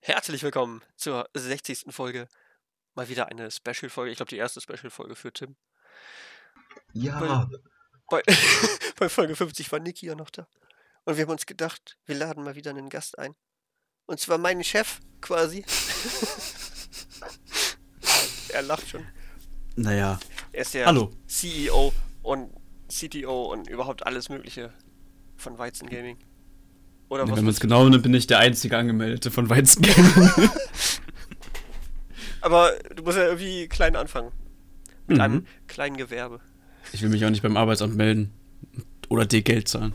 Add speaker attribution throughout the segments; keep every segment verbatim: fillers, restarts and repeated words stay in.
Speaker 1: Herzlich willkommen zur sechzigsten Folge. Mal wieder eine Special-Folge. Ich glaube, die erste Special-Folge für Tim.
Speaker 2: Ja.
Speaker 1: Bei, bei Folge fünfzig war Niki ja noch da. Und wir haben uns gedacht, wir laden mal wieder einen Gast ein. Und zwar meinen Chef, quasi. Er lacht schon.
Speaker 2: Naja.
Speaker 1: Er ist der
Speaker 2: Hallo.
Speaker 1: C E O und C T O und überhaupt alles Mögliche von Weizen Gaming. Oder
Speaker 2: Ja,
Speaker 1: was
Speaker 2: wenn man es genau nimmt, bin ich der einzige Angemeldete von Weizen Gaming.
Speaker 1: Aber du musst ja irgendwie klein anfangen. Mit
Speaker 2: Mhm.
Speaker 1: einem kleinen Gewerbe.
Speaker 2: Ich will mich auch nicht beim Arbeitsamt melden. Oder dir Geld zahlen.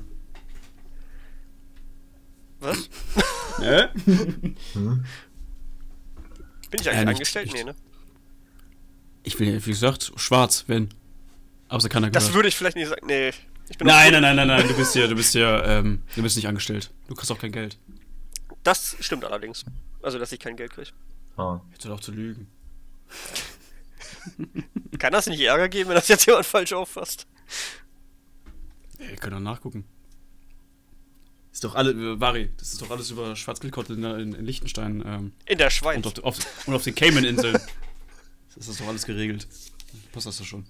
Speaker 1: Was?
Speaker 2: Hä?
Speaker 1: Bin ich eigentlich
Speaker 2: Ja, nicht-
Speaker 1: angestellt?
Speaker 2: nicht-
Speaker 1: Nee, ne?
Speaker 2: Ich will, wie gesagt, schwarz, wenn. Aber so keiner
Speaker 1: Das
Speaker 2: gehört.
Speaker 1: würde ich vielleicht nicht sagen. Nee. Ich bin
Speaker 2: Nein,
Speaker 1: auch-
Speaker 2: nein, nein, nein, nein, du bist hier, du bist hier, ähm, du bist nicht angestellt. Du kriegst auch kein Geld.
Speaker 1: Das stimmt allerdings. Also, dass ich kein Geld kriege.
Speaker 3: Ah.
Speaker 2: Jetzt hör doch zu lügen.
Speaker 1: Kann das nicht Ärger geben, wenn das jetzt jemand falsch auffasst?
Speaker 2: Ey, ihr könnt doch nachgucken. Ist doch alle, äh, Vari, das ist doch alles über Schwarzgeldkottel in, in, in Liechtenstein, ähm,
Speaker 1: In der Schweiz.
Speaker 2: und auf, auf, und auf den Cayman-Inseln. Das ist doch alles geregelt. Passt das doch schon.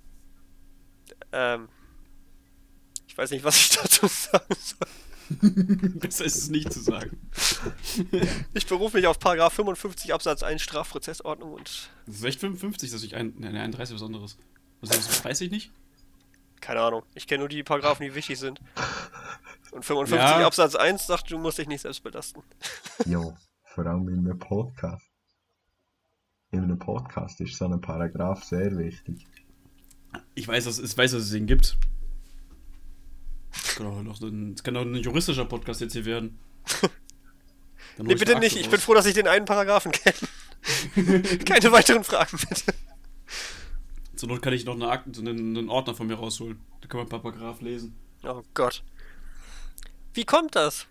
Speaker 1: Ähm. Ich weiß nicht, was ich dazu sagen soll.
Speaker 2: Besser ist es nicht zu sagen.
Speaker 1: Ich berufe mich auf Paragraph fünfundfünfzig Absatz eins Strafprozessordnung und
Speaker 2: Das ist echt fünfundfünfzig, dass ich ein, ne, einunddreißig was anderes. Was ist das, dreißig nicht?
Speaker 1: keine Ahnung. Ich kenne nur die Paragraphen, die wichtig sind. Und fünfundfünfzig
Speaker 2: Ja.
Speaker 1: Absatz eins sagt, du musst dich nicht selbst belasten.
Speaker 3: Ja, vor allem in einem Podcast. In einem Podcast ist so ein Paragraph sehr wichtig.
Speaker 2: Ich weiß, dass, ich weiß, dass es ihn gibt. Das kann auch noch ein, das kann auch ein juristischer Podcast jetzt hier werden. Dann hol
Speaker 1: Nee,
Speaker 2: ich
Speaker 1: bitte
Speaker 2: eine
Speaker 1: nicht.
Speaker 2: Akte
Speaker 1: Ich bin
Speaker 2: raus.
Speaker 1: froh, dass ich den einen Paragraphen kenne. Keine weiteren Fragen, bitte.
Speaker 2: Zur Not kann ich noch eine Akte, einen, einen Ordner von mir rausholen. Da kann man Paragraph lesen.
Speaker 1: Oh Gott. Wie kommt das?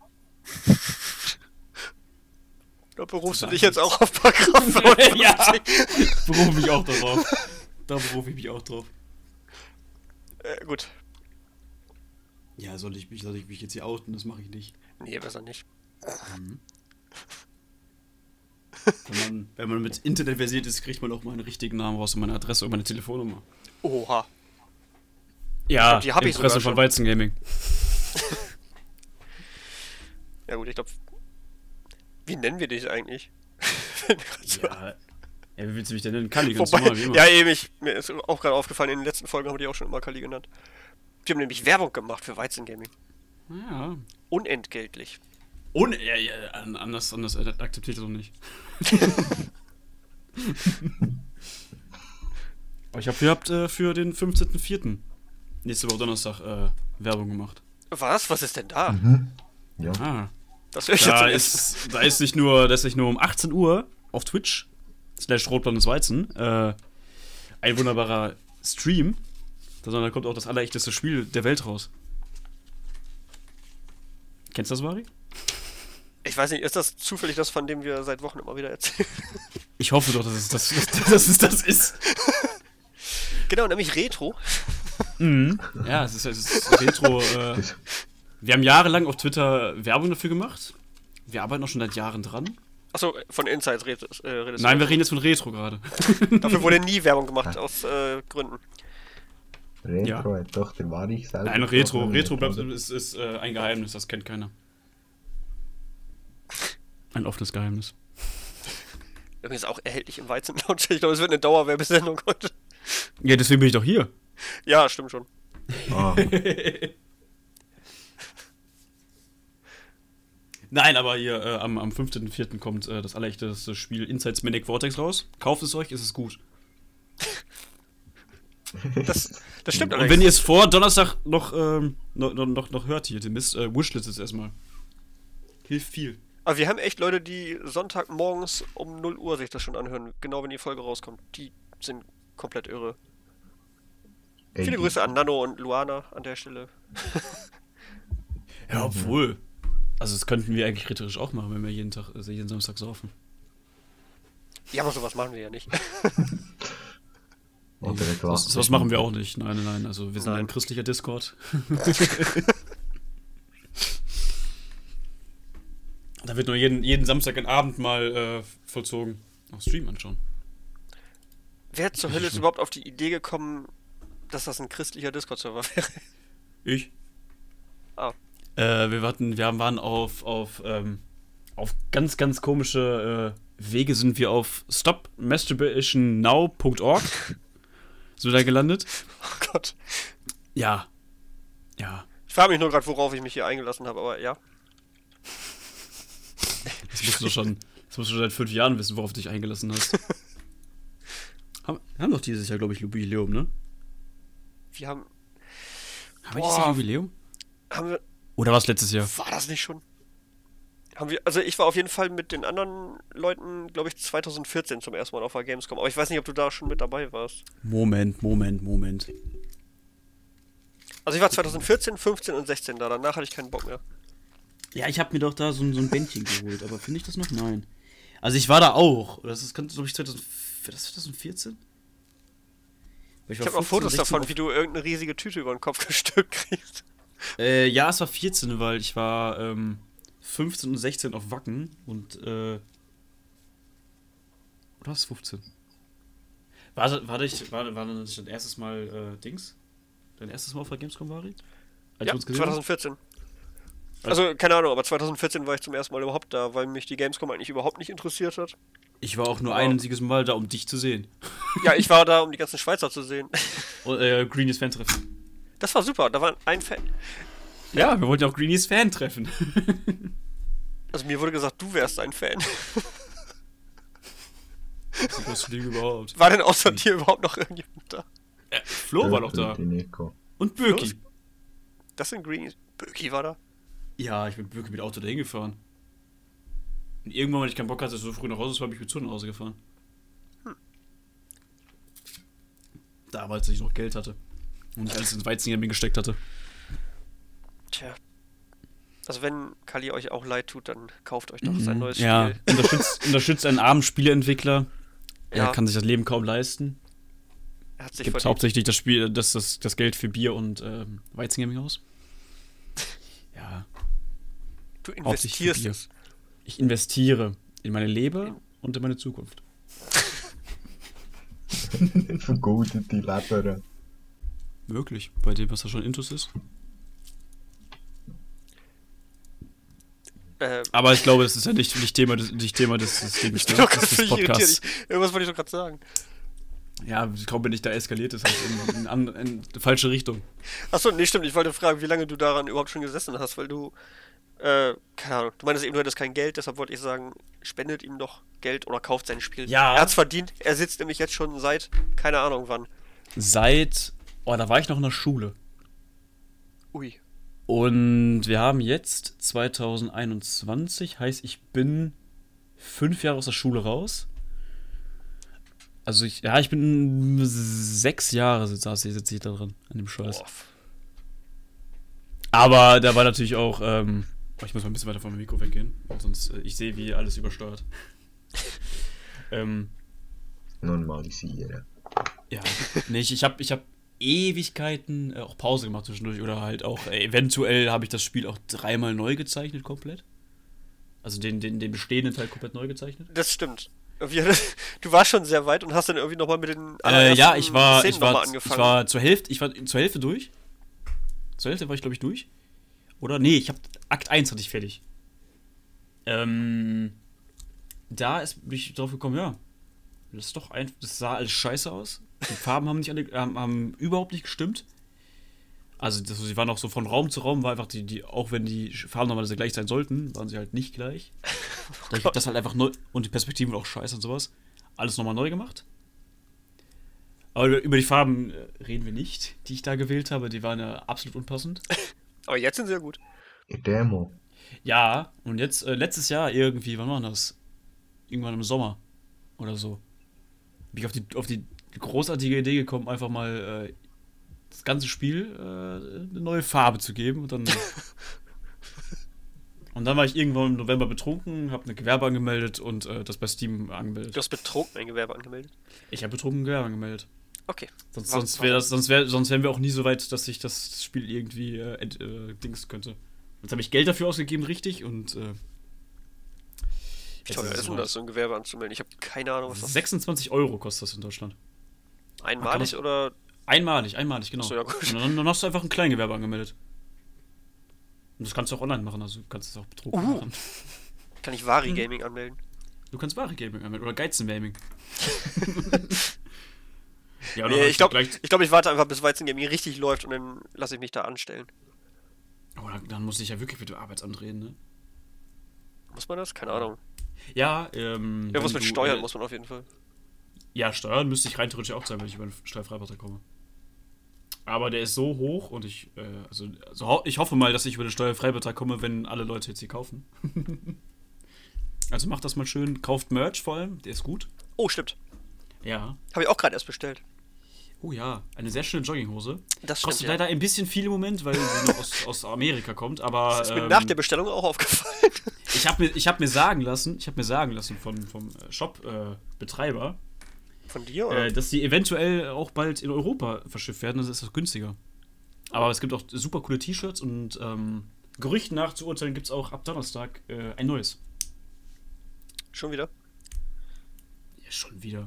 Speaker 1: Da berufst du dich jetzt auch auf Paragraph fünfundfünfzig?
Speaker 2: Ja. Berufe mich auch darauf. Da berufe ich mich auch drauf.
Speaker 1: Äh, gut.
Speaker 2: Ja, soll ich mich, soll ich mich jetzt hier outen? Das mache ich nicht.
Speaker 1: Nee, besser nicht.
Speaker 2: Wenn man, wenn man mit Internet versiert ist, kriegt man auch meinen richtigen Namen raus und meine Adresse und meine Telefonnummer.
Speaker 1: Oha.
Speaker 2: Ja,
Speaker 1: glaub, die hab
Speaker 2: im
Speaker 1: ich sogar
Speaker 2: Interesse von
Speaker 1: schon.
Speaker 2: Weizen Gaming.
Speaker 1: Ja gut, ich glaube... Wie nennen wir dich eigentlich?
Speaker 2: Ja. Ja, wie willst du mich denn nennen? Kali, ganz
Speaker 1: Wobei,
Speaker 2: normal, wie immer.
Speaker 1: ja eben, ich, mir ist auch gerade aufgefallen, in den letzten Folgen haben wir die auch schon immer Kali genannt. Wir haben nämlich Werbung gemacht für Weizen Gaming.
Speaker 2: Ja.
Speaker 1: Unentgeltlich.
Speaker 2: Und, ja, ja, an- anders, anders äh, akzeptiert er doch nicht. Aber ich habe für, habt, äh, für den fünfzehnten vierten nächste Woche Donnerstag äh, Werbung gemacht.
Speaker 1: Was? Was ist denn da?
Speaker 3: Ja.
Speaker 2: Ah.
Speaker 1: Das höre ich jetzt
Speaker 2: Da
Speaker 1: zum ersten-
Speaker 2: ist, da ist nicht nur, da ist nicht nur um achtzehn Uhr auf Twitch slash Rotblondes Weizen äh, ein wunderbarer Stream, sondern da kommt auch das allerechteste Spiel der Welt raus. Kennst du das, Vari?
Speaker 1: Ich weiß nicht, ist das zufällig das, von dem wir seit Wochen immer wieder erzählen?
Speaker 2: Ich hoffe doch, dass es das, dass, dass es das ist.
Speaker 1: Genau, nämlich Retro.
Speaker 2: Mhm. Ja, es ist, es ist Retro. Äh,
Speaker 3: Das,
Speaker 2: wir haben jahrelang auf Twitter Werbung dafür gemacht. Wir arbeiten auch schon seit Jahren dran.
Speaker 1: Achso, von Insights redest, äh, redest
Speaker 2: Nein,
Speaker 1: du.
Speaker 2: wir reden jetzt von Retro gerade.
Speaker 1: Dafür wurde nie Werbung gemacht, aus äh, Gründen.
Speaker 3: Retro hat doch der Warich selber.
Speaker 2: Nein, Retro.
Speaker 3: gesprochen,
Speaker 2: Retro bleibt,
Speaker 3: oder?
Speaker 2: ist, ist äh, ein Geheimnis, das kennt keiner. Ein offenes Geheimnis.
Speaker 1: Übrigens auch erhältlich im Weizen-Lounge. Ich glaube, es wird eine Dauerwerbesendung heute.
Speaker 2: Ja, deswegen bin ich doch hier.
Speaker 1: Ja, stimmt schon.
Speaker 3: Ah,
Speaker 2: Nein, aber hier äh, am, am fünfzehnten vierten kommt äh, das allerechteste Spiel Insights Manic Vortex raus. Kauft es euch, ist es gut.
Speaker 1: Das, das stimmt
Speaker 2: Und
Speaker 1: allerdings.
Speaker 2: wenn ihr es vor Donnerstag noch, ähm, noch, noch, noch, noch hört hier, den Mist, äh, Wishlist es erstmal. Hilft viel.
Speaker 1: Aber wir haben echt Leute, die Sonntagmorgens um null Uhr sich das schon anhören, genau wenn die Folge rauskommt. Die sind komplett irre.
Speaker 3: ey,
Speaker 1: Viele Grüße an Nano und Luana an der Stelle.
Speaker 2: Ja, obwohl. Also das könnten wir eigentlich rhetorisch auch machen, wenn wir jeden Tag, also jeden Samstag saufen.
Speaker 1: Ja, aber sowas machen wir ja nicht.
Speaker 3: Oder ein
Speaker 2: Das,
Speaker 3: Glas
Speaker 2: das machen wir auch nicht. Nein, nein, nein. Also wir sind
Speaker 1: Nein.
Speaker 2: ein christlicher Discord. Da Da wird nur jeden, jeden Samstagabend mal äh, vollzogen. Auf Stream anschauen.
Speaker 1: Wer zur Hölle ist überhaupt auf die Idee gekommen, dass das ein christlicher Discord-Server wäre?
Speaker 2: Ich.
Speaker 1: Ah.
Speaker 2: Äh, wir warten, wir waren auf, auf, ähm, auf ganz, ganz komische äh, Wege sind wir auf stop masturbation now punkt org so da gelandet.
Speaker 1: Oh Gott.
Speaker 2: Ja. Ja.
Speaker 1: Ich frage mich nur gerade, worauf ich mich hier eingelassen habe, aber ja.
Speaker 2: Das musst du doch schon, das musst du schon seit fünf Jahren wissen, worauf du dich eingelassen hast. haben, wir haben doch dieses Jahr, glaube ich, Jubiläum, ne?
Speaker 1: Wir haben.
Speaker 2: Haben wir dieses Jahr Jubiläum?
Speaker 1: Haben wir.
Speaker 2: Oder war es letztes Jahr?
Speaker 1: War das nicht schon? Haben wir. Also ich war auf jeden Fall mit den anderen Leuten, glaube ich, zwanzig vierzehn zum ersten Mal auf der Gamescom. Aber ich weiß nicht, ob du da schon mit dabei warst.
Speaker 2: Moment, Moment, Moment.
Speaker 1: Also ich war zwanzig vierzehn, fünfzehn und sechzehn da. Danach hatte ich keinen Bock mehr.
Speaker 2: Ja, ich habe mir doch da so, ein- so ein Bändchen geholt, aber finde ich das noch? Nein. Also ich war da auch. Das ist, glaube ich, zwanzig vierzehn?
Speaker 1: Ich habe auch Fotos davon, wie du irgendeine riesige Tüte über den Kopf gestülpt kriegst.
Speaker 2: Äh, ja, es war vierzehn, weil ich war ähm, fünfzehn und sechzehn auf Wacken und äh. Oder war es fünfzehn? War, da- war, ich, war, war das dein erstes Mal äh, Dings? Dein erstes Mal auf der Gamescom, Vari? Als
Speaker 1: Ja,
Speaker 2: wir uns gesehen haben?
Speaker 1: zwanzig vierzehn. Also, keine Ahnung, aber zwanzig vierzehn war ich zum ersten Mal überhaupt da, weil mich die Gamescom eigentlich überhaupt nicht interessiert hat.
Speaker 2: Ich war auch nur
Speaker 1: Aber-
Speaker 2: ein einziges Mal da, um dich zu sehen.
Speaker 1: Ja, ich war da, um die ganzen Schweizer zu sehen.
Speaker 2: Und, äh, Greenies Fan treffen.
Speaker 1: Das war super, da war ein Fan.
Speaker 2: Ja, wir wollten auch Greenies Fan treffen.
Speaker 1: Also mir wurde gesagt, du wärst ein Fan.
Speaker 2: Das ist die größte Liebe überhaupt.
Speaker 1: War denn außer dir überhaupt noch irgendjemand da?
Speaker 2: Äh, Flo war doch da.
Speaker 3: Die Nico.
Speaker 2: Und Birki.
Speaker 1: Das sind Greenies. Böki war da.
Speaker 2: Ja, ich bin Birki mit Auto dahin gefahren. Und irgendwann, wenn ich keinen Bock hatte, so früh nach Hause zu fahren, bin ich mit Zug nach Hause gefahren.
Speaker 1: Hm.
Speaker 2: Damals, als ich noch Geld hatte. Und nicht alles ins Weizen in mir gesteckt hatte.
Speaker 1: Tja. Also wenn Kali euch auch leid tut, dann kauft euch doch sein neues
Speaker 2: Ja,
Speaker 1: Spiel.
Speaker 2: unterstützt, unterstützt einen armen Spieleentwickler.
Speaker 1: Ja.
Speaker 2: Er kann sich das Leben kaum leisten.
Speaker 1: Er hat sich
Speaker 2: Gibt
Speaker 1: verdient.
Speaker 2: hauptsächlich das Spiel, das, das, das Geld für Bier und ähm, Weizengaming aus. Ja,
Speaker 1: Du
Speaker 2: hauptsächlich
Speaker 1: investierst
Speaker 2: für Bier.
Speaker 1: es.
Speaker 2: Ich investiere in meine Leber und in meine Zukunft.
Speaker 3: Vergoldete Leber.
Speaker 2: Möglich, bei dem, was da schon Intus ist.
Speaker 1: Äh,
Speaker 2: Aber ich glaube, das ist ja nicht, nicht Thema des, nicht Thema des, des, des,
Speaker 1: ich
Speaker 2: des,
Speaker 1: bin doch gerade
Speaker 2: des, des
Speaker 1: völlig irritiert.
Speaker 2: Podcasts.
Speaker 1: Ich, irgendwas wollte ich doch gerade sagen.
Speaker 2: Ja, kaum bin ich da eskaliert, ist halt in, in, an- in die falsche Richtung.
Speaker 1: Achso, nee, stimmt. Ich wollte fragen, wie lange du daran überhaupt schon gesessen hast, weil du, äh, keine Ahnung, du meinst eben, du hättest kein Geld, deshalb wollte ich sagen, spendet ihm doch Geld oder kauft sein Spiel.
Speaker 2: Ja.
Speaker 1: Er hat's verdient. Er sitzt nämlich jetzt schon seit, keine Ahnung wann.
Speaker 2: Seit, oh, da war ich noch in der Schule.
Speaker 1: Ui.
Speaker 2: Und wir haben jetzt zwanzig einundzwanzig, heißt, ich bin fünf Jahre aus der Schule raus. Also ich, ja, ich bin sechs Jahre saß ich, sitze ich da dran, an dem Scheiß.
Speaker 1: Boah.
Speaker 2: Aber da war natürlich auch, ähm, oh, ich muss mal ein bisschen weiter vom Mikro weggehen, weil sonst, äh, ich sehe, wie alles übersteuert. ähm,
Speaker 3: Normalisieren.
Speaker 2: ja, nee, ich, ich habe ich hab Ewigkeiten äh, auch Pause gemacht zwischendurch oder halt auch, äh, eventuell habe ich das Spiel auch dreimal neu gezeichnet komplett. Also den, den, den bestehenden Teil komplett neu gezeichnet.
Speaker 1: Das stimmt. Irgendwie- Du warst schon sehr weit und hast dann irgendwie nochmal mit den
Speaker 2: Äh,
Speaker 1: allerersten
Speaker 2: ja, ich war,
Speaker 1: Szenen
Speaker 2: ich
Speaker 1: noch mal
Speaker 2: war, ich
Speaker 1: angefangen.
Speaker 2: war zur Hälfte, ich war zur Hälfte durch. Zur Hälfte war ich, glaube ich, durch. Oder? Nee, ich hab, Akt eins hatte ich fertig. Ähm, da ist, bin ich drauf gekommen, ja, das ist doch ein, das sah alles scheiße aus. Die Farben haben nicht alle, haben, haben überhaupt nicht gestimmt. Also, das, sie waren auch so von Raum zu Raum, war einfach die, die, auch wenn die Farben normalerweise gleich sein sollten, waren sie halt nicht gleich. Da ich hab das halt einfach neu, und die Perspektiven auch scheiße und sowas. Alles nochmal neu gemacht. Aber über, über die Farben äh, reden wir nicht, die ich da gewählt habe. Die waren ja absolut unpassend.
Speaker 1: Aber jetzt sind sie ja gut.
Speaker 3: In Demo.
Speaker 2: Ja, und jetzt, äh, letztes Jahr irgendwie, wann war das? Irgendwann im Sommer oder so. Bin ich auf die, auf die großartige Idee gekommen, einfach mal äh, das ganze Spiel äh, eine neue Farbe zu geben. Und dann, und dann war ich irgendwann im November betrunken, habe ein Gewerbe angemeldet und äh, das bei Steam angemeldet.
Speaker 1: Du hast betrunken ein Gewerbe angemeldet.
Speaker 2: Ich habe betrunken ein Gewerbe angemeldet.
Speaker 1: Okay.
Speaker 2: Sonst,
Speaker 1: Warum-
Speaker 2: sonst, wär das, sonst, wär, sonst wären wir auch nie so weit, dass ich das Spiel irgendwie äh, ent, äh, dings könnte. Jetzt habe ich Geld dafür ausgegeben, richtig, und äh,
Speaker 1: Wie teuer ist denn das, so ein Gewerbe anzumelden? Ich habe keine Ahnung, was das ist.
Speaker 2: sechsundzwanzig Euro kostet das in Deutschland.
Speaker 1: Einmalig oder?
Speaker 2: Einmalig, einmalig, genau.
Speaker 1: So, ja, gut.
Speaker 2: Und dann, dann hast du einfach ein Kleingewerbe angemeldet. Und das kannst du auch online machen, also du kannst es auch Betrug
Speaker 1: Uh.
Speaker 2: machen.
Speaker 1: Kann ich Vari Gaming anmelden?
Speaker 2: Du kannst Ware Gaming anmelden oder Geizen-Gaming. Ja,
Speaker 1: Nee, ich glaube, ich, glaub, ich warte einfach, bis Weizen Gaming richtig läuft und dann lasse ich mich da anstellen.
Speaker 2: Oh, dann, dann muss ich ja wirklich wieder Arbeitsamt reden, ne?
Speaker 1: Muss man das? Keine Ahnung.
Speaker 2: Ja, ähm.
Speaker 1: Ja, was
Speaker 2: wenn
Speaker 1: mit
Speaker 2: du,
Speaker 1: Steuern
Speaker 2: äh,
Speaker 1: muss man auf jeden Fall.
Speaker 2: Ja, Steuern müsste ich rein theoretisch auch zahlen, wenn ich über einen Steuerfreibetrag komme. Aber der ist so hoch und ich, äh, also, also ho- ich hoffe mal, dass ich über den Steuerfreibetrag komme, wenn alle Leute jetzt hier kaufen. Also macht das mal schön, kauft Merch vor allem, der ist gut.
Speaker 1: Oh, stimmt.
Speaker 2: Ja.
Speaker 1: Habe ich auch gerade erst bestellt.
Speaker 2: Oh ja, eine sehr schöne Jogginghose.
Speaker 1: Das stimmt,
Speaker 2: Kostet
Speaker 1: ja.
Speaker 2: leider ein bisschen viel im Moment, weil sie noch aus, aus Amerika kommt, aber
Speaker 1: Das ist mir
Speaker 2: ähm,
Speaker 1: nach der Bestellung auch aufgefallen.
Speaker 2: ich habe mir, ich hab mir sagen lassen, ich habe mir sagen lassen vom, vom Shop-Betreiber,
Speaker 1: Von dir, oder?
Speaker 2: äh, dass die eventuell auch bald in Europa verschifft werden, das ist das günstiger. Aber es gibt auch super coole T-Shirts und ähm, Gerüchten nach zu urteilen gibt es auch ab Donnerstag äh, ein neues.
Speaker 1: Schon wieder?
Speaker 2: Ja, schon wieder.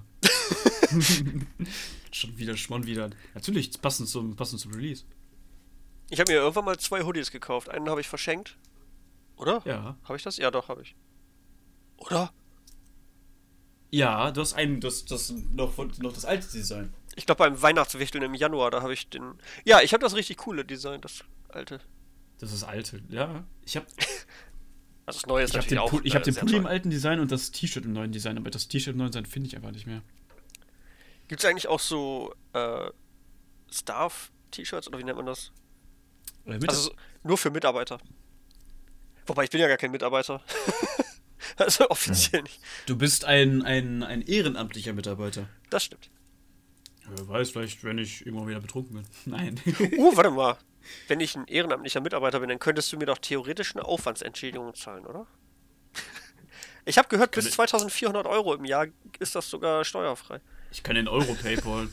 Speaker 2: schon wieder, schon wieder. Natürlich, passend zum, passend zum Release.
Speaker 1: Ich habe mir irgendwann mal zwei Hoodies gekauft. Einen habe ich verschenkt. Oder?
Speaker 2: Ja.
Speaker 1: Habe ich das? Ja, doch, habe ich. Oder?
Speaker 2: Ja, du hast einen, das, das noch, von- noch das alte Design.
Speaker 1: Ich glaube beim Weihnachtswichteln im Januar, da habe ich den... Ja, ich habe das richtig coole Design, das alte.
Speaker 2: Das ist das alte, ja. Ich habe
Speaker 1: Also das neue ist
Speaker 2: ich hab
Speaker 1: natürlich
Speaker 2: den,
Speaker 1: auch
Speaker 2: Pu- ich hab
Speaker 1: äh,
Speaker 2: den
Speaker 1: sehr
Speaker 2: Pulli im
Speaker 1: toll.
Speaker 2: alten Design und das T-Shirt im neuen Design, aber das T-Shirt im neuen Design finde ich einfach nicht mehr.
Speaker 1: Gibt es eigentlich auch so äh, Staff-T-Shirts oder wie nennt man das?
Speaker 2: Oder mit
Speaker 1: Also so- nur für Mitarbeiter. Wobei, ich bin ja gar kein Mitarbeiter. Also offiziell nicht.
Speaker 2: du bist ein, ein, ein ehrenamtlicher Mitarbeiter.
Speaker 1: Das stimmt.
Speaker 2: Wer weiß, vielleicht, wenn ich irgendwann wieder betrunken bin. Nein.
Speaker 1: Uh, warte mal. Wenn ich ein ehrenamtlicher Mitarbeiter bin, dann könntest du mir doch theoretisch eine Aufwandsentschädigung zahlen, oder? Ich habe gehört, bis
Speaker 2: Kann ich-
Speaker 1: zweitausendvierhundert Euro im Jahr ist das sogar steuerfrei.
Speaker 2: Ich kann den Euro Paypal.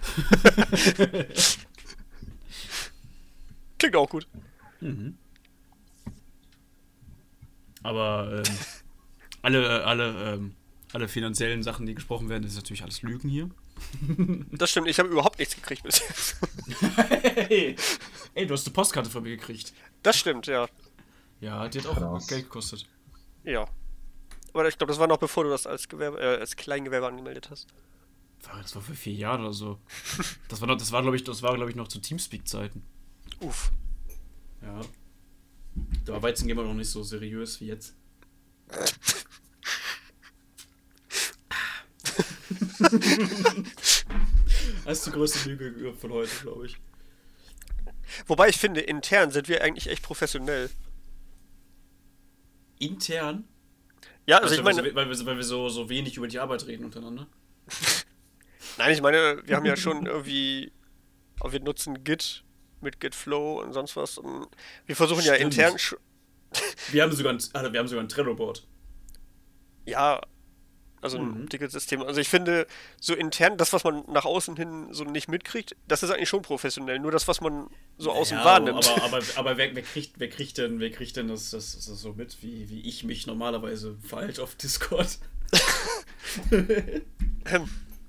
Speaker 1: Klingt auch gut.
Speaker 2: Mhm. Aber ähm, alle, alle, ähm, alle finanziellen Sachen, die gesprochen werden, das ist natürlich alles Lügen hier.
Speaker 1: Das stimmt, ich habe überhaupt nichts gekriegt bis jetzt.
Speaker 2: Hey, ey, du hast eine Postkarte von mir gekriegt.
Speaker 1: Das stimmt, ja.
Speaker 2: Ja, die hat auch
Speaker 3: Krass.
Speaker 2: Geld gekostet.
Speaker 1: Ja. Aber ich glaube, das war noch bevor du das als Gewerbe, äh, als Kleingewerbe angemeldet hast.
Speaker 2: Das war vor vier Jahren oder so. Das war, noch, das war glaube ich, das war, glaube ich, noch zu Teamspeak-Zeiten.
Speaker 1: Uff.
Speaker 2: Ja. Da war Weizengamer noch nicht so seriös wie jetzt. Das ist die größte Lüge von heute, glaube ich.
Speaker 1: Wobei ich finde, intern sind wir eigentlich echt professionell.
Speaker 2: Intern?
Speaker 1: Ja, also
Speaker 2: Also
Speaker 1: ich meine,
Speaker 2: weil, wir, weil, wir, weil wir so, so wenig über die Arbeit reden untereinander.
Speaker 1: nein, ich meine, wir haben ja schon irgendwie, aber wir nutzen Git mit Git Flow und sonst was und wir versuchen ja
Speaker 2: Stimmt.
Speaker 1: intern, sch-
Speaker 2: Wir haben sogar ein, Alter, wir haben sogar ein Trello-Board.
Speaker 1: ja, also ein
Speaker 2: Mhm.
Speaker 1: Ticketsystem. Also ich finde, so intern, das, was man nach außen hin so nicht mitkriegt, das ist eigentlich schon professionell. Nur das, was man so außen
Speaker 2: Ja,
Speaker 1: wahrnimmt.
Speaker 2: Aber, aber, aber wer, wer, kriegt, wer kriegt denn, wer kriegt denn das, das, das so mit, wie, wie ich mich normalerweise verhalte auf Discord?
Speaker 1: Ähm.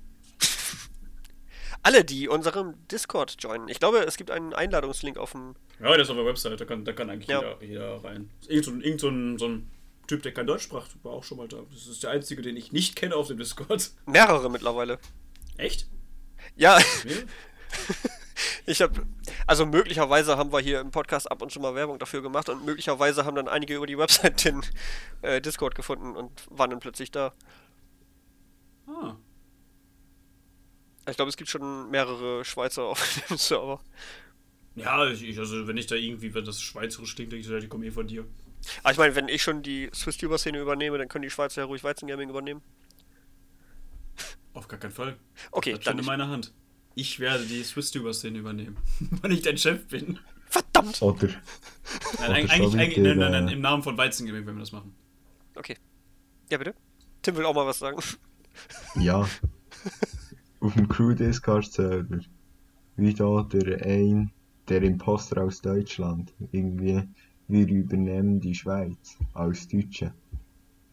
Speaker 1: Alle, die unserem Discord joinen. Ich glaube, es gibt einen Einladungslink auf dem...
Speaker 2: Ja, das ist auf der Website, da kann, da kann eigentlich
Speaker 1: Ja.
Speaker 2: jeder, jeder rein. Irgend, so, ein- irgend so, ein, so ein Typ, der kein Deutsch sprach, war auch schon mal da. Das ist der einzige, den ich nicht kenne auf dem Discord.
Speaker 1: Mehrere mittlerweile.
Speaker 2: Echt?
Speaker 1: Ja,
Speaker 2: Nee?
Speaker 1: ich habe... Also möglicherweise haben wir hier im Podcast ab und zu mal Werbung dafür gemacht und möglicherweise haben dann einige über die Website den äh, Discord gefunden und waren dann plötzlich da.
Speaker 2: Ah.
Speaker 1: Ich glaube, es gibt schon mehrere Schweizer auf dem Server.
Speaker 2: Ja, ich, ich- also wenn ich da irgendwie, wenn das Schweizerisch klingt, denke ich, die kommen eh von dir.
Speaker 1: Aber ich meine, wenn ich schon die Swiss-Tuber-Szene übernehme, dann können die Schweizer ja ruhig Weizengaming übernehmen.
Speaker 2: Auf gar keinen Fall.
Speaker 1: Okay,
Speaker 2: Das steht
Speaker 1: dann
Speaker 2: in
Speaker 1: nicht.
Speaker 2: meiner Hand. Ich werde die Swiss-Tuber-Szene übernehmen, weil ich dein Chef bin.
Speaker 1: Verdammt!
Speaker 3: Oder,
Speaker 2: Nein,
Speaker 3: Oder
Speaker 2: eigentlich,
Speaker 3: so
Speaker 2: eigentlich,
Speaker 3: wie
Speaker 2: eigentlich nein,
Speaker 3: der,
Speaker 2: nein, nein,
Speaker 3: äh,
Speaker 2: im Namen von Weizengaming, wenn wir das machen.
Speaker 1: Okay. Ja, bitte? Tim will auch mal was sagen.
Speaker 3: ja. Auf dem Crew-Discord-Server. Wie da der ein, der Imposter aus Deutschland. Irgendwie, wir übernehmen die Schweiz als Deutsche.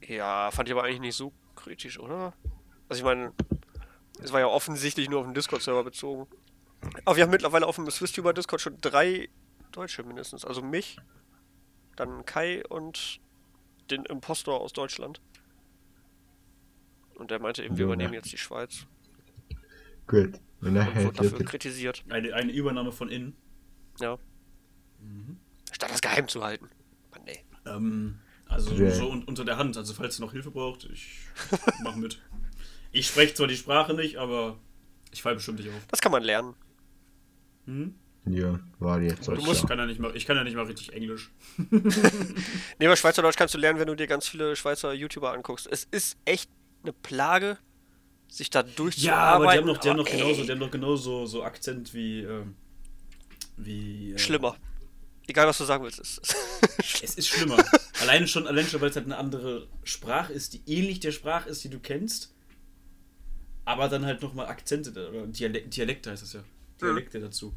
Speaker 1: Ja, fand ich aber eigentlich nicht so kritisch, oder? Also ich meine, es war ja offensichtlich nur auf den Discord-Server bezogen. Aber wir haben mittlerweile auf dem SwissTuber Discord schon drei Deutsche mindestens. Also mich, dann Kai und den Impostor aus Deutschland. Und der meinte eben, wir
Speaker 3: Ja,
Speaker 1: übernehmen
Speaker 3: ne.
Speaker 1: jetzt die Schweiz.
Speaker 3: Gut. Und dann
Speaker 1: Und
Speaker 3: hat
Speaker 1: wurde
Speaker 3: ja
Speaker 1: dafür
Speaker 3: der,
Speaker 1: kritisiert.
Speaker 2: Eine, eine Übernahme von innen.
Speaker 1: Ja.
Speaker 2: Mhm.
Speaker 1: Statt das geheim zu halten. Mann, nee.
Speaker 2: Ähm, also
Speaker 3: Ja.
Speaker 2: so un unter der Hand. Also falls ihr noch Hilfe braucht, ich mach mit. Ich spreche zwar die Sprache nicht, aber ich fall bestimmt nicht auf.
Speaker 1: Das kann man lernen.
Speaker 2: Hm?
Speaker 3: ja, war jetzt auch
Speaker 1: Du
Speaker 2: Ich
Speaker 1: musst-
Speaker 3: schon.
Speaker 2: kann ja nicht mal, ich kann ja nicht mal richtig Englisch.
Speaker 1: Nee, aber Schweizerdeutsch kannst du lernen, wenn du dir ganz viele Schweizer YouTuber anguckst. Es ist echt eine Plage, sich da durchzuarbeiten.
Speaker 2: Ja, aber die haben noch, die haben noch
Speaker 1: aber,
Speaker 2: genauso,
Speaker 1: ey,
Speaker 2: die haben noch genauso so Akzent wie ähm, wie. Äh,
Speaker 1: Schlimmer. Egal, was du sagen willst. Es ist
Speaker 2: Es ist schlimmer. alleine schon, alleine schon, weil es halt eine andere Sprache ist, die ähnlich der Sprache ist, die du kennst, aber dann halt nochmal Akzente oder Dialek Dialekte heißt das ja. Dialekte dazu.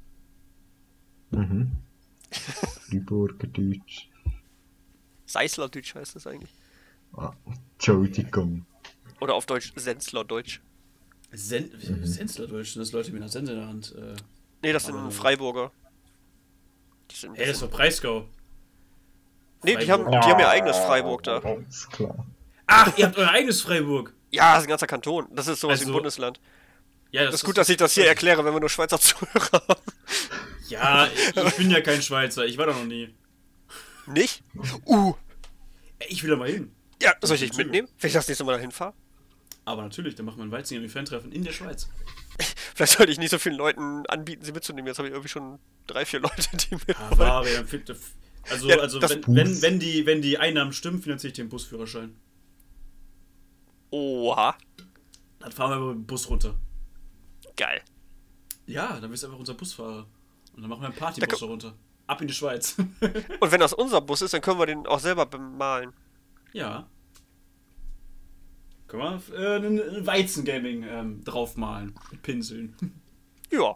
Speaker 3: Mhm. Freiburger Deutsch.
Speaker 1: Seißlerdeutsch heißt das eigentlich.
Speaker 3: Ah, Entschuldigung.
Speaker 1: Oder auf Deutsch Senzlerdeutsch.
Speaker 2: Sen Senslerdeutsch, sind das Leute mit einer Sense in der Hand. Äh,
Speaker 1: Nee, das sind
Speaker 2: Aber-
Speaker 1: Freiburger. Die sind ein
Speaker 2: hey, das
Speaker 1: bisschen-
Speaker 2: war Breisgau.
Speaker 1: Nee, die haben, die
Speaker 2: Freiburg.
Speaker 1: haben ihr eigenes Freiburg da.
Speaker 3: Ist klar.
Speaker 2: Ach, ihr habt euer eigenes Freiburg.
Speaker 1: Ja, das ist ein ganzer Kanton. Das ist sowas wie
Speaker 2: Also-
Speaker 1: ein Bundesland.
Speaker 2: Ja,
Speaker 1: Das ist gut, dass ich das hier erkläre, wenn wir nur Schweizer Zuhörer haben.
Speaker 2: Ja, ich, ich bin ja kein Schweizer, ich war da noch nie.
Speaker 1: Nicht? Uh.
Speaker 2: Ich will da mal hin.
Speaker 1: Ja, soll ich dich mitnehmen? Wenn ich das nächste Mal dahin fahre?
Speaker 2: Aber natürlich, dann machen wir ein Weizen Fan-Treffen in der Schweiz.
Speaker 1: Vielleicht sollte ich nicht so vielen Leuten anbieten, sie mitzunehmen. Jetzt habe ich irgendwie schon drei, vier Leute, die mit
Speaker 2: Ah,
Speaker 1: wollen.
Speaker 2: war, dann fit- also,
Speaker 1: Ja,
Speaker 2: also
Speaker 1: das
Speaker 2: wenn,
Speaker 3: Bus.
Speaker 2: wenn, wenn, die, wenn die Einnahmen stimmen, finanziere ich den Busführerschein.
Speaker 1: Oha.
Speaker 2: Dann fahren wir mit dem Bus runter.
Speaker 1: Geil.
Speaker 2: Ja, dann bist du einfach unser Busfahrer. Und dann machen wir einen
Speaker 1: Da
Speaker 2: Partybus
Speaker 1: ko-
Speaker 2: da runter. Ab in die Schweiz.
Speaker 1: Und wenn das unser Bus ist, dann können wir den auch selber bemalen.
Speaker 2: Ja. Können wir äh, einen Weizen-Gaming ähm, draufmalen. Mit Pinseln.
Speaker 1: Ja.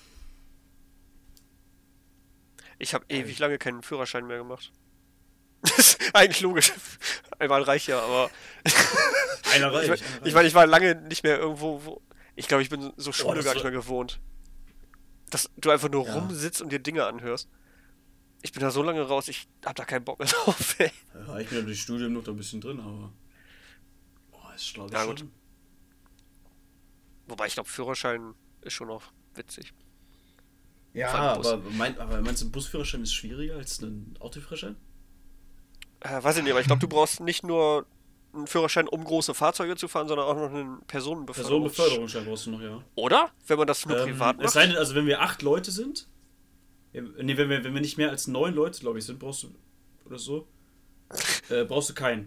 Speaker 1: Ich habe ewig lange keinen Führerschein mehr gemacht. Das ist eigentlich logisch. Einmal reicht ja, aber
Speaker 2: Einer
Speaker 1: ich,
Speaker 2: reicht.
Speaker 1: mein-
Speaker 2: einer
Speaker 1: ich meine, ich war lange nicht mehr irgendwo, wo. Ich glaube, ich bin so Schule
Speaker 2: das
Speaker 1: gar nicht
Speaker 2: war-
Speaker 1: mehr gewohnt. Dass du einfach nur
Speaker 2: Ja.
Speaker 1: rumsitzt und dir Dinge anhörst. Ich bin da so lange raus, ich hab da keinen Bock mehr drauf, ey.
Speaker 2: Ja, ich bin ja durch Studium noch da ein bisschen drin, aber. Boah, ist glaube ich
Speaker 1: Ja,
Speaker 2: schon.
Speaker 1: gut. Wobei ich glaube, Führerschein ist schon noch witzig.
Speaker 2: Ja,
Speaker 1: Vor allem Bus.
Speaker 2: aber, mein, aber meinst du, ein Busführerschein ist schwieriger als ein Autoführerschein?
Speaker 1: Äh, weiß ich nicht, aber ich glaube, du brauchst nicht nur einen Führerschein, um große Fahrzeuge zu fahren, sondern auch noch einen Personenbeförderung.
Speaker 2: Personenbeförderungsschein brauchst du noch, ja.
Speaker 1: Oder? Wenn man das nur
Speaker 2: Ähm,
Speaker 1: privat
Speaker 2: es
Speaker 1: macht?
Speaker 2: sei denn, also wenn wir acht Leute sind, ja, nee, wenn wir, wenn wir nicht mehr als neun Leute, glaube ich, sind, brauchst du, oder so, äh, brauchst du keinen.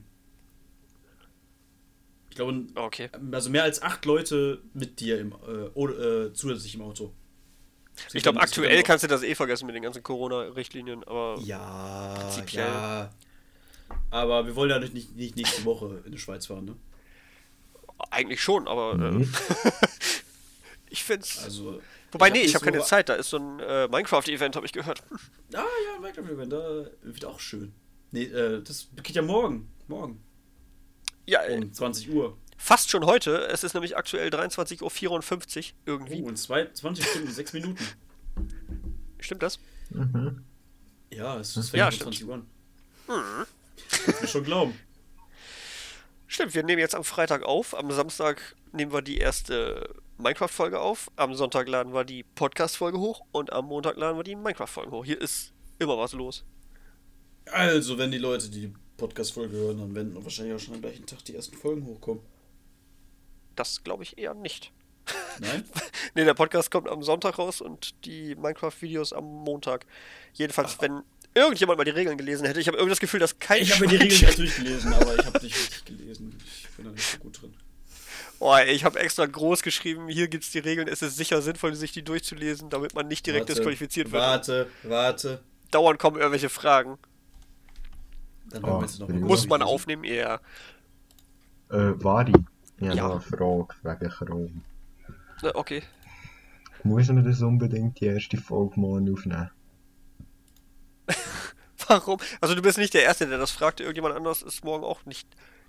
Speaker 2: Ich glaube,
Speaker 1: Okay.
Speaker 2: also mehr als acht Leute mit dir im, äh, oder, äh, zusätzlich im Auto.
Speaker 1: Ich glaube, aktuell kannst du das eh vergessen mit den ganzen Corona-Richtlinien, aber
Speaker 2: Ja,
Speaker 1: Prinzipiell.
Speaker 2: ja. Aber wir wollen ja nicht, nicht, nicht nächste Woche in die Schweiz fahren, ne?
Speaker 1: eigentlich schon, aber äh,
Speaker 3: Nee.
Speaker 1: ich find's.
Speaker 2: Also.
Speaker 1: Wobei,
Speaker 2: ich hab
Speaker 1: nee, ich
Speaker 2: nicht
Speaker 1: habe keine
Speaker 2: so-
Speaker 1: Zeit, da ist so ein äh, Minecraft-Event, habe ich gehört.
Speaker 2: Ah ja, Minecraft-Event, da wird auch schön. Nee, äh, das geht ja morgen. Morgen.
Speaker 1: Ja, äh,
Speaker 2: Um zwanzig Uhr.
Speaker 1: fast schon heute. Es ist nämlich aktuell dreiundzwanzig Uhr vierundfünfzig irgendwie.
Speaker 2: Oh, in zwei, zwanzig Stunden, sechs Minuten.
Speaker 1: Stimmt das?
Speaker 3: Mhm.
Speaker 2: Ja, es ist
Speaker 1: Ja,
Speaker 2: um zwanzig Uhr an. Kannst du schon glauben.
Speaker 1: Stimmt, wir nehmen jetzt am Freitag auf. Am Samstag nehmen wir die erste Minecraft-Folge auf. Am Sonntag laden wir die Podcast-Folge hoch. Und am Montag laden wir die Minecraft-Folgen hoch. Hier ist immer was los.
Speaker 2: Also, wenn die Leute die Podcast-Folge hören, dann werden wahrscheinlich auch schon am gleichen Tag die ersten Folgen hochkommen.
Speaker 1: Das glaube ich eher nicht.
Speaker 2: Nein?
Speaker 1: Ne, der Podcast kommt am Sonntag raus und die Minecraft-Videos am Montag. Jedenfalls, wenn irgendjemand mal die Regeln gelesen hätte. Ich habe irgendwie das Gefühl, dass kein
Speaker 2: Ich habe mir die Regeln
Speaker 1: Schwein-
Speaker 2: nicht durchgelesen, aber ich habe nicht richtig gelesen. Ich bin da nicht so gut drin.
Speaker 1: Oh, ey, ich habe extra groß geschrieben, hier gibt's die Regeln. Es ist sicher sinnvoll, sich die durchzulesen, damit man nicht direkt
Speaker 2: Warte,
Speaker 1: disqualifiziert wird.
Speaker 2: Warte, warte.
Speaker 1: Dauernd kommen irgendwelche Fragen.
Speaker 2: Dann
Speaker 3: Oh,
Speaker 2: werden wir jetzt noch mal
Speaker 3: Ja.
Speaker 1: Muss man
Speaker 2: durchlesen.
Speaker 1: aufnehmen? Ja.
Speaker 3: Äh, Vari, ich habe
Speaker 1: Ja.
Speaker 3: noch eine Frage wegen Chrome.
Speaker 1: Na, okay.
Speaker 3: Muss man das unbedingt die erste Folge morgen aufnehmen?
Speaker 1: Warum? Also du bist nicht der Erste, der das fragt. Irgendjemand anderes ist morgen auch nicht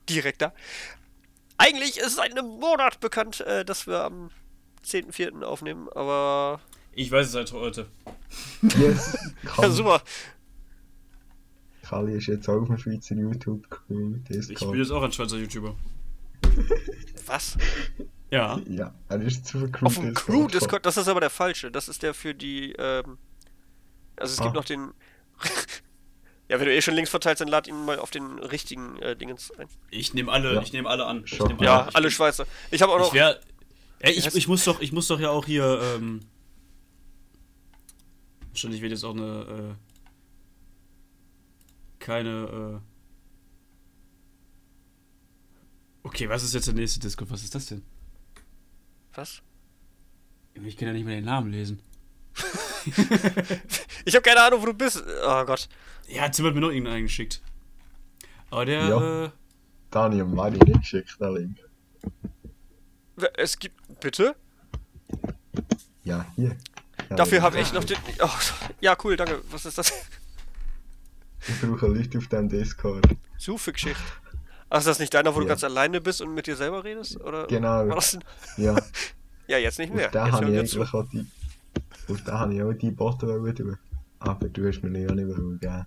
Speaker 1: direkt da. Eigentlich ist es seit einem Monat bekannt, äh, dass wir am zehnten vierten aufnehmen, aber...
Speaker 2: Ich weiß es seit heute.
Speaker 3: Yes!
Speaker 1: Ja,
Speaker 3: Kali,
Speaker 1: super.
Speaker 3: Kali ist jetzt auch auf dem Schweizer YouTube-Crew,
Speaker 2: Ich bin
Speaker 3: Discord.
Speaker 2: jetzt auch ein Schweizer YouTuber.
Speaker 1: Was?
Speaker 2: Ja.
Speaker 3: Ja, er ist zu viel Crew
Speaker 1: Auf dem Crew-Discord, das ist aber der falsche. Das ist der für die, ähm... Also es gibt
Speaker 3: Ah.
Speaker 1: noch den... Ja, wenn du eh schon Links verteilst, dann lad ihn mal auf den richtigen äh, Dingens ein.
Speaker 2: Ich nehme alle,
Speaker 3: Ja.
Speaker 2: ich nehme alle an. Ich
Speaker 3: Schon.
Speaker 2: nehm
Speaker 1: Ja,
Speaker 2: Ich
Speaker 1: alle
Speaker 2: bin-
Speaker 1: Schweizer. Ich habe auch noch...
Speaker 2: Ich wär, ey, ich,
Speaker 1: heißt-
Speaker 2: ich muss doch, ich muss doch ja auch hier, ähm, wahrscheinlich wird jetzt auch eine, äh, keine, äh, okay, was ist jetzt der nächste Discord? Was ist das denn?
Speaker 1: Was?
Speaker 2: Ich kann ja nicht mehr den Namen lesen.
Speaker 1: Ich habe keine Ahnung, wo du bist. Oh Gott.
Speaker 2: Ja, Tim hat mir noch irgendeinen eingeschickt. Aber der,
Speaker 3: Ja.
Speaker 2: äh,
Speaker 3: Dani und Mari nicht geschickt, der Link.
Speaker 1: Es gibt... Bitte?
Speaker 3: Ja, hier. Ja,
Speaker 1: Dafür
Speaker 3: ja.
Speaker 1: habe ich noch den... Oh, ja, cool, danke. Was ist das?
Speaker 3: Ich brauche Leute auf dem Discord.
Speaker 1: Suche Geschichte. Ach, ist das nicht deiner, wo du
Speaker 3: Ja.
Speaker 1: ganz alleine bist und mit dir selber redest? Oder
Speaker 3: Genau.
Speaker 1: war das denn?
Speaker 3: Ja,
Speaker 1: Ja, jetzt nicht mehr.
Speaker 3: auf den
Speaker 1: Jetzt
Speaker 3: habe
Speaker 1: hören
Speaker 3: ich
Speaker 1: wir zu.
Speaker 3: eigentlich auch die... Auf den habe ich auch die Botten wollen tun. Aber du hast mir die auch nicht wollen geben.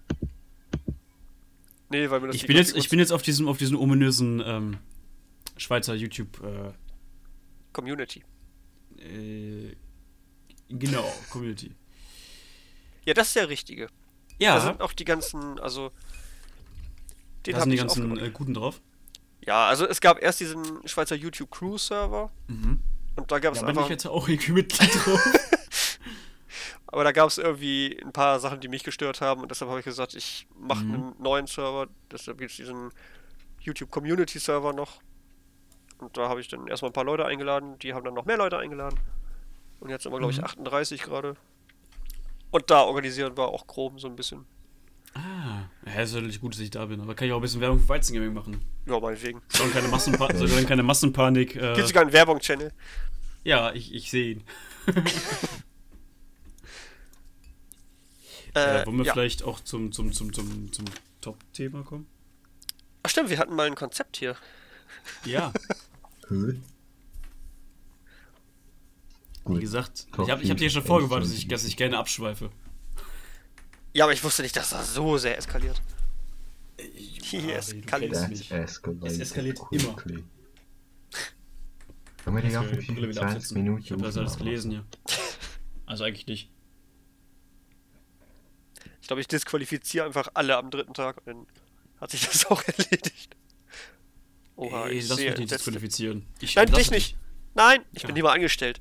Speaker 1: Nee, weil mir das
Speaker 2: ich
Speaker 1: die
Speaker 2: bin jetzt,
Speaker 1: Grafik-
Speaker 2: ich bin jetzt auf diesem, auf diesem ominösen, ähm, Schweizer YouTube, äh,
Speaker 1: Community.
Speaker 2: äh, genau, Community.
Speaker 1: Ja, das ist der richtige.
Speaker 2: Ja,
Speaker 1: Da sind auch die ganzen, also... Den
Speaker 2: da
Speaker 1: hab
Speaker 2: sind die
Speaker 1: ich
Speaker 2: ganzen
Speaker 1: aufgemacht.
Speaker 2: äh, Guten drauf.
Speaker 1: Ja, also es gab erst diesen Schweizer YouTube Crew Server
Speaker 2: Mhm.
Speaker 1: und da gab es
Speaker 2: Da bin
Speaker 1: einfach...
Speaker 2: ich jetzt auch irgendwie Mitglied drauf.
Speaker 1: Aber da gab es irgendwie ein paar Sachen, die mich gestört haben und deshalb habe ich gesagt, ich mache
Speaker 2: Mhm.
Speaker 1: einen neuen Server. Deshalb gibt es diesen YouTube Community Server noch. Und da habe ich dann erstmal ein paar Leute eingeladen, die haben dann noch mehr Leute eingeladen. Und jetzt sind wir, glaube ich,
Speaker 2: Mhm.
Speaker 1: achtunddreißig gerade. Und da organisieren wir auch Chrome so ein bisschen.
Speaker 2: Ah, ja, ist natürlich gut, dass ich da bin. Aber kann ich auch ein bisschen Werbung für Weizengaming machen.
Speaker 1: Ja, meinetwegen.
Speaker 2: Soll keine, Massenpa soll dann keine Massenpanik. Äh,
Speaker 1: Gibt sogar einen Werbung-Channel.
Speaker 2: ja, ich, ich sehe ihn.
Speaker 1: Äh,
Speaker 2: Äh, wollen wir
Speaker 1: ja.
Speaker 2: vielleicht auch zum, zum, zum, zum, zum Top-Thema kommen?
Speaker 1: Ach stimmt, wir hatten mal ein Konzept hier.
Speaker 2: Ja,
Speaker 3: Hä?
Speaker 2: wie
Speaker 3: Gut.
Speaker 2: gesagt,
Speaker 3: Top
Speaker 2: ich habe ich hab dir
Speaker 3: fünf
Speaker 2: schon vorgewarnt, dass ich,
Speaker 3: Endstunden.
Speaker 2: dass ich gerne abschweife.
Speaker 1: Ja, aber ich wusste nicht, dass das so sehr eskaliert. Hier
Speaker 2: Ja,
Speaker 1: eskaliert.
Speaker 2: du kennst
Speaker 3: That's
Speaker 2: mich.
Speaker 3: escalated
Speaker 2: Es eskaliert
Speaker 3: quickly. Und wir haben ja
Speaker 2: Ich will die Brille wieder
Speaker 3: fünfundzwanzig
Speaker 2: absetzen.
Speaker 3: Minuten
Speaker 2: Ich habe das alles
Speaker 3: aufgenommen.
Speaker 2: gelesen, ja. Also eigentlich nicht.
Speaker 1: Ich glaube, ich disqualifiziere einfach alle am dritten Tag und dann hat sich das auch erledigt. Oha,
Speaker 2: Ey,
Speaker 1: ich
Speaker 2: lass
Speaker 1: sehe
Speaker 2: mich nicht
Speaker 1: entsetzt-
Speaker 2: disqualifizieren. Ich
Speaker 1: Nein,
Speaker 2: lass
Speaker 1: dich nicht. Nein, ich
Speaker 2: Ja.
Speaker 1: bin lieber angestellt.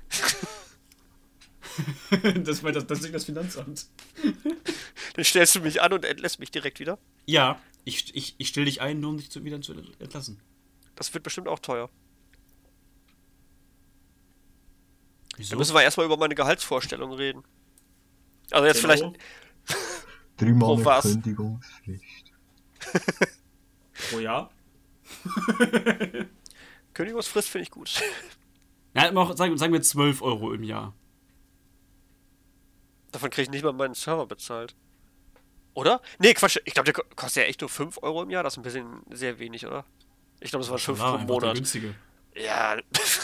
Speaker 2: das war das, das ist das Finanzamt.
Speaker 1: Dann stellst du mich an und entlässt mich direkt wieder.
Speaker 2: Ja, ich, ich, ich stelle dich ein, nur um dich zu, wieder zu entlassen.
Speaker 1: Das wird bestimmt auch teuer.
Speaker 2: Wieso?
Speaker 1: Dann müssen wir erstmal über meine Gehaltsvorstellung reden. Also jetzt
Speaker 2: Genau.
Speaker 1: vielleicht.
Speaker 3: Drei Monate
Speaker 1: was?
Speaker 3: Kündigungsfrist.
Speaker 2: Pro Jahr?
Speaker 1: Kündigungsfrist finde ich gut.
Speaker 2: Ja, noch, sagen, sagen wir zwölf Euro im Jahr.
Speaker 1: Davon kriege ich nicht mal meinen Server bezahlt. Oder? Nee, Quatsch. Ich glaube, der ko- kostet ja echt nur fünf Euro im Jahr. Das ist ein bisschen sehr wenig, oder? Ich glaube, das waren fünf
Speaker 2: Klar,
Speaker 1: pro
Speaker 2: einfach der
Speaker 1: Monat.
Speaker 2: günstige.
Speaker 1: Ja.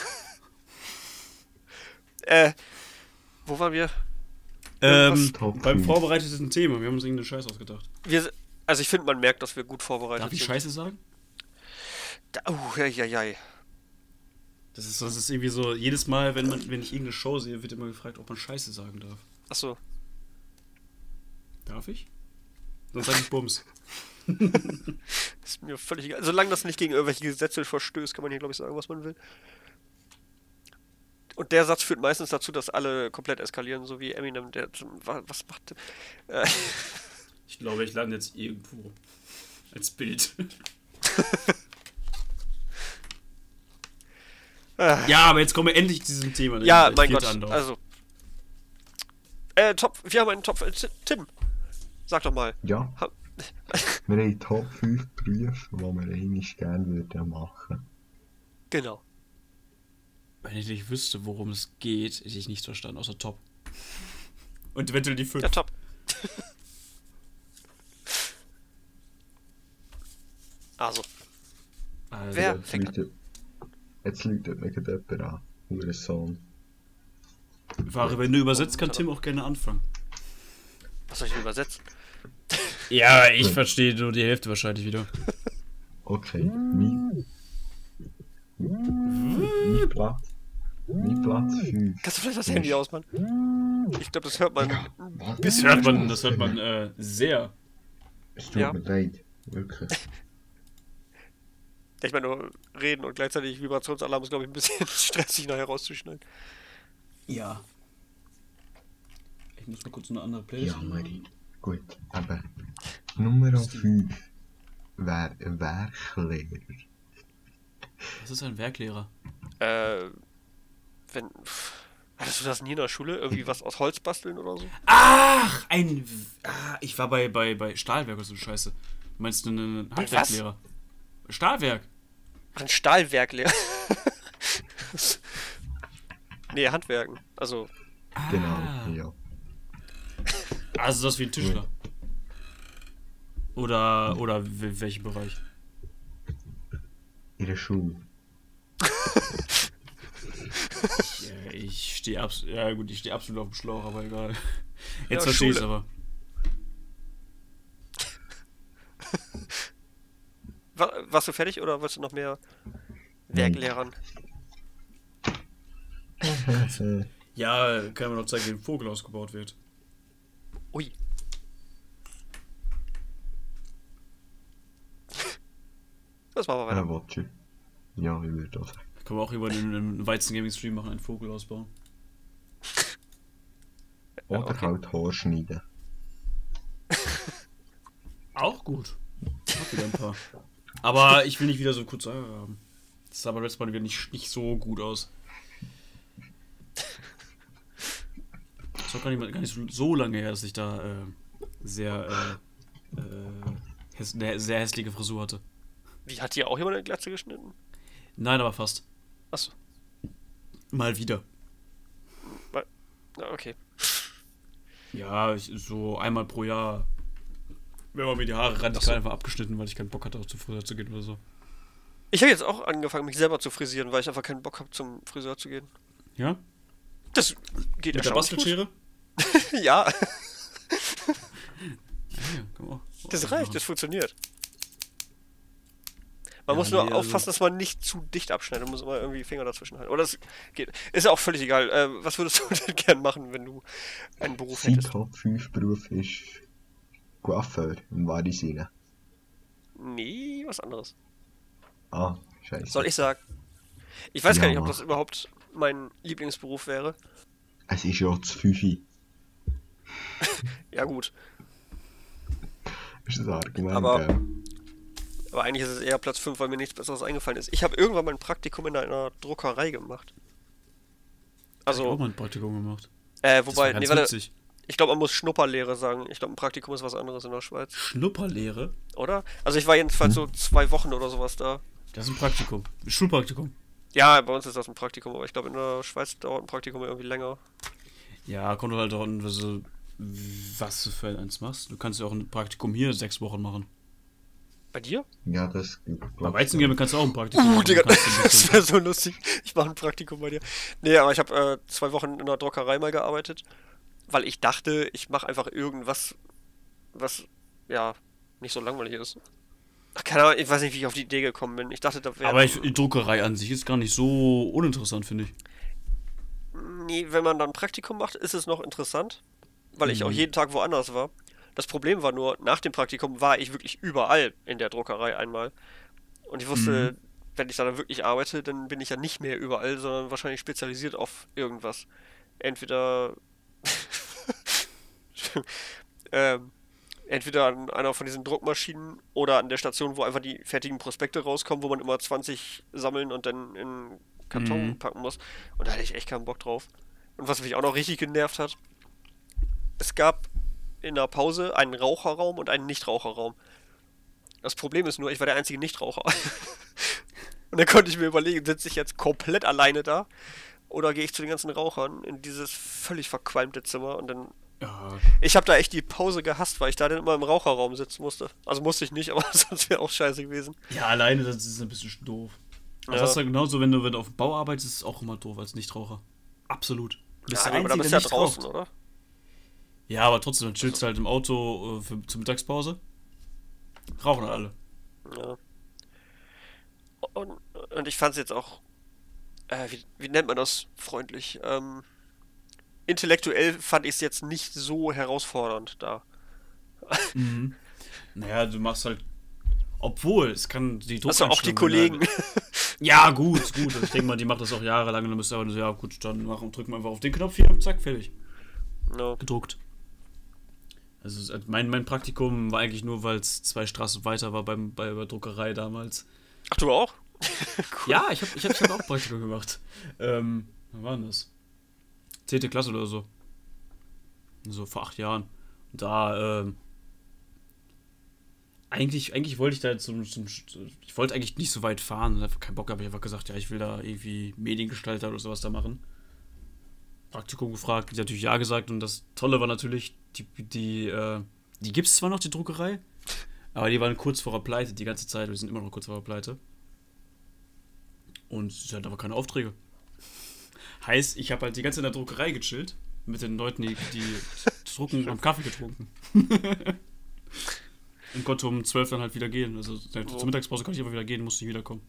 Speaker 1: äh. Wo waren wir?
Speaker 2: Ähm,
Speaker 3: Top
Speaker 2: beim
Speaker 3: fünf.
Speaker 2: vorbereiteten Thema. Wir haben uns irgendeinen Scheiß ausgedacht.
Speaker 1: wir si- also ich finde, man merkt, dass wir gut vorbereitet
Speaker 2: Darf ich
Speaker 1: sind.
Speaker 2: Scheiße sagen?
Speaker 1: Da, oh, ja, ja, ja.
Speaker 2: Das ist, das ist irgendwie so, jedes Mal, wenn, man, wenn ich irgendeine Show sehe, wird immer gefragt, ob man Scheiße sagen darf.
Speaker 1: Achso.
Speaker 2: Darf ich? Sonst sage ich Bums.
Speaker 1: Ist mir völlig egal. Solange das nicht gegen irgendwelche Gesetze verstößt, kann man hier, glaube ich, sagen, was man will. Und der Satz führt meistens dazu, dass alle komplett eskalieren, so wie Eminem, der. wa- Was macht. Äh,
Speaker 2: Ich glaube, ich lande jetzt irgendwo. Als Bild.
Speaker 1: äh,
Speaker 2: Ja, aber jetzt kommen wir endlich zu diesem Thema.
Speaker 1: ja,
Speaker 2: der
Speaker 1: mein
Speaker 2: vierte
Speaker 1: Gott.
Speaker 2: Anlauf.
Speaker 1: Also. Äh, Top. Wir haben einen Top. Äh, Tim. Sag doch mal.
Speaker 3: Ja,
Speaker 1: Ha-
Speaker 3: wir haben Top fünf Berufe, die wir eigentlich gerne würden machen.
Speaker 1: Genau.
Speaker 2: Wenn ich nicht wüsste, worum es geht, hätte ich nichts verstanden, außer Top. Und eventuell die fünf.
Speaker 1: Ja, top. Also.
Speaker 2: Also,
Speaker 1: Wer?
Speaker 3: Jetzt
Speaker 1: Fängt
Speaker 3: läutet, jetzt läutet mir gerade jemand an. Hure Sohn.
Speaker 2: Ware, wenn du übersetzt, kann Tim auch gerne anfangen.
Speaker 1: Was soll ich denn übersetzen?
Speaker 2: Ja, ich verstehe nur die Hälfte wahrscheinlich wieder.
Speaker 3: Okay, mein, mein Platz. Mein Platz fünf.
Speaker 1: Kannst du vielleicht das Handy ausmachen? Ich glaube, das hört man ein
Speaker 2: Das
Speaker 1: bisschen.
Speaker 2: hört man, das hört man äh, sehr.
Speaker 3: Es tut
Speaker 1: Ja.
Speaker 3: mir leid. Wirklich.
Speaker 1: Ich meine, nur reden und gleichzeitig Vibrationsalarm ist, glaube ich, ein bisschen stressig nachher rauszuschneiden.
Speaker 2: Ja. Ich muss mal kurz eine andere Playlist
Speaker 3: Ja,
Speaker 2: machen.
Speaker 3: Mari. Gut, aber Nummer fünf wäre ein Werklehrer.
Speaker 2: Was ist ein Werklehrer?
Speaker 1: Äh, wenn. Hattest du das nie in der Schule? Irgendwie was aus Holz basteln oder so?
Speaker 2: Ach, ein. Ah, ich war bei, bei, bei Stahlwerk oder so Scheiße. Meinst du einen Handwerklehrer? Stahlwerk.
Speaker 1: Ach, ein Stahlwerklehrer. Nee, Handwerken. Also,
Speaker 3: Genau,
Speaker 2: Ah.
Speaker 3: ja.
Speaker 2: Also das wie ein Tischler. Oder, oder w- welchen Bereich?
Speaker 3: In der Schule.
Speaker 2: Ich, äh, ich stehe absolut. Ja gut, ich stehe absolut auf dem Schlauch, aber egal. Jetzt
Speaker 1: Ja,
Speaker 2: verstehe ich es
Speaker 1: Schule.
Speaker 2: aber.
Speaker 1: wa- warst du fertig oder wolltest du noch mehr Werklehrern?
Speaker 2: Ja, kann man noch zeigen, wie ein Vogel ausgebaut wird.
Speaker 1: Ui. Das machen wir weiter.
Speaker 3: Ja, Watcher. Ja, ich würde das sagen.
Speaker 2: Kann man auch über den, den Weizen-Gaming-Stream machen, einen Vogel ausbauen.
Speaker 3: Oder
Speaker 1: okay.
Speaker 3: halt Haar schneiden.
Speaker 2: Auch gut. Hab wieder ein paar. Aber ich will nicht wieder so kurze Haare haben. Das sah beim letzten Mal wieder nicht, nicht so gut aus. Das war gar nicht, mal- gar nicht so, so lange her, dass ich da äh, sehr, äh, äh, häss, eine sehr hässliche Frisur hatte.
Speaker 1: Wie, hat hier auch jemand eine Glatze geschnitten?
Speaker 2: Nein, aber fast.
Speaker 1: Achso.
Speaker 2: Mal wieder.
Speaker 1: Ja, okay.
Speaker 2: Ja, ich, so einmal pro Jahr. Wenn man mir die Haare radikal
Speaker 1: Ach so.
Speaker 2: einfach abgeschnitten, weil ich keinen Bock hatte, auch zum Friseur zu gehen oder so.
Speaker 1: Ich habe jetzt auch angefangen, mich selber zu frisieren, weil ich einfach keinen Bock habe, zum Friseur zu gehen.
Speaker 2: Ja?
Speaker 1: Das geht
Speaker 2: Mit der
Speaker 1: erstaunlich
Speaker 2: Bastelschere?
Speaker 1: gut. Ja,
Speaker 2: Ja, kann man auch.
Speaker 1: das
Speaker 2: auch
Speaker 1: reicht,
Speaker 2: machen.
Speaker 1: das funktioniert. Man
Speaker 2: Ja,
Speaker 1: muss nur
Speaker 2: nee, also-
Speaker 1: aufpassen, dass man nicht zu dicht abschneidet. Man muss immer irgendwie Finger dazwischen halten. Oder das geht. Ist ja auch völlig egal. Äh, was würdest du denn gern machen, wenn du einen Beruf
Speaker 3: Sein
Speaker 1: hättest?
Speaker 3: Top fünf Beruf ist Coiffeur im wahren Sinne.
Speaker 1: Nee, was anderes.
Speaker 3: Ah, scheiße.
Speaker 1: Soll ich sagen? Ich weiß
Speaker 3: Ja,
Speaker 1: gar nicht, ob
Speaker 3: mach.
Speaker 1: das überhaupt mein Lieblingsberuf wäre.
Speaker 3: Es ist ja das Fünfi.
Speaker 1: Ja, gut.
Speaker 3: Ist das Argument,
Speaker 1: Aber-
Speaker 3: gell?
Speaker 1: Aber eigentlich ist es eher Platz fünf, weil mir nichts Besseres eingefallen ist. Ich habe irgendwann mein Praktikum in einer Druckerei gemacht.
Speaker 2: Ich hab auch
Speaker 1: Also,
Speaker 2: mal ein Praktikum gemacht.
Speaker 1: äh,
Speaker 2: Das war
Speaker 1: wobei,
Speaker 2: ganz
Speaker 1: nee, warte,
Speaker 2: witzig.
Speaker 1: ich glaube, man muss Schnupperlehre sagen. Ich glaube, ein Praktikum ist was anderes in der Schweiz,
Speaker 2: Schnupperlehre?
Speaker 1: oder? Also, ich war jedenfalls so zwei Wochen oder sowas da.
Speaker 2: Das ist ein Praktikum. Ein Schulpraktikum.
Speaker 1: Ja, bei uns ist das ein Praktikum, aber ich glaube, in der Schweiz dauert ein Praktikum irgendwie länger.
Speaker 2: Ja, kommt halt auch an, was, du- was du für eins machst. Du kannst ja auch ein Praktikum hier sechs Wochen machen.
Speaker 1: Bei dir?
Speaker 3: Ja, das gibt
Speaker 2: Bei Weizengaming kannst du auch ein Praktikum
Speaker 1: Uh,
Speaker 2: machen.
Speaker 1: Digga,
Speaker 2: Du kannst ein
Speaker 1: das
Speaker 2: bisschen-
Speaker 1: wäre so lustig. Ich mache ein Praktikum bei dir. Nee, aber ich habe äh, zwei Wochen in einer Druckerei mal gearbeitet, weil ich dachte, ich mache einfach irgendwas, was, ja, nicht so langweilig ist. Ach, keine Ahnung, ich weiß nicht, wie ich auf die Idee gekommen bin. Ich dachte, da wäre...
Speaker 2: Aber ich, die Druckerei an sich ist gar nicht so uninteressant, finde ich.
Speaker 1: Nee, wenn man dann ein Praktikum macht, ist es noch interessant, weil ich auch
Speaker 2: Mhm.
Speaker 1: jeden Tag woanders war. Das Problem war nur, nach dem Praktikum war ich wirklich überall in der Druckerei einmal. Und ich wusste, wenn ich da dann wirklich arbeite, dann bin ich ja nicht mehr überall, sondern wahrscheinlich spezialisiert auf irgendwas. Entweder ähm, entweder an einer von diesen Druckmaschinen oder an der Station, wo einfach die fertigen Prospekte rauskommen, wo man immer zwanzig sammeln und dann in einen Karton
Speaker 2: Mhm.
Speaker 1: packen muss. Und da hatte ich echt keinen Bock drauf. Und was mich auch noch richtig genervt hat, es gab in der Pause einen Raucherraum und einen Nichtraucherraum. Das Problem ist nur, ich war der einzige Nichtraucher. Und dann konnte ich mir überlegen, sitze ich jetzt komplett alleine da oder gehe ich zu den ganzen Rauchern in dieses völlig verqualmte Zimmer und dann
Speaker 2: Ja,
Speaker 1: Ich habe da echt die Pause gehasst, weil ich da dann immer im Raucherraum sitzen musste. Also musste ich nicht, aber sonst wäre auch scheiße gewesen.
Speaker 2: ja, alleine, das ist ein bisschen doof. Also
Speaker 1: Ja.
Speaker 2: das ist ja genauso, wenn du, wenn du auf dem Bau arbeitest, ist es auch immer doof als Nichtraucher. Absolut. Du bist
Speaker 1: Ja,
Speaker 2: der
Speaker 1: aber da
Speaker 2: Einzige,
Speaker 1: bist du
Speaker 2: der
Speaker 1: ja
Speaker 2: nicht
Speaker 1: draußen,
Speaker 2: raucht.
Speaker 1: oder?
Speaker 2: Ja, aber trotzdem, dann chillst du halt im Auto äh, für, zur Mittagspause. Rauchen halt alle.
Speaker 1: Ja. Und, und ich fand es jetzt auch, äh, wie, wie nennt man das freundlich? Ähm, intellektuell fand ich es jetzt nicht so herausfordernd da.
Speaker 2: Mhm. Naja, du machst halt. Obwohl, es kann die
Speaker 1: Also auch die
Speaker 2: Druckeinstellung,
Speaker 1: Kollegen.
Speaker 2: wenn du halt- Ja, gut, gut. Ich denke mal, die macht das auch jahrelang und dann bist du aber nur so, ja gut, dann machen, drücken wir einfach auf den Knopf hier, zack, fertig.
Speaker 1: Ja.
Speaker 2: Gedruckt. Also es- mein, mein Praktikum war eigentlich nur, weil es zwei Straßen weiter war beim, bei der Druckerei damals.
Speaker 1: Ach, du auch?
Speaker 2: Ja, ich habe ich hab, ich hab auch Praktikum gemacht. Ähm, wann war denn das? Zehnte Klasse oder so. So vor acht Jahren. Und da, ähm, eigentlich, eigentlich wollte ich da zum, zum, ich wollte eigentlich nicht so weit fahren und einfach keinen Bock, habe ich einfach gesagt, ja, ich will da irgendwie Mediengestalter oder sowas da machen. Praktikum gefragt, die hat natürlich ja gesagt und das Tolle war natürlich, die, die, äh, die gibt es zwar noch, die Druckerei, aber die waren kurz vor der Pleite die ganze Zeit, wir sind immer noch kurz vor der Pleite. Und sie hat aber keine Aufträge. Heißt, ich habe halt die ganze Zeit in der Druckerei gechillt, mit den Leuten, die, die drucken und haben Kaffee getrunken. Und konnte um zwölf dann halt wieder gehen. Also zur Mittagspause konnte ich einfach wieder gehen, musste ich wiederkommen.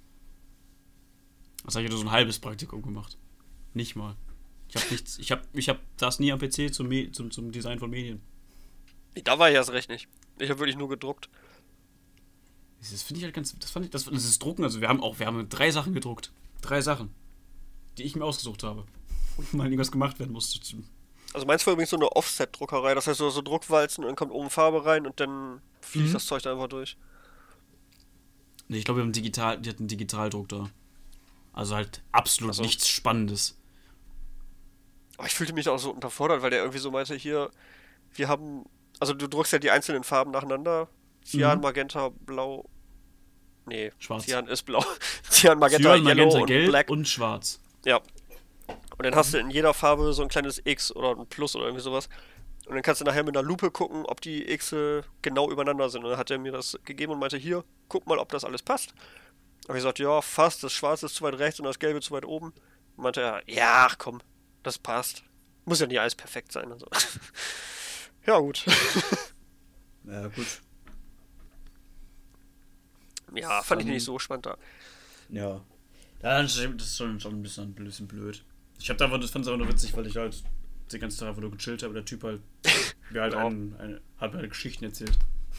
Speaker 2: Das habe ich nur so ein halbes Praktikum gemacht. Nicht mal. Ich habe nichts, ich habe ich hab das nie am P C zum, Me- zum, zum Design von Medien.
Speaker 1: Da war ich erst recht nicht. Ich habe wirklich nur gedruckt.
Speaker 2: Das finde ich halt ganz, das fand ich, das, das ist Drucken, also wir haben auch, wir haben drei Sachen gedruckt. Drei Sachen. Die ich mir ausgesucht habe. Und mal irgendwas gemacht werden musste.
Speaker 1: Also meins war übrigens so eine Offset-Druckerei. Das heißt, so, so Druckwalzen und dann kommt oben Farbe rein und dann fließt
Speaker 2: Mhm.
Speaker 1: das Zeug da einfach durch.
Speaker 2: Nee, ich glaube, wir haben digital, die hatten einen Digitaldruck da. Also halt absolut
Speaker 1: Ach so.
Speaker 2: nichts Spannendes.
Speaker 1: Aber ich fühlte mich da auch so unterfordert, weil der irgendwie so meinte, hier, wir haben, also du druckst ja die einzelnen Farben nacheinander. Cyan,
Speaker 2: Mhm.
Speaker 1: Magenta, Blau. Nee,
Speaker 2: Schwarz.
Speaker 1: Cyan ist blau. Cyan, Magenta,
Speaker 2: Cyan,
Speaker 1: Yellow
Speaker 2: Magenta,
Speaker 1: und
Speaker 2: Gelb
Speaker 1: Black.
Speaker 2: und Schwarz.
Speaker 1: Ja. Und dann hast du in jeder Farbe so ein kleines X oder ein Plus oder irgendwie sowas. Und dann kannst du nachher mit einer Lupe gucken, ob die Xe genau übereinander sind. Und dann hat er mir das gegeben und meinte, hier, guck mal, ob das alles passt. Habe ich gesagt, ja, fast, das Schwarze ist zu weit rechts und das Gelbe zu weit oben. Und meinte er, ja, ach komm, das passt. Muss ja nicht alles perfekt sein und so. Ja, gut.
Speaker 2: Ja, gut.
Speaker 1: Ja, fand ich
Speaker 2: Dann-
Speaker 1: nicht so spannend da.
Speaker 2: Ja. Ja, das ist schon, schon ein bisschen, ein bisschen blöd. Ich hab da einfach, das fand es aber nur witzig, weil ich halt den ganzen Tag einfach nur gechillt habe. Der Typ halt, mir halt
Speaker 1: Ja.
Speaker 2: einen, eine, hat mir halt Geschichten erzählt.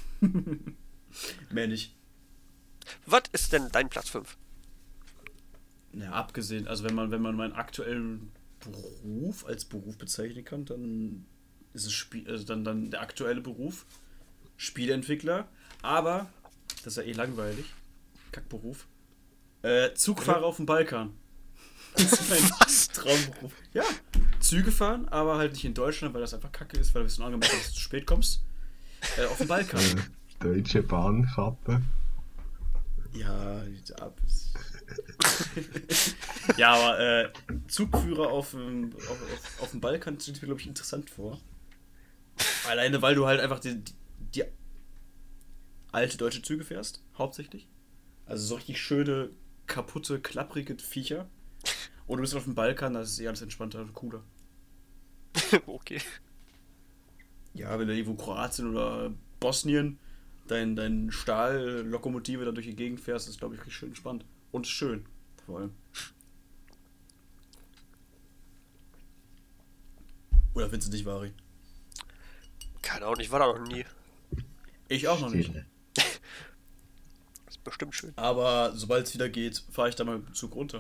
Speaker 2: Mehr nicht.
Speaker 1: Was ist denn dein Platz fünf?
Speaker 2: Ja, abgesehen, also wenn man, wenn man meinen aktuellen Beruf als Beruf bezeichnen kann, dann ist es Spiel, also dann, dann der aktuelle Beruf Spieleentwickler, aber das ist ja eh langweilig. Kackberuf. Äh, Zugfahrer auf dem Balkan. Das ist mein
Speaker 1: Was?
Speaker 2: Traumberuf. Ja, Züge fahren, aber halt nicht in Deutschland, weil das einfach kacke ist, weil du bist angemeldet, dass du zu spät kommst. Äh, auf dem Balkan.
Speaker 3: Äh, Deutsche Bahnkappe.
Speaker 2: Ja, die ab. Ja, aber äh, Zugführer auf, dem- auf, auf, auf dem Balkan steht mir, glaube ich, interessant vor. Alleine, weil du halt einfach die, die, die alte deutsche Züge fährst, hauptsächlich. Also so richtig schöne, kaputte, klapprige Viecher. Und du bist auf dem Balkan, das ist eher alles entspannter und cooler.
Speaker 1: Okay.
Speaker 2: Ja, wenn du irgendwo Kroatien oder Bosnien dein, dein Stahllokomotive da durch die Gegend fährst, ist, glaube ich, richtig schön spannend. Und schön, vor allem. Oder findest du nicht, Vari?
Speaker 1: Keine Ahnung, ich war da noch nie.
Speaker 2: Ich auch noch nicht.
Speaker 3: Stille.
Speaker 1: Das ist bestimmt schön.
Speaker 2: Aber sobald es wieder geht, fahre ich da mal mit dem Zug runter.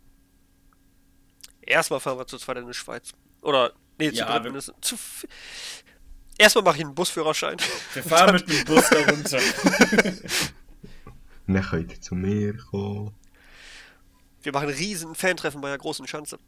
Speaker 1: Erstmal fahren wir zu zweit in die Schweiz. Oder, nee, zu
Speaker 2: Ja,
Speaker 1: dritt
Speaker 2: wir-
Speaker 1: mindestens. Zu f- Erstmal mache ich einen Busführerschein.
Speaker 2: Wir fahren mit dem Bus da runter.
Speaker 3: Dann könnt ihr zu mir kommen.
Speaker 1: Wir machen ein riesen Fantreffen bei der großen Schanze.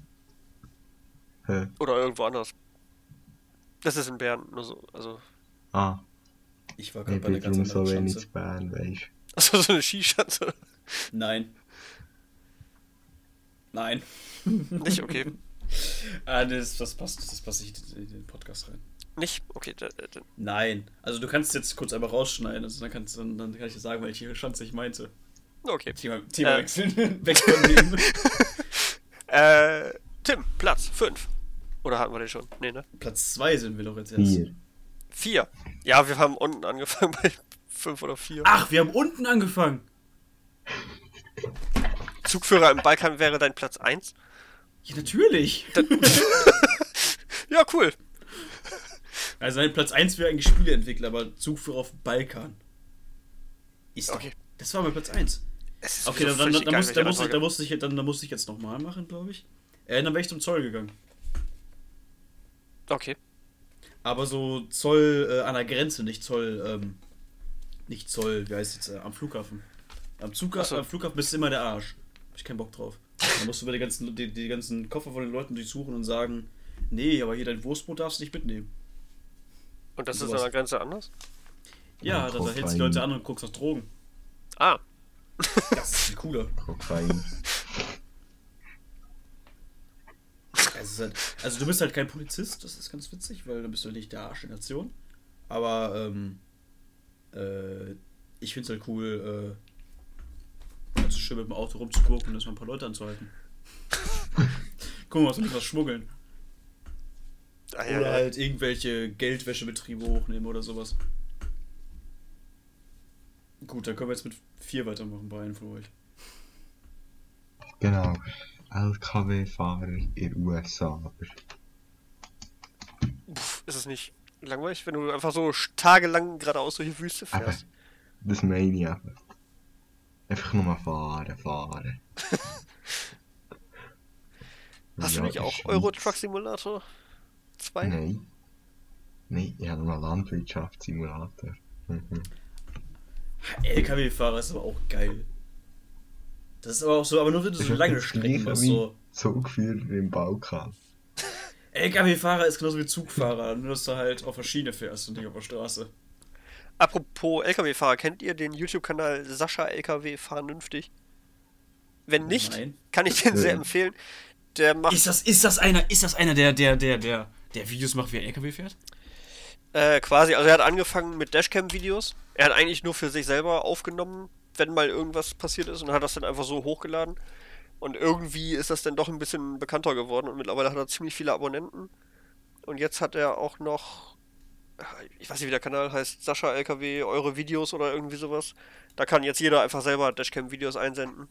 Speaker 3: Hä?
Speaker 1: Oder irgendwo anders. Das ist in Bern, nur so, also.
Speaker 3: Ah,
Speaker 2: Ich war
Speaker 3: ich
Speaker 2: gerade bei der
Speaker 3: bin
Speaker 2: ganz
Speaker 3: darum so
Speaker 2: anderen
Speaker 3: wenig
Speaker 2: Schanze.
Speaker 3: zu Bern, weisst
Speaker 1: Also so eine Skischanze.
Speaker 2: Nein. Nein.
Speaker 1: Nicht, okay.
Speaker 2: Ah, das, das passt, das passt nicht in den Podcast rein.
Speaker 1: Nicht? Okay, da, da.
Speaker 2: Nein. Also du kannst jetzt kurz einmal rausschneiden, also dann, kannst, dann, dann kann ich dir sagen, welche Schanze ich meinte.
Speaker 1: Okay.
Speaker 2: Thema, Thema
Speaker 1: Äh.
Speaker 2: wechseln. Weg von dem.
Speaker 1: Äh, Tim, Platz fünf. Oder hatten wir den schon? Nee, ne?
Speaker 2: Platz zwei sind wir doch jetzt erst.
Speaker 3: Vier.
Speaker 1: vier. Ja, wir haben unten angefangen bei fünf oder vier.
Speaker 2: Ach, wir haben unten angefangen.
Speaker 1: Zugführer im Balkan wäre dein Platz eins.
Speaker 2: Ja, natürlich.
Speaker 1: Ja, cool.
Speaker 2: Also dein Platz eins wäre eigentlich Spieleentwickler, aber Zugführer auf dem Balkan. Ist doch.
Speaker 1: Okay.
Speaker 2: Das war mein Platz eins.
Speaker 1: Es ist
Speaker 2: Okay, dann,
Speaker 1: sowieso
Speaker 2: dann, dann,
Speaker 1: völlig
Speaker 2: muss,
Speaker 1: egal,
Speaker 2: dann, muss ich,
Speaker 1: welche
Speaker 2: dann, muss ich, dann, dann muss ich jetzt nochmal machen, glaube ich. Äh, dann wäre ich zum Zoll gegangen.
Speaker 1: Reihenfolge- Okay.
Speaker 2: Aber so Zoll äh, an der Grenze, nicht Zoll, ähm, nicht Zoll, wie heißt es jetzt, äh, am Flughafen. Am, Zugha
Speaker 1: Ach so.
Speaker 2: am Flughafen bist du immer der Arsch. Hab ich keinen Bock drauf. Da musst du über die ganzen, die, die ganzen Koffer von den Leuten durchsuchen und sagen, nee, aber hier dein Wurstbrot darfst du nicht mitnehmen.
Speaker 1: Und das
Speaker 2: Und
Speaker 1: ist
Speaker 2: sowas.
Speaker 1: an der Grenze anders?
Speaker 2: Ja,
Speaker 3: Ja,
Speaker 2: da, da hältst du
Speaker 3: Kokain.
Speaker 2: die Leute an und guckst nach Drogen.
Speaker 1: Ah,
Speaker 2: Das ist viel cooler.
Speaker 3: Kokain.
Speaker 2: Also, halt, also du bist halt kein Polizist, das ist ganz witzig, weil dann bist du nicht der Arsch der Nation. Aber ähm, äh, ich find's halt cool, äh, ganz schön mit dem Auto rumzugucken und erstmal ein paar Leute anzuhalten. Gucken wir mal, ob wir nicht was schmuggeln.
Speaker 1: ah ja,
Speaker 2: Oder
Speaker 1: ja.
Speaker 2: halt irgendwelche Geldwäschebetriebe hochnehmen oder sowas. Gut, dann können wir jetzt mit vier weitermachen bei einem von euch.
Speaker 3: Genau. L K W-Fahrer in den U S A.
Speaker 1: Pff, ist es nicht langweilig, wenn du einfach so tagelang geradeaus durch die Wüste
Speaker 3: Aber
Speaker 1: fährst?
Speaker 3: das meine ich eben. Einfach nur fahren, fahren.
Speaker 1: Hast
Speaker 3: Ja,
Speaker 1: du nicht
Speaker 3: in
Speaker 1: auch
Speaker 3: der
Speaker 1: Euro
Speaker 3: Schweiz-
Speaker 1: Truck Simulator zwei?
Speaker 3: Nein. Nein, ich habe noch einen Landwirtschaftssimulator. Mhm.
Speaker 2: L K W-Fahrer ist aber auch geil. Das ist aber auch so, aber nur wenn du so lange Strecken machst, so.
Speaker 3: Zugführer im Balkan.
Speaker 2: L K W-Fahrer ist genauso wie Zugfahrer, nur dass du halt auf der Schiene fährst und nicht auf der Straße.
Speaker 1: Apropos L K W-Fahrer, kennt ihr den YouTube-Kanal Sascha L K W vernünftig? Wenn nicht,
Speaker 2: Nein.
Speaker 1: kann ich den sehr
Speaker 3: Ja.
Speaker 1: empfehlen. Der macht
Speaker 2: Ist das, ist das einer, ist das einer, der, der, der, der, der Videos macht, wie er L K W fährt?
Speaker 1: äh, quasi, also er hat angefangen mit Dashcam-Videos. Er hat eigentlich nur für sich selber aufgenommen, wenn mal irgendwas passiert ist und hat das dann einfach so hochgeladen. Und irgendwie ist das dann doch ein bisschen bekannter geworden und mittlerweile hat er ziemlich viele Abonnenten. Und jetzt hat er auch noch, ich weiß nicht, wie der Kanal heißt, Sascha L K W, eure Videos oder irgendwie sowas. Da kann jetzt jeder einfach selber Dashcam-Videos einsenden.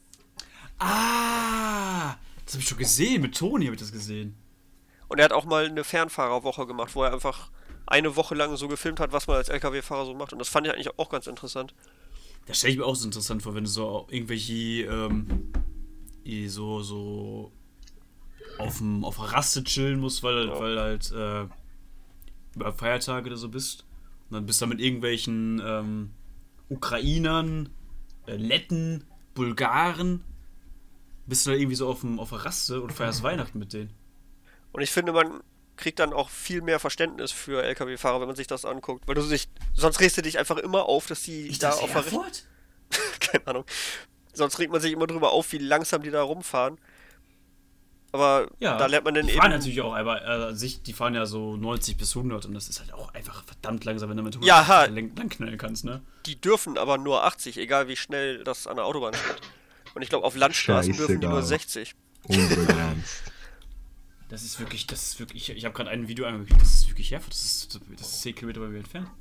Speaker 2: Ah, das habe ich schon gesehen, mit Toni habe ich das gesehen.
Speaker 1: Und er hat auch mal eine Fernfahrerwoche gemacht, wo er einfach eine Woche lang so gefilmt hat, was man als L K W-Fahrer so macht. Und das fand ich eigentlich auch ganz interessant.
Speaker 2: Das stelle ich mir auch so interessant vor, wenn du so irgendwelche, ähm, die so, so auf, dem, auf der Raste chillen musst, weil,
Speaker 1: Ja.
Speaker 2: weil halt äh, über Feiertage oder so bist. Und dann bist du mit irgendwelchen ähm, Ukrainern, äh, Letten, Bulgaren, bist du da irgendwie so auf, dem, auf der Raste und feierst Weihnachten mit denen.
Speaker 1: Und ich finde, man kriegt dann auch viel mehr Verständnis für L K W-Fahrer, wenn man sich das anguckt. Weil du dich, sonst regst du dich einfach immer auf, dass die da auf der Richt- keine Ahnung. Sonst regt man sich immer drüber auf, wie langsam die da rumfahren. Aber
Speaker 2: Ja,
Speaker 1: da lernt man dann
Speaker 2: die
Speaker 1: eben.
Speaker 2: fahren natürlich auch, aber äh, sich, die fahren ja so neunzig bis hundert und das ist halt auch einfach verdammt langsam, wenn du mit hundert
Speaker 1: Ja, ha.
Speaker 2: lang, lang knallen kannst, ne?
Speaker 1: Die dürfen aber nur achtzig, egal wie schnell das an der Autobahn steht. Und ich glaube, auf Landstraßen dürfen die nur
Speaker 3: Scheißegal.
Speaker 1: sechzig.
Speaker 3: Unbegrenzt.
Speaker 2: Das ist wirklich, das ist wirklich, ich, ich habe gerade ein Video angeguckt, das ist wirklich Herford, das ist, das ist zehn Kilometer bei mir entfernt.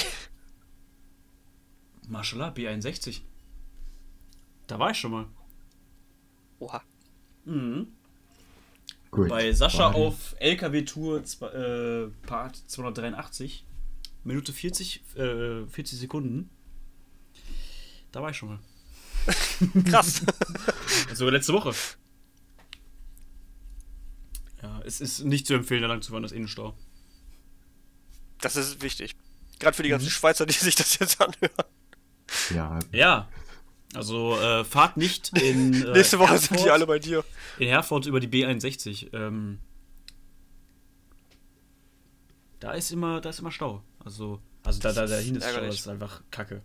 Speaker 2: Mashallah, B einundsechzig. Da war ich schon mal.
Speaker 1: Oha.
Speaker 2: Mhm.
Speaker 3: Gut.
Speaker 2: Bei Sascha
Speaker 3: fahren.
Speaker 2: auf L K W-Tour äh, Part zweihundertdreiundachtzig, Minute vierzig, äh, vierzig Sekunden. Da war ich schon mal.
Speaker 1: Krass.
Speaker 2: Sogar letzte Woche. Ja, es ist nicht zu empfehlen, da lang zu fahren, das Innenstau.
Speaker 1: Das ist wichtig. Gerade für die ganzen
Speaker 2: Mhm.
Speaker 1: Schweizer, die sich das jetzt anhören.
Speaker 3: Ja,
Speaker 2: Ja. Also äh, fahrt nicht in äh,
Speaker 1: Nächste Woche sind die
Speaker 2: Herford-
Speaker 1: alle bei dir.
Speaker 2: in Herford über die B einundsechzig. Ähm, da ist immer, da ist immer Stau. Also, also da, da dahin ist Stau,
Speaker 1: Ärgerlich.
Speaker 2: das ist einfach Kacke.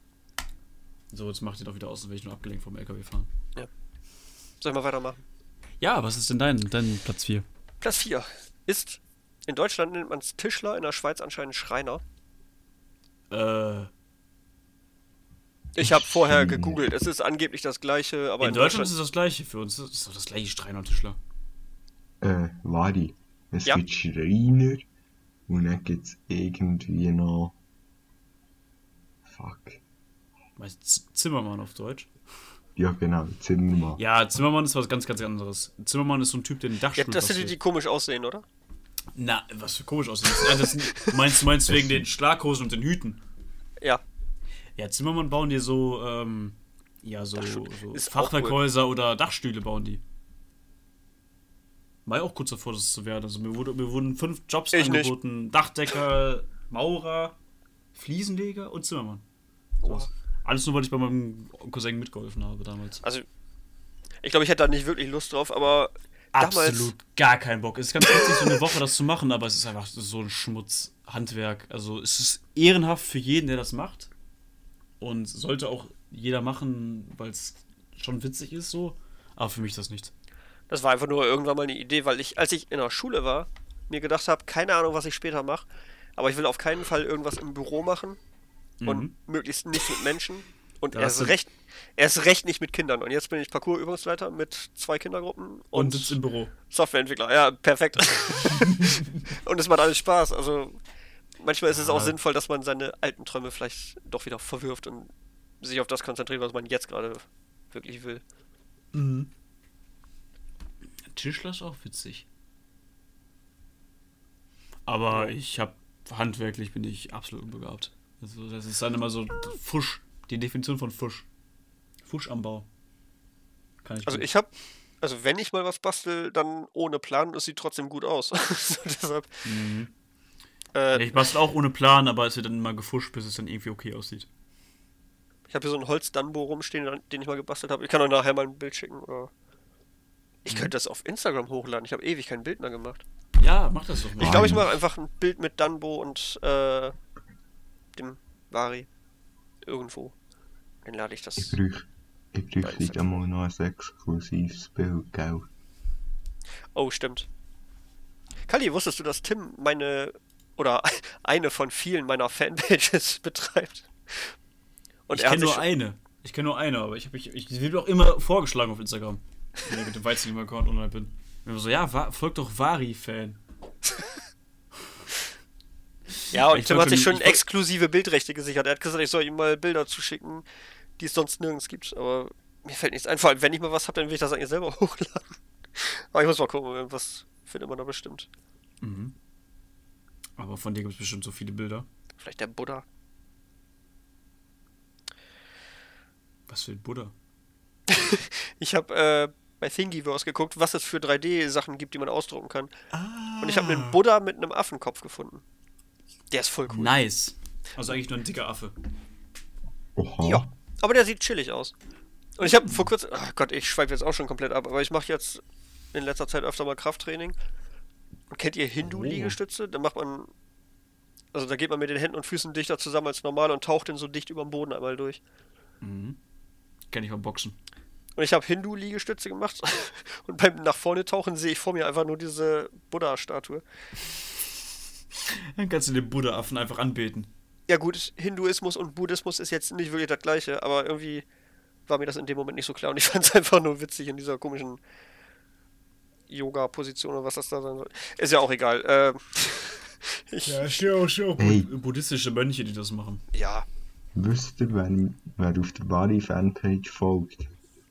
Speaker 2: So, jetzt macht ihr doch wieder aus, als wäre ich nur abgelenkt vom L K W fahren.
Speaker 1: Soll ich mal weitermachen?
Speaker 2: Ja, was ist denn dein, dein Platz vier?
Speaker 1: Platz vier ist, in Deutschland nennt man es Tischler, in der Schweiz anscheinend Schreiner.
Speaker 2: Äh,
Speaker 1: Ich habe vorher
Speaker 3: Schreiner.
Speaker 1: gegoogelt, es ist angeblich das gleiche, aber
Speaker 2: in
Speaker 1: in,
Speaker 2: Deutschland ist
Speaker 1: Deutschland...
Speaker 2: es das gleiche. Für uns ist es doch das gleiche Schreiner und Tischler.
Speaker 3: Äh, Wari. Es
Speaker 1: Ja.
Speaker 3: gibt Schreiner und dann gibt es irgendwie noch. Fuck.
Speaker 2: Weißt Z- Zimmermann auf Deutsch?
Speaker 3: Ja, genau, Zimmermann.
Speaker 2: Ja, Zimmermann ist was ganz, ganz anderes. Zimmermann ist so ein Typ, der den
Speaker 1: Ja,
Speaker 2: Dachstuhl
Speaker 1: das sind die, die
Speaker 2: bastelt.
Speaker 1: komisch aussehen, oder?
Speaker 2: Na, was für komisch aussieht. Das, das sind, meinst du meinst wegen den Schlaghosen und den Hüten?
Speaker 1: Ja.
Speaker 2: Ja, Zimmermann bauen dir so, ähm, ja, so,
Speaker 1: Dachstuhl.
Speaker 2: so
Speaker 1: Ist auch
Speaker 2: Fachwerkhäuser oder Dachstühle bauen die. War ja auch kurz davor, das zu werden. Also mir, wurde, mir wurden fünf Jobs
Speaker 1: Ich nicht.
Speaker 2: angeboten. Dachdecker, Maurer, Fliesenleger und Zimmermann.
Speaker 1: Oha.
Speaker 2: Alles nur, weil ich bei meinem Cousin mitgeholfen habe damals.
Speaker 1: Also, ich glaube, ich hätte da nicht wirklich Lust drauf, aber damals...
Speaker 2: Absolut gar keinen Bock. Es ist ganz witzig, so eine Woche das zu machen, aber es ist einfach so ein Schmutzhandwerk. Also es ist ehrenhaft für jeden, der das macht. Und sollte auch jeder machen, weil es schon witzig ist so. Aber für mich das nicht.
Speaker 1: Das war einfach nur irgendwann mal eine Idee, weil ich, als ich in der Schule war, mir gedacht habe, keine Ahnung, was ich später mache, aber ich will auf keinen Fall irgendwas im Büro machen und möglichst nicht mit Menschen und
Speaker 2: Da hast
Speaker 1: erst
Speaker 2: du-
Speaker 1: recht, erst recht nicht mit Kindern. Und jetzt bin ich Parcours-Übungsleiter mit zwei Kindergruppen
Speaker 2: Und,
Speaker 1: und,
Speaker 2: sitzt im Büro.
Speaker 1: Softwareentwickler. Ja, perfekt. Und es macht alles Spaß. Also manchmal ist es auch
Speaker 2: Ja.
Speaker 1: sinnvoll, dass man seine alten Träume vielleicht doch wieder verwirft und sich auf das konzentriert, was man jetzt gerade wirklich will.
Speaker 2: Tischler ist auch witzig. Aber ich habe handwerklich bin ich absolut unbegabt. Also das ist dann immer so Fusch, die Definition von Fusch. Fusch am Bau. Kann ich
Speaker 1: Also
Speaker 2: gut.
Speaker 1: ich habe, also wenn ich mal was bastel, dann ohne Plan und es sieht trotzdem gut aus. So, deshalb,
Speaker 2: Mhm.
Speaker 1: äh,
Speaker 2: Ja, ich bastel auch ohne Plan, aber es wird dann immer gefuscht, bis es dann irgendwie okay aussieht.
Speaker 1: ich habe hier so einen Holz-Danbo rumstehen, den ich mal gebastelt habe. Ich kann euch nachher mal ein Bild schicken. Oder ich könnte das auf Instagram hochladen. Ich habe ewig kein Bild mehr gemacht.
Speaker 2: Ja, mach das doch mal.
Speaker 1: Ich glaube, ich
Speaker 3: Nein.
Speaker 1: mache einfach ein Bild mit Danbo und äh, dem Vari irgendwo. Dann lade ich
Speaker 3: Ich
Speaker 1: das.
Speaker 3: bräuchte, ich bräuchte einmal noch ein exklusives Bild, gell?
Speaker 1: Oh, stimmt. Kali, wusstest du, dass Tim meine oder eine von vielen meiner Fanpages betreibt? Und
Speaker 2: ich
Speaker 1: er hat
Speaker 2: kenne
Speaker 1: sich
Speaker 2: nur
Speaker 1: schon,
Speaker 2: eine. Ich kenne nur eine, aber ich, hab, ich, ich wird mir auch immer vorgeschlagen auf Instagram. Wenn ich mit dem Weizenlieber-Account online bin. Und so, ja, wa- folgt doch Vari-Fan.
Speaker 1: ja, und
Speaker 2: ich
Speaker 1: Tim
Speaker 2: wollte
Speaker 1: hat sich
Speaker 2: mir-
Speaker 1: schon
Speaker 2: ich wollte-
Speaker 1: exklusive Bildrechte gesichert. Er hat gesagt, ich soll ihm mal Bilder zuschicken, die es sonst nirgends gibt. Aber mir fällt nichts ein. Vor allem, wenn ich mal was habe, dann will ich das eigentlich selber hochladen. Aber ich muss mal gucken, was findet man da bestimmt.
Speaker 2: Mhm. Aber von dir gibt es bestimmt so viele Bilder.
Speaker 1: Vielleicht der Buddha.
Speaker 2: Was für ein Buddha.
Speaker 1: Ich habe äh, bei Thingiverse geguckt, was es für drei D-Sachen gibt, die man ausdrucken kann. Und ich habe einen Buddha mit einem Affenkopf gefunden. Der ist voll cool.
Speaker 2: Nice. Also eigentlich nur ein dicker Affe.
Speaker 3: Oha.
Speaker 1: Ja, aber der sieht chillig aus. Und ich habe vor kurzem, ach Gott, ich schweife jetzt auch schon komplett ab, aber ich mache jetzt in letzter Zeit öfter mal Krafttraining. Und kennt ihr Hindu-Liegestütze? Da macht man, also da geht man mit den Händen und Füßen dichter zusammen als normal und taucht den so dicht über den Boden einmal durch.
Speaker 2: Mhm. Kenn ich beim Boxen.
Speaker 1: Und ich habe Hindu-Liegestütze gemacht und beim nach vorne tauchen sehe ich vor mir einfach nur diese Buddha-Statue.
Speaker 2: Dann kannst du den Buddha-Affen einfach anbeten.
Speaker 1: Ja gut, Hinduismus und Buddhismus ist jetzt nicht wirklich das gleiche, aber irgendwie war mir das in dem Moment nicht so klar und ich fand es einfach nur witzig in dieser komischen Yoga-Position oder was das da sein soll. Ist ja auch egal. Ähm, ich, ja.
Speaker 2: schau, schau.
Speaker 3: Hey.
Speaker 2: Buddhistische Mönche, die das machen.
Speaker 3: Wisst ihr, wer, wer auf der Wari-Fanpage folgt?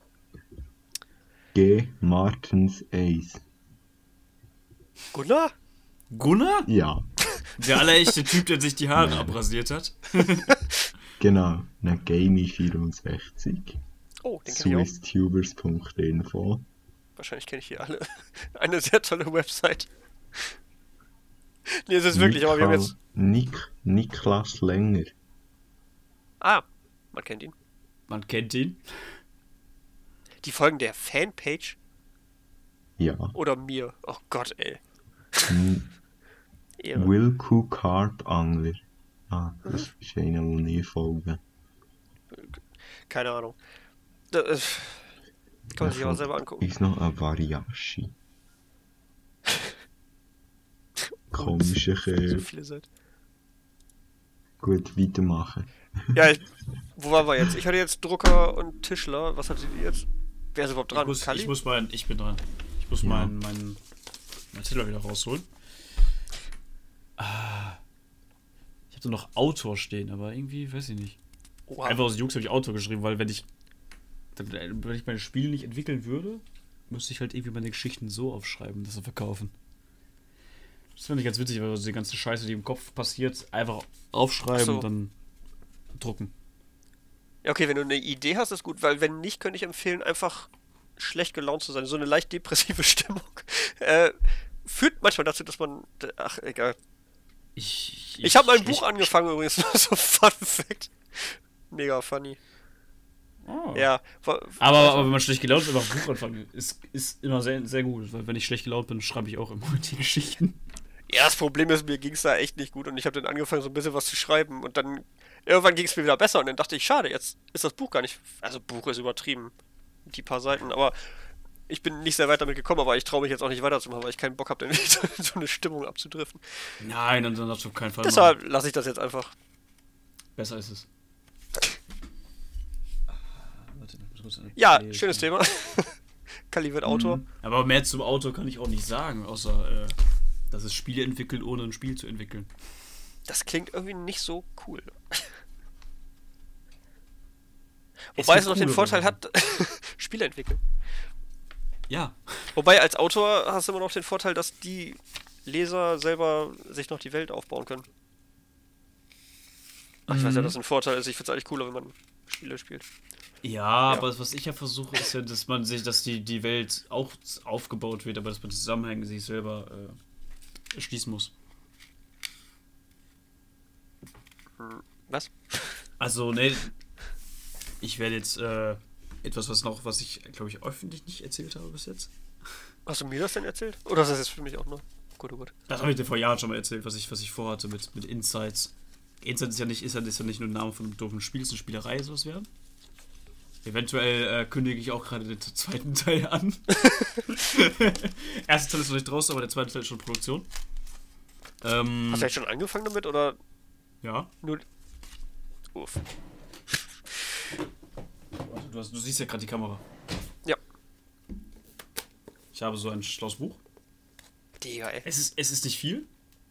Speaker 3: G. Martens eins.
Speaker 1: Gunnar?
Speaker 2: Gunnar?
Speaker 3: Ja,
Speaker 2: Der allerechte Typ, der sich die Haare
Speaker 3: Nein.
Speaker 2: abrasiert hat.
Speaker 3: genau. Dann Gamey vierundsechzig.
Speaker 1: Oh, den kenn ich auch.
Speaker 3: Swisstubers Punkt info.
Speaker 1: Wahrscheinlich kenne ich hier alle. Eine sehr tolle Website. Nee, es ist wirklich, aber wir haben jetzt...
Speaker 3: Nik, Niklas Länger.
Speaker 1: Ah, man kennt ihn.
Speaker 2: Man kennt ihn.
Speaker 1: Die folgen der Fanpage
Speaker 3: Ja.
Speaker 1: oder mir? Oh Gott, ey.
Speaker 3: N-
Speaker 1: Ehre.
Speaker 3: Wilco Carp Angler. Ah, das ist einer, der nie folgen.
Speaker 1: Keine Ahnung. Das, ist- Kann man sich aber
Speaker 3: folgt
Speaker 1: selber angucken.
Speaker 3: Ist noch ein Variashi. Komischer
Speaker 1: So
Speaker 3: Kerl.
Speaker 1: viele seid.
Speaker 3: Gut, weitermachen.
Speaker 1: Ja, ich, wo waren wir jetzt? Ich hatte jetzt Drucker und Tischler. Was hattet ihr jetzt? Wer ist überhaupt dran?
Speaker 2: Ich muss,
Speaker 1: Kali?
Speaker 2: ich muss mein, ich bin dran. Ich muss
Speaker 3: Ja.
Speaker 2: meinen mein, mein Zettel wieder rausholen. Ah, ich habe da noch Autor stehen, aber irgendwie, weiß ich nicht.
Speaker 1: Oha.
Speaker 2: Einfach aus Jux habe ich Autor geschrieben, weil wenn ich, wenn ich meine Spiele nicht entwickeln würde, müsste ich halt irgendwie meine Geschichten so aufschreiben und das so verkaufen. Das finde ich ganz witzig, weil so die ganze Scheiße, die im Kopf passiert, einfach aufschreiben
Speaker 1: Ach so.
Speaker 2: und dann drucken.
Speaker 1: Ja, okay, wenn du eine Idee hast, ist gut, weil wenn nicht, könnte ich empfehlen, einfach schlecht gelaunt zu sein. So eine leicht depressive Stimmung äh, führt manchmal dazu, dass man. Ach, egal.
Speaker 2: Ich,
Speaker 1: Ich habe mal ein
Speaker 2: schlecht-
Speaker 1: Buch angefangen übrigens, nur so Fun Fact. Mega funny.
Speaker 2: Oh.
Speaker 1: Ja. wa-
Speaker 2: Aber,
Speaker 1: also-
Speaker 2: aber wenn man schlecht gelaunt ist, einfach ein Buch anfangen, ist, ist immer sehr, sehr gut. Weil wenn ich schlecht gelaunt bin, schreibe ich auch immer die Geschichten.
Speaker 1: Ja, das Problem ist, mir ging es da echt nicht gut und ich habe dann angefangen, so ein bisschen was zu schreiben und dann irgendwann ging es mir wieder besser und dann dachte ich, schade, jetzt ist das Buch gar nicht. Also, Buch ist übertrieben. Die paar Seiten, aber ich bin nicht sehr weit damit gekommen, aber ich traue mich jetzt auch nicht weiterzumachen, weil ich keinen Bock habe, dann so, so eine Stimmung abzudriften.
Speaker 2: Nein, dann darfst du auf keinen Fall machen.
Speaker 1: Deshalb lasse ich das jetzt einfach.
Speaker 2: Besser ist es. Ah, warte, ich muss kurz eine
Speaker 1: Ja,
Speaker 2: Mail
Speaker 1: schönes
Speaker 2: schreiben.
Speaker 1: Thema. Kali wird Autor.
Speaker 2: Mhm. Aber mehr zum Autor kann ich auch nicht sagen, außer, äh, dass es Spiele entwickelt, ohne ein Spiel zu entwickeln.
Speaker 1: Das klingt irgendwie nicht so cool.
Speaker 2: Es
Speaker 1: Wobei
Speaker 2: gibt
Speaker 1: es noch den
Speaker 2: coolere
Speaker 1: Vorteil
Speaker 2: Sachen.
Speaker 1: hat, Spiele entwickeln.
Speaker 2: Ja.
Speaker 1: Wobei als Autor hast du immer noch den Vorteil, dass die Leser selber sich noch die Welt aufbauen können. Ach, ich weiß ja,
Speaker 2: Mhm.
Speaker 1: dass ein Vorteil ist. Ich finde es eigentlich cooler, wenn man Spiele spielt.
Speaker 2: Ja, aber was ich ja versuche, ist ja, dass man sich, dass die, die Welt auch aufgebaut wird, aber dass man die Zusammenhänge sich selber äh, erschließen muss.
Speaker 1: Was?
Speaker 2: Also, ne, ich werde jetzt äh, etwas, was noch, was ich, glaube ich, öffentlich nicht erzählt habe bis jetzt.
Speaker 1: Hast du mir das denn erzählt? Oder ist das jetzt für mich auch noch? Gut, oh Gott.
Speaker 2: Das habe ich dir vor Jahren schon mal erzählt, was ich, was ich vorhatte mit, mit Insights. Insights ist ja nicht, ist ja, ist ja nicht nur ein Name von einem doofen Spiel, es ist eine Spielerei, sowas werden. Eventuell äh, kündige ich auch gerade den zweiten Teil an. Erster Teil ist noch nicht draußen, aber der zweite Teil ist schon in Produktion. Ähm,
Speaker 1: Hast du jetzt schon angefangen damit oder
Speaker 2: ja.
Speaker 1: nur. Uff.
Speaker 2: Du, hast, du siehst ja gerade die Kamera.
Speaker 1: Ja.
Speaker 2: Ich habe so ein schlaues Buch.
Speaker 1: Digga, ey.
Speaker 2: Es ist, es ist nicht viel.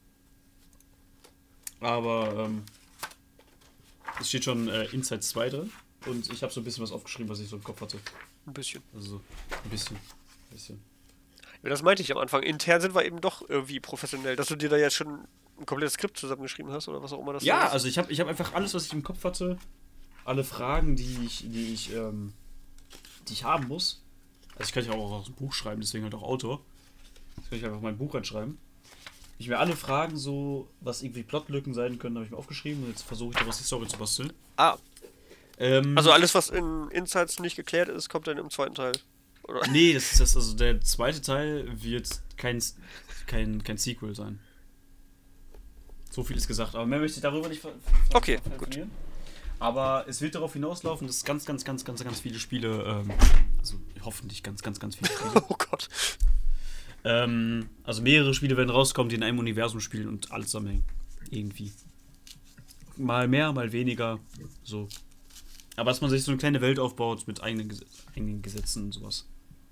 Speaker 2: Aber ähm, es steht schon äh, Inside zwei drin. Und ich habe so ein bisschen was aufgeschrieben, was ich so im Kopf hatte.
Speaker 1: Ein bisschen.
Speaker 2: Also so ein bisschen. Ein bisschen.
Speaker 1: Ja, das meinte ich am Anfang. Intern sind wir eben doch irgendwie professionell, dass du dir da jetzt schon ein komplettes Skript zusammengeschrieben hast oder was auch immer das
Speaker 2: Ja,
Speaker 1: ist.
Speaker 2: also ich habe ich hab einfach alles, was ich im Kopf hatte, alle Fragen, die ich, die ich, ähm, die ich haben muss. Also ich kann ja auch aus dem Buch schreiben, deswegen halt auch Autor. Jetzt kann ich einfach mein Buch reinschreiben. Ich mir alle Fragen so, was irgendwie Plotlücken sein können, habe ich mir aufgeschrieben und jetzt versuche ich daraus die Story zu basteln.
Speaker 1: Ah,
Speaker 2: Ähm,
Speaker 1: also alles, was in Insights nicht geklärt ist, kommt dann im zweiten Teil. Oder?
Speaker 2: nee, das ist das, also der zweite Teil wird kein, kein, kein Sequel sein. So viel ist gesagt, aber mehr möchte ich darüber nicht ver ver
Speaker 1: Okay,
Speaker 2: ver
Speaker 1: gut.
Speaker 2: verlieren. Aber es wird darauf hinauslaufen, dass ganz, ganz, ganz, ganz, ganz viele Spiele, ähm, also hoffentlich ganz, ganz, ganz viele Spiele.
Speaker 1: Oh Gott.
Speaker 2: ähm, also mehrere Spiele werden rauskommen, die in einem Universum spielen und alles zusammenhängen. Irgendwie. Mal mehr, mal weniger, so. Aber dass man sich so eine kleine Welt aufbaut mit eigenen, Ges eigenen Gesetzen und sowas.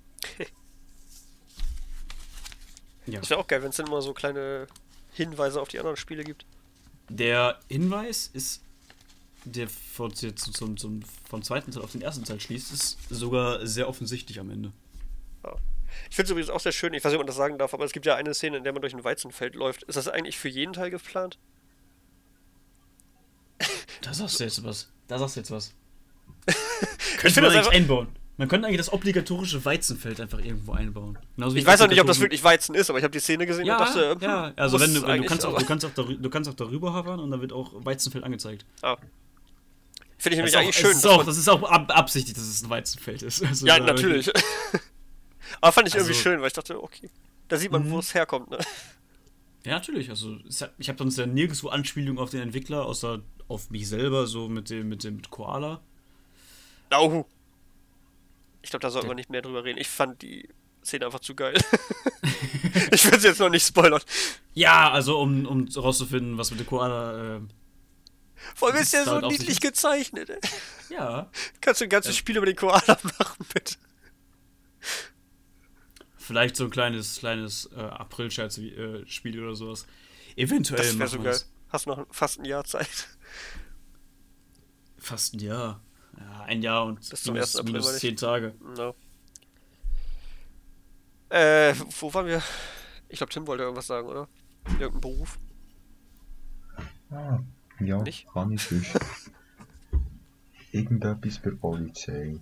Speaker 2: Ja.
Speaker 1: Das wäre auch geil, wenn es dann immer so kleine Hinweise auf die anderen Spiele gibt.
Speaker 2: Der Hinweis ist, der von, zum, zum, zum, vom zweiten Teil auf den ersten Teil schließt, ist sogar sehr offensichtlich am Ende.
Speaker 1: Ich finde es übrigens auch sehr schön, ich weiß nicht, ob man das sagen darf, aber es gibt ja eine Szene, in der man durch ein Weizenfeld läuft. Ist das eigentlich für jeden Teil geplant?
Speaker 2: Da sagst du jetzt was. Da sagst du jetzt was.
Speaker 1: Ich
Speaker 2: Könnte
Speaker 1: finde
Speaker 2: man
Speaker 1: das
Speaker 2: eigentlich
Speaker 1: einfach,
Speaker 2: einbauen. Man könnte eigentlich das obligatorische Weizenfeld einfach irgendwo einbauen. Genauso wie
Speaker 1: ich weiß auch nicht, ob das
Speaker 2: obligatorischen-
Speaker 1: wirklich Weizen ist, aber ich habe die Szene gesehen
Speaker 2: Ja,
Speaker 1: und dachte, hm,
Speaker 2: ja. Also
Speaker 1: muss
Speaker 2: wenn du, wenn du
Speaker 1: eigentlich,
Speaker 2: kannst auch,
Speaker 1: aber-
Speaker 2: du kannst auch darüber, du kannst auch darüber hovern und dann wird auch Weizenfeld angezeigt.
Speaker 1: Ah. Finde ich
Speaker 2: Das
Speaker 1: nämlich
Speaker 2: ist auch,
Speaker 1: eigentlich
Speaker 2: es
Speaker 1: schön.
Speaker 2: ist
Speaker 1: dass
Speaker 2: auch,
Speaker 1: man-
Speaker 2: das ist auch ab, absichtlich, dass es ein Weizenfeld ist. Also
Speaker 1: ja,
Speaker 2: da
Speaker 1: natürlich. Aber fand ich irgendwie
Speaker 2: Also-
Speaker 1: schön, weil ich dachte, okay, da sieht man,
Speaker 2: Mhm.
Speaker 1: wo es herkommt, ne?
Speaker 2: Ja, natürlich. Also es hat, ich habe sonst ja nirgendwo Anspielung auf den Entwickler, außer auf mich selber, so mit dem mit dem mit Koala.
Speaker 1: Au. Ich glaube, da sollten
Speaker 2: Der-
Speaker 1: wir nicht mehr drüber reden. Ich fand die Szene einfach zu geil. Ich will es jetzt noch nicht spoilern.
Speaker 2: Ja, also um, um rauszufinden, was mit dem Koala. Äh,
Speaker 1: Vor allem ist der
Speaker 2: Das
Speaker 1: so
Speaker 2: dauert auch
Speaker 1: niedlich
Speaker 2: sich-
Speaker 1: gezeichnet. Ey.
Speaker 2: ja.
Speaker 1: Kannst du ein ganzes
Speaker 2: Ja.
Speaker 1: Spiel über den Koala machen, bitte?
Speaker 2: Vielleicht so ein kleines, kleines äh, April-Scherz-Spiel oder sowas. Eventuell
Speaker 1: Das wäre
Speaker 2: machen
Speaker 1: so
Speaker 2: wir
Speaker 1: geil.
Speaker 2: das.
Speaker 1: Hast noch fast ein Jahr Zeit.
Speaker 2: Fast ein Jahr. Ja, ein Jahr und
Speaker 1: Bis zum
Speaker 2: minus,
Speaker 1: ersten April,
Speaker 2: minus
Speaker 1: meine ich.
Speaker 2: zehn Tage.
Speaker 1: No. Äh, wo waren wir? Ich glaube, Tim wollte irgendwas sagen, oder? Irgendein Beruf?
Speaker 3: Ah, ja,
Speaker 1: Nicht?
Speaker 3: kann ich sonst. Irgendetwas bei Polizei.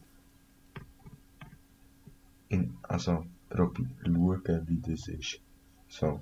Speaker 3: In, also, probier schauen, wie das ist. So.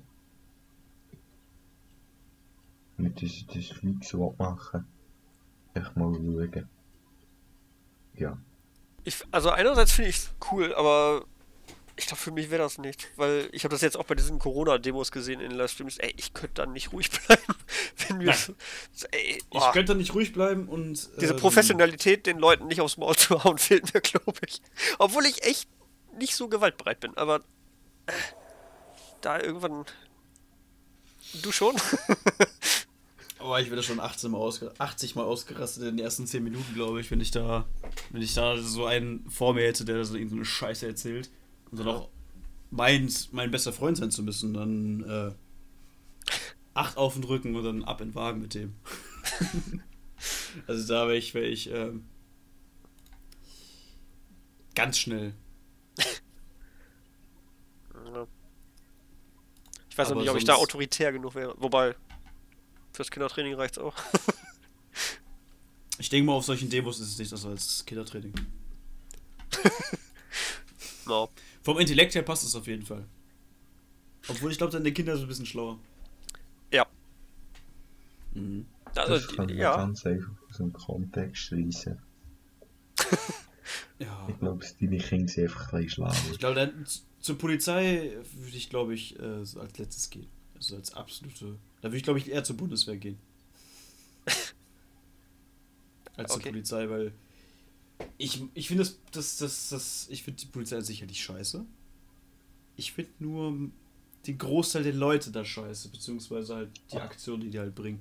Speaker 3: Mit das, das fix so machen. Echt mal schauen. Ja.
Speaker 1: Ich, also einerseits finde ich es cool, aber ich glaube, für mich wäre das nicht. Weil ich habe das jetzt auch bei diesen Corona-Demos gesehen in den Livestreams. Ey, ich könnte dann nicht ruhig bleiben. Wenn mir
Speaker 2: Nein.
Speaker 1: so, so, ey,
Speaker 2: Ich
Speaker 1: boah,
Speaker 2: könnte nicht ruhig bleiben und.
Speaker 1: diese
Speaker 2: ähm,
Speaker 1: Professionalität, den Leuten nicht aufs Maul zu hauen, fehlt mir, glaube ich. Obwohl ich echt nicht so gewaltbereit bin, aber äh, da irgendwann. Du schon?
Speaker 2: Oh, ich werde schon achtzig Mal, ausge achtzig Mal ausgerastet in den ersten zehn Minuten, glaube ich, wenn ich da, wenn ich da so einen vor mir hätte, der so irgendeine Scheiße erzählt und dann auch meint, mein bester Freund sein zu müssen, dann äh, acht auf den Rücken und dann ab in den Wagen mit dem. Also da wäre ich, wäre ich ähm, ganz schnell.
Speaker 1: Ja. Ich weiß noch
Speaker 2: Aber
Speaker 1: nicht, ob ich da
Speaker 2: sonst-
Speaker 1: autoritär genug wäre. Wobei, fürs Kindertraining reicht's auch.
Speaker 2: Ich denke mal, auf solchen Demos ist es nicht das als Kindertraining.
Speaker 1: No.
Speaker 2: Vom Intellekt her passt es auf jeden Fall. Obwohl ich glaube, dann der Kinder sind ein bisschen schlauer.
Speaker 1: Ja.
Speaker 2: Mhm.
Speaker 1: Also,
Speaker 3: Das kann man
Speaker 1: ja.
Speaker 3: ganz einfach aus dem Kontext reissen.
Speaker 2: Ja.
Speaker 3: Ich glaube, deine Kinder sind einfach ein bisschen schlauer.
Speaker 2: Ich glaube, dann z- zur Polizei würde ich, glaube ich, äh, so als letztes gehen. Also als absolute. Da würde ich, glaube ich, eher zur Bundeswehr gehen. Als zur
Speaker 1: Okay.
Speaker 2: Polizei, weil ich, ich finde das, das, das, das, ich finde die Polizei sicherlich scheiße. Ich finde nur den Großteil der Leute da scheiße, beziehungsweise halt die Aktionen, die die halt bringen.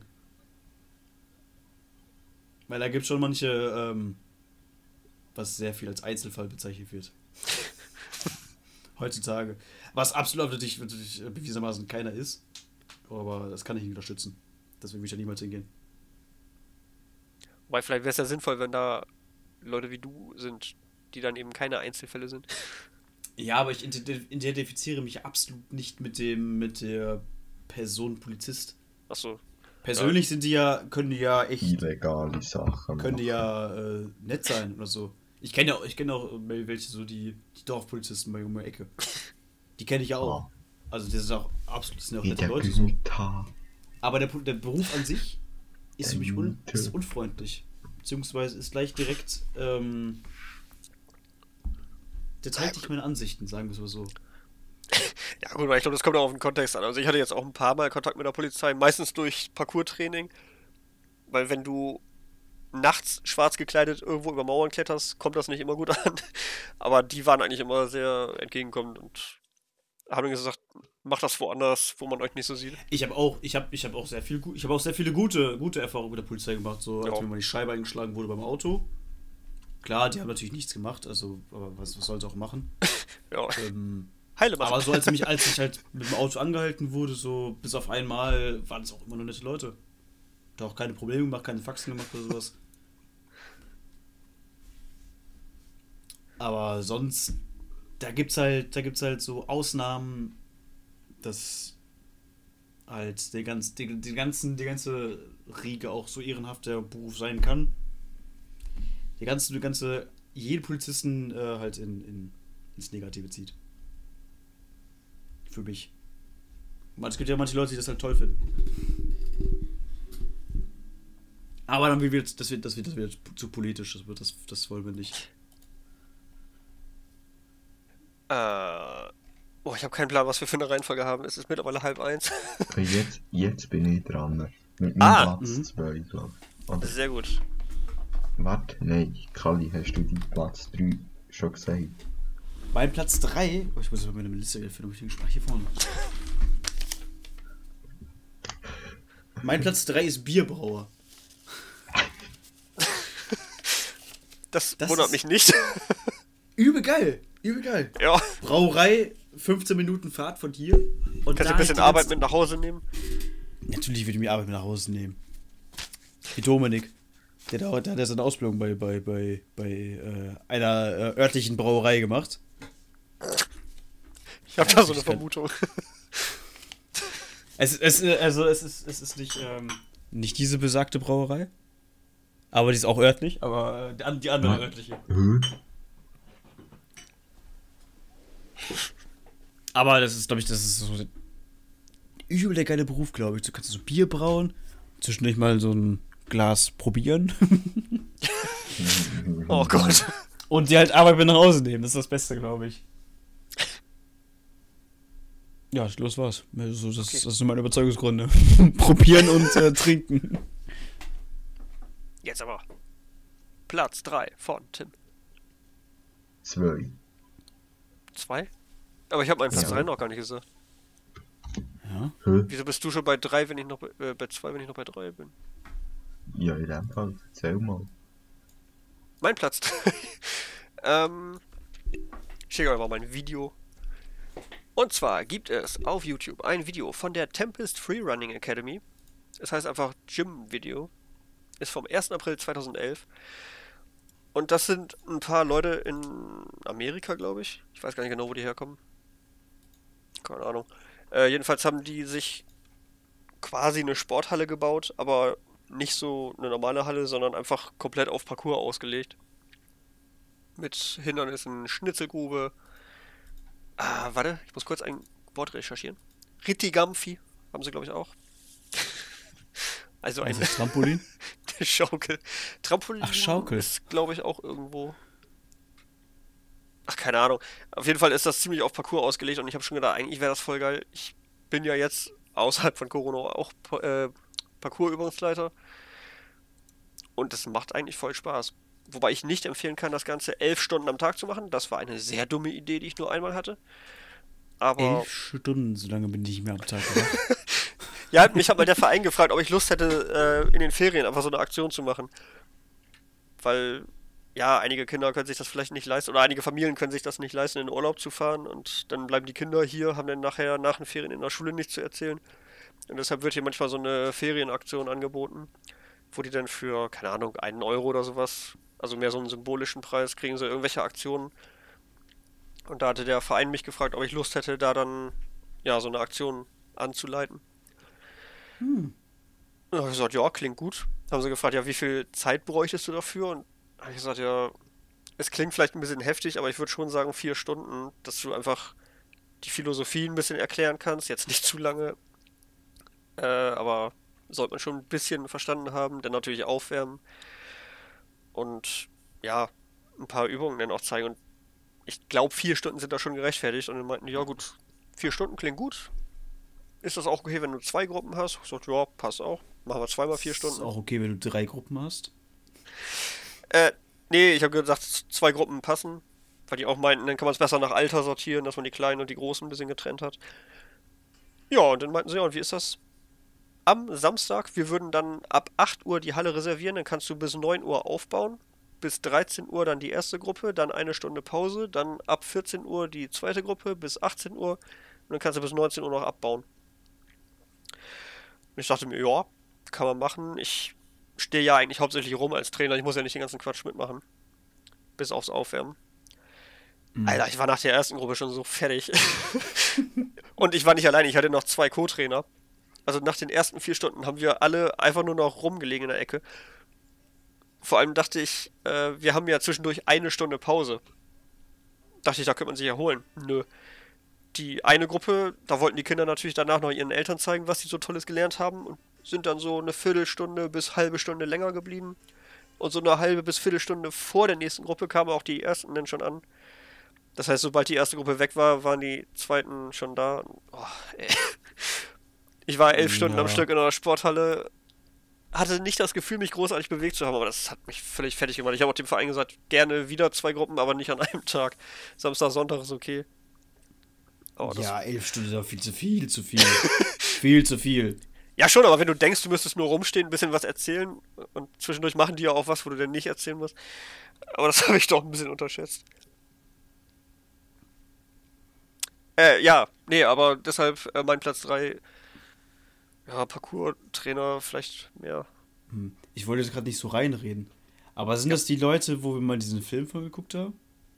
Speaker 2: Weil da gibt es schon manche, ähm, was sehr viel als Einzelfall bezeichnet wird. Heutzutage. Was absolut natürlich, natürlich bewiesenermaßen keiner ist. Aber das kann ich nicht unterstützen. Deswegen will ich da niemals hingehen.
Speaker 1: Wobei, vielleicht wäre es ja sinnvoll, wenn da Leute wie du sind, die dann eben keine Einzelfälle sind.
Speaker 2: Ja, aber ich ident- identifiziere mich absolut nicht mit dem, mit der Person Polizist.
Speaker 1: Achso.
Speaker 2: Persönlich sind die ja, können die ja echt,
Speaker 3: Illegale Sachen
Speaker 2: können die
Speaker 3: machen.
Speaker 2: ja äh, nett sein oder so. Ich kenne ja auch, ich kenne auch welche so die, die Dorfpolizisten bei um die Ecke. Die kenne ich ja auch.
Speaker 3: Ah,
Speaker 2: Also das sind auch absolut, das sind auch
Speaker 3: in
Speaker 2: nette
Speaker 3: der
Speaker 2: Leute so.
Speaker 3: Güter.
Speaker 2: Aber der, der Beruf an sich ist für mich un,
Speaker 3: Güte.
Speaker 2: ist unfreundlich. Beziehungsweise ist gleich direkt, ähm, der teilt nicht meine Ansichten, sagen wir es mal so.
Speaker 1: Ja gut, weil ich glaube, das kommt auch auf den Kontext an. Also ich hatte jetzt auch ein paar Mal Kontakt mit der Polizei, meistens durch Parkour-Training. Weil wenn du nachts schwarz gekleidet irgendwo über Mauern kletterst, kommt das nicht immer gut an. Aber die waren eigentlich immer sehr entgegenkommend und haben gesagt, macht das woanders, wo man euch nicht so sieht.
Speaker 2: Ich habe auch, ich habe, ich habe auch sehr viel, gu- ich habe auch sehr viele gute, gute Erfahrungen mit der Polizei gemacht. So als
Speaker 1: Ja.
Speaker 2: mir mal die Scheibe eingeschlagen wurde beim Auto. Klar, die haben natürlich nichts gemacht, also aber was, was soll sie auch machen?
Speaker 1: Ja,
Speaker 2: ähm,
Speaker 1: heile machen.
Speaker 2: aber so als mich, als ich halt mit dem Auto angehalten wurde, so bis auf einmal waren es auch immer nur nette Leute. Da auch keine Probleme gemacht, keine Faxen gemacht oder sowas. Aber sonst, da gibt's halt, da gibt's halt so Ausnahmen, dass halt der ganz, die, die ganzen, die ganze Riege auch so ehrenhaft der Beruf sein kann. Die ganze, die ganze, jeden Polizisten äh, halt in, in, ins Negative zieht. Für mich. Man- Es gibt ja manche Leute, die das halt toll finden. Aber dann wird das wird, das wird, das wird zu politisch, das, wird, das, das wollen wir nicht.
Speaker 1: Äh, oh, ich habe keinen Plan, was wir für eine Reihenfolge haben. Es ist mittlerweile halb eins.
Speaker 3: Und jetzt, jetzt bin ich dran. Mit meinem
Speaker 1: Ah,
Speaker 3: Platz
Speaker 2: mhm.
Speaker 3: zwei, glaube ich. Oder,
Speaker 1: Sehr gut.
Speaker 3: warte, nein, Kali, hast du deinen Platz drei Schon gesagt.
Speaker 2: Mein Platz drei. Oh, ich muss mal meine Liste wieder finden, ich den hier vorne. Mein Platz drei ist Bierbrauer.
Speaker 1: Das,
Speaker 2: Das
Speaker 1: wundert
Speaker 2: ist-
Speaker 1: mich nicht.
Speaker 2: Übel geil. Übel geil.
Speaker 1: Ja,
Speaker 2: Brauerei, fünfzehn Minuten Fahrt von hier. Und
Speaker 1: kannst du
Speaker 2: da
Speaker 1: ein bisschen
Speaker 2: die
Speaker 1: Arbeit
Speaker 2: letzte-
Speaker 1: mit nach Hause nehmen.
Speaker 2: Natürlich würde ich mir Arbeit mit nach Hause nehmen. Wie Dominik. Der, da, der hat ja seine Ausbildung bei, bei, bei, bei äh, einer äh, örtlichen Brauerei gemacht.
Speaker 1: Ich habe
Speaker 2: Ja,
Speaker 1: da so eine
Speaker 2: ich kann-
Speaker 1: Vermutung.
Speaker 2: Es, es, äh, also es ist, es ist nicht, ähm, nicht diese besagte Brauerei. Aber die ist auch örtlich, aber äh, die an- die andere
Speaker 3: Ja.
Speaker 2: örtliche.
Speaker 3: Hä?
Speaker 2: Aber das ist, glaube ich, das ist so der übel der geile Beruf, glaube ich. Du kannst so Bier brauen, zwischendurch mal so ein Glas probieren
Speaker 1: Oh Gott.
Speaker 2: und die halt Arbeit mit nach Hause nehmen. Das ist das Beste, glaube ich. Ja, los war's. Also, das,
Speaker 1: Okay.
Speaker 2: das sind meine Überzeugungsgründe. Probieren und äh, trinken.
Speaker 1: Jetzt aber. Platz drei von Tim.
Speaker 3: Zwei.
Speaker 1: zwei? Aber ich habe meinen Platz
Speaker 3: Ja.
Speaker 1: drei noch gar nicht gesagt.
Speaker 2: Ja.
Speaker 3: Hä?
Speaker 1: Wieso bist du schon bei drei, wenn ich noch bei, äh, bei zwei, wenn ich noch bei drei bin?
Speaker 3: Ja, in dem Fall. Erzähl mal.
Speaker 1: Mein Platz drei. ähm, ich schicke euch mal mein Video. Und zwar gibt es auf YouTube ein Video von der Tempest Freerunning Academy. Es heißt einfach Gym-Video. Ist vom ersten April zweitausendelf. Und das sind ein paar Leute in Amerika, glaube ich. Ich weiß gar nicht genau, wo die herkommen. Keine Ahnung. Äh, jedenfalls haben die sich quasi eine Sporthalle gebaut, aber nicht so eine normale Halle, sondern einfach komplett auf Parkour ausgelegt. Mit Hindernissen, Schnitzelgrube. Ah, warte, ich muss kurz ein Wort recherchieren. Ritigampfi haben sie, glaube ich, auch. Also ein
Speaker 2: Also Trampolin.
Speaker 1: Schaukel. Trampolin
Speaker 2: Ach, Schaukel.
Speaker 1: ist, glaube ich, auch irgendwo. Ach, keine Ahnung. Auf jeden Fall ist das ziemlich auf Parkour ausgelegt und ich habe schon gedacht, eigentlich wäre das voll geil. Ich bin ja jetzt außerhalb von Corona auch Pa- äh, Parkour-Übungsleiter. Und das macht eigentlich voll Spaß. Wobei ich nicht empfehlen kann, das Ganze elf Stunden am Tag zu machen. Das war eine sehr dumme Idee, die ich nur einmal hatte. Aber
Speaker 2: Elf Stunden, so lange bin ich nicht mehr am Tag. Oder?
Speaker 1: ja, mich hat mal der Verein gefragt, ob ich Lust hätte, äh, in den Ferien einfach so eine Aktion zu machen. Weil, ja, einige Kinder können sich das vielleicht nicht leisten, oder einige Familien können sich das nicht leisten, in den Urlaub zu fahren. Und dann bleiben die Kinder hier, haben dann nachher nach den Ferien in der Schule nichts zu erzählen. Und deshalb wird hier manchmal so eine Ferienaktion angeboten, wo die dann für, keine Ahnung, einen Euro oder sowas, also mehr so einen symbolischen Preis, kriegen sie irgendwelche Aktionen. Und da hatte der Verein mich gefragt, ob ich Lust hätte, da dann, ja, so eine Aktion anzuleiten.
Speaker 2: Hm.
Speaker 1: Da habe ich gesagt, ja, klingt gut. Haben sie gefragt, ja, wie viel Zeit bräuchtest du dafür? Und habe ich gesagt, ja, es klingt vielleicht ein bisschen heftig, aber ich würde schon sagen vier Stunden, dass du einfach die Philosophie ein bisschen erklären kannst. Jetzt nicht zu lange, äh, aber sollte man schon ein bisschen verstanden haben. Dann natürlich aufwärmen und ja, ein paar Übungen dann auch zeigen. Und ich glaube, vier Stunden sind da schon gerechtfertigt. Und dann meinten die, ja gut, vier Stunden klingt gut. Ist das auch okay, wenn du zwei Gruppen hast? Ich sagte, ja, passt auch. Machen wir zweimal vier Stunden.
Speaker 2: Ist auch okay, wenn du drei Gruppen hast.
Speaker 1: Äh, nee, ich habe gesagt, zwei Gruppen passen, weil die auch meinten, dann kann man es besser nach Alter sortieren, dass man die Kleinen und die Großen ein bisschen getrennt hat. Ja, und dann meinten sie, ja, und wie ist das? Am Samstag, wir würden dann ab acht Uhr die Halle reservieren, dann kannst du bis neun Uhr aufbauen, bis dreizehn Uhr dann die erste Gruppe, dann eine Stunde Pause, dann ab vierzehn Uhr die zweite Gruppe, bis achtzehn Uhr und dann kannst du bis neunzehn Uhr noch abbauen. Und ich dachte mir, ja, kann man machen. Ich stehe ja eigentlich hauptsächlich rum als Trainer. Ich muss ja nicht den ganzen Quatsch mitmachen. Bis aufs Aufwärmen.
Speaker 2: Mhm.
Speaker 1: Alter, ich war nach der ersten Gruppe schon so fertig. Und ich war nicht allein, ich hatte noch zwei Co-Trainer. Also nach den ersten vier Stunden haben wir alle einfach nur noch rumgelegen in der Ecke. Vor allem dachte ich, äh, wir haben ja zwischendurch eine Stunde Pause. Dachte ich, da könnte man sich erholen. Nö. Die eine Gruppe, da wollten die Kinder natürlich danach noch ihren Eltern zeigen, was sie so Tolles gelernt haben und sind dann so eine Viertelstunde bis halbe Stunde länger geblieben. Und so eine halbe bis Viertelstunde vor der nächsten Gruppe kamen auch die ersten dann schon an. Das heißt, sobald die erste Gruppe weg war, waren die zweiten schon da. Oh, ey. Ich war elf Stunden am
Speaker 2: Ja.
Speaker 1: Stück in einer Sporthalle. hatte nicht das Gefühl, mich großartig bewegt zu haben, aber das hat mich völlig fertig gemacht. Ich habe auch dem Verein gesagt, gerne wieder zwei Gruppen, aber nicht an einem Tag. Samstag, Sonntag ist okay. Aber das,
Speaker 2: Ja, elf Stunden ist doch viel zu viel, zu viel. Viel zu viel.
Speaker 1: ja schon, aber wenn du denkst, du müsstest nur rumstehen, ein bisschen was erzählen und zwischendurch machen die ja auch was, wo du denn nicht erzählen musst. Aber das habe ich doch ein bisschen unterschätzt. Äh, ja, nee, aber deshalb äh, mein Platz drei. Ja, Parcours-Trainer vielleicht mehr.
Speaker 2: Hm. Ich wollte jetzt gerade nicht so reinreden. Aber sind das die Leute, wo wir mal diesen Film von geguckt haben?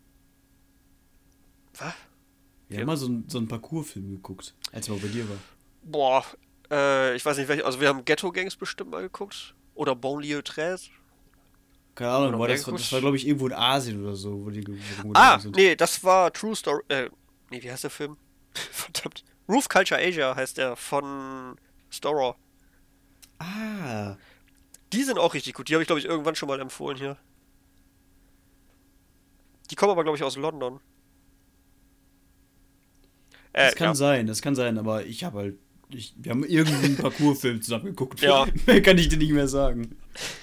Speaker 1: Was?
Speaker 2: Wir
Speaker 1: Ja.
Speaker 2: haben mal so einen, so einen Parcours-Film geguckt, als wir bei dir war.
Speaker 1: Boah, äh, ich weiß nicht welche. Also wir haben Ghetto Gangs bestimmt mal geguckt. Oder Banlieue dreizehn.
Speaker 2: Keine Ahnung,
Speaker 1: Oder
Speaker 2: aber das, war-
Speaker 1: geguckt.
Speaker 2: das war, glaube ich, irgendwo in Asien oder so, wo die ge- wo die
Speaker 1: Ah,
Speaker 2: sind.
Speaker 1: nee, das war True Story. Äh, nee, wie heißt der Film? Verdammt. Roof Culture Asia heißt der von Storer.
Speaker 2: Ah,
Speaker 1: Die sind auch richtig gut. Die habe ich, glaube ich, irgendwann schon mal empfohlen hier. Die kommen aber, glaube ich, aus London. Äh,
Speaker 2: das kann
Speaker 1: ja.
Speaker 2: sein, das kann sein, aber ich habe halt. Ich, wir haben irgendeinen Parcours-Film zusammen geguckt.
Speaker 1: Ja.
Speaker 2: Mehr kann ich dir nicht mehr sagen.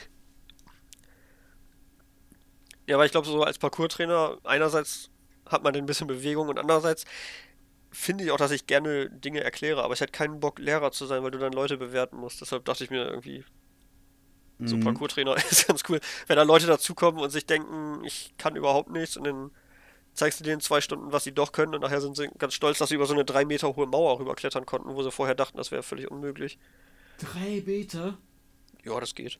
Speaker 1: Ja, aber ich glaube, so als Parcours-Trainer, einerseits hat man ein bisschen Bewegung und andererseits finde ich auch, dass ich gerne Dinge erkläre, aber ich hätte keinen Bock, Lehrer zu sein, weil du dann Leute bewerten musst. Deshalb dachte ich mir irgendwie, so
Speaker 2: Mhm.
Speaker 1: Parcours-Trainer ist ganz cool. Wenn da Leute dazukommen und sich denken, ich kann überhaupt nichts und dann zeigst du denen zwei Stunden, was sie doch können und nachher sind sie ganz stolz, dass sie über so eine drei Meter hohe Mauer rüberklettern konnten, wo sie vorher dachten, das wäre völlig unmöglich.
Speaker 2: Drei Meter?
Speaker 1: Ja, das geht.